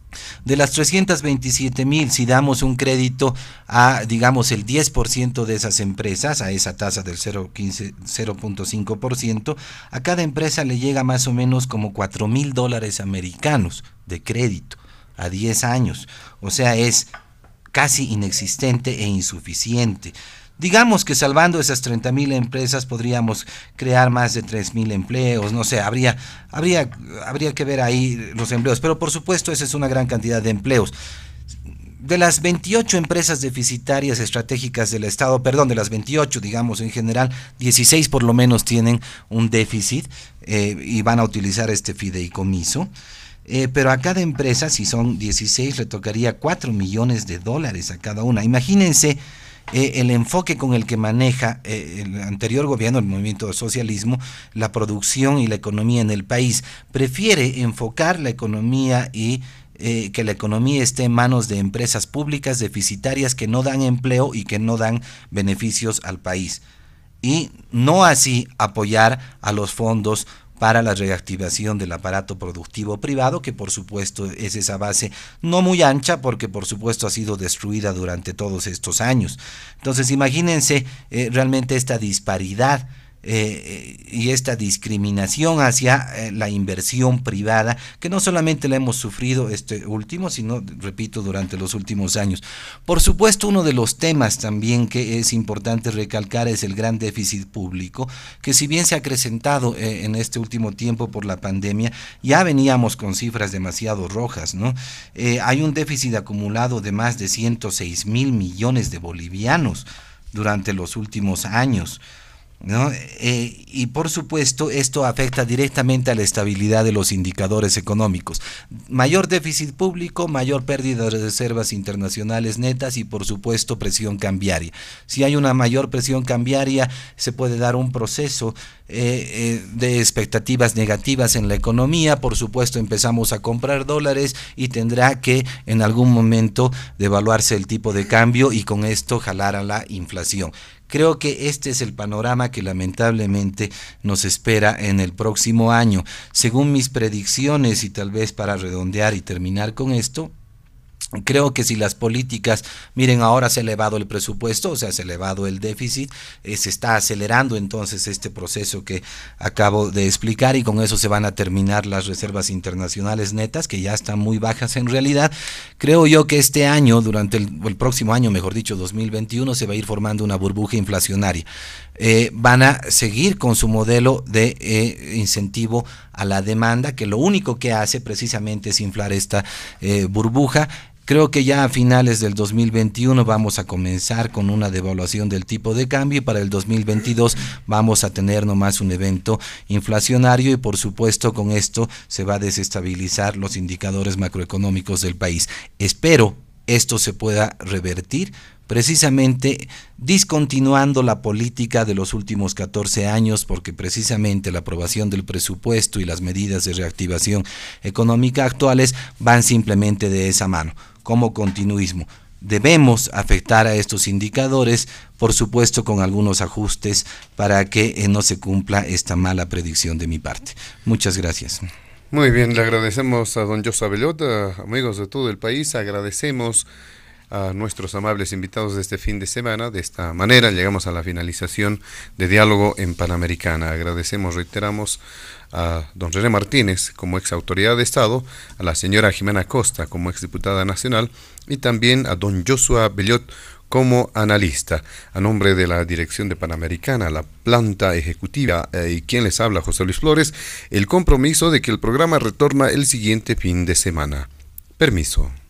De las trescientas veintisiete mil, si damos un crédito a, digamos, el diez por ciento de esas empresas, a esa tasa del cero punto cinco por ciento, a cada empresa le llega más o menos como cuatro mil dólares americanos de crédito a diez años. O sea, es casi inexistente e insuficiente. Digamos que salvando esas treinta mil empresas podríamos crear más de tres mil empleos, no sé, habría, habría, habría que ver ahí los empleos, pero por supuesto esa es una gran cantidad de empleos. De las veintiocho empresas deficitarias estratégicas del Estado, perdón, de las veintiocho, digamos en general, dieciséis por lo menos tienen un déficit eh, y van a utilizar este fideicomiso. Eh, pero a cada empresa, si son dieciséis, le tocaría cuatro millones de dólares a cada una. Imagínense Eh, el enfoque con el que maneja eh, el anterior gobierno, el movimiento de socialismo, la producción y la economía en el país. Prefiere enfocar la economía y eh, que la economía esté en manos de empresas públicas deficitarias que no dan empleo y que no dan beneficios al país. Y no así apoyar a los fondos para la reactivación del aparato productivo privado, que por supuesto es esa base no muy ancha, porque por supuesto ha sido destruida durante todos estos años. Entonces imagínense eh, realmente esta disparidad Eh, y esta discriminación hacia eh, la inversión privada, que no solamente la hemos sufrido este último, sino, repito, durante los últimos años. Por supuesto, uno de los temas también que es importante recalcar es el gran déficit público, que si bien se ha acrecentado eh, en este último tiempo por la pandemia, ya veníamos con cifras demasiado rojas, ¿no? Eh, hay un déficit acumulado de más de ciento seis mil millones de bolivianos durante los últimos años, ¿no? Eh, y por supuesto esto afecta directamente a la estabilidad de los indicadores económicos. Mayor déficit público, mayor pérdida de reservas internacionales netas y por supuesto presión cambiaria. Si hay una mayor presión cambiaria, se puede dar un proceso eh, eh, de expectativas negativas en la economía. Por supuesto empezamos a comprar dólares y tendrá que en algún momento devaluarse el tipo de cambio y con esto jalar a la inflación. Creo que este es el panorama que lamentablemente nos espera en el próximo año. Según mis predicciones, y tal vez para redondear y terminar con esto, Creo que si las políticas, miren, ahora se ha elevado el presupuesto, o sea, se ha elevado el déficit, eh, se está acelerando entonces este proceso que acabo de explicar, y con eso se van a terminar las reservas internacionales netas, que ya están muy bajas en realidad. Creo yo que este año, durante el, el próximo año, mejor dicho, dos mil veintiuno, se va a ir formando una burbuja inflacionaria. Eh, van a seguir con su modelo de eh, incentivo a la demanda, que lo único que hace precisamente es inflar esta eh, burbuja. Creo que ya a finales del dos mil veintiuno vamos a comenzar con una devaluación del tipo de cambio, y para el dos mil veintidós vamos a tener nomás un evento inflacionario, y por supuesto con esto se va a desestabilizar los indicadores macroeconómicos del país. Espero esto se pueda revertir precisamente discontinuando la política de los últimos catorce años, porque precisamente la aprobación del presupuesto y las medidas de reactivación económica actuales van simplemente de esa mano, como continuismo. Debemos afectar a estos indicadores, por supuesto con algunos ajustes para que eh, no se cumpla esta mala predicción de mi parte. Muchas gracias. Muy bien, le agradecemos a don Josu Abellot, amigos de todo el país, agradecemos a nuestros amables invitados de este fin de semana. De esta manera llegamos a la finalización de Diálogo en Panamericana. Agradecemos, reiteramos, a don René Martínez como ex autoridad de Estado, a la señora Jimena Costa como ex diputada nacional, y también a don Josu Abellot como analista. A nombre de la dirección de Panamericana, la planta ejecutiva eh, y quien les habla, José Luis Flores, el compromiso de que el programa retorna el siguiente fin de semana. Permiso.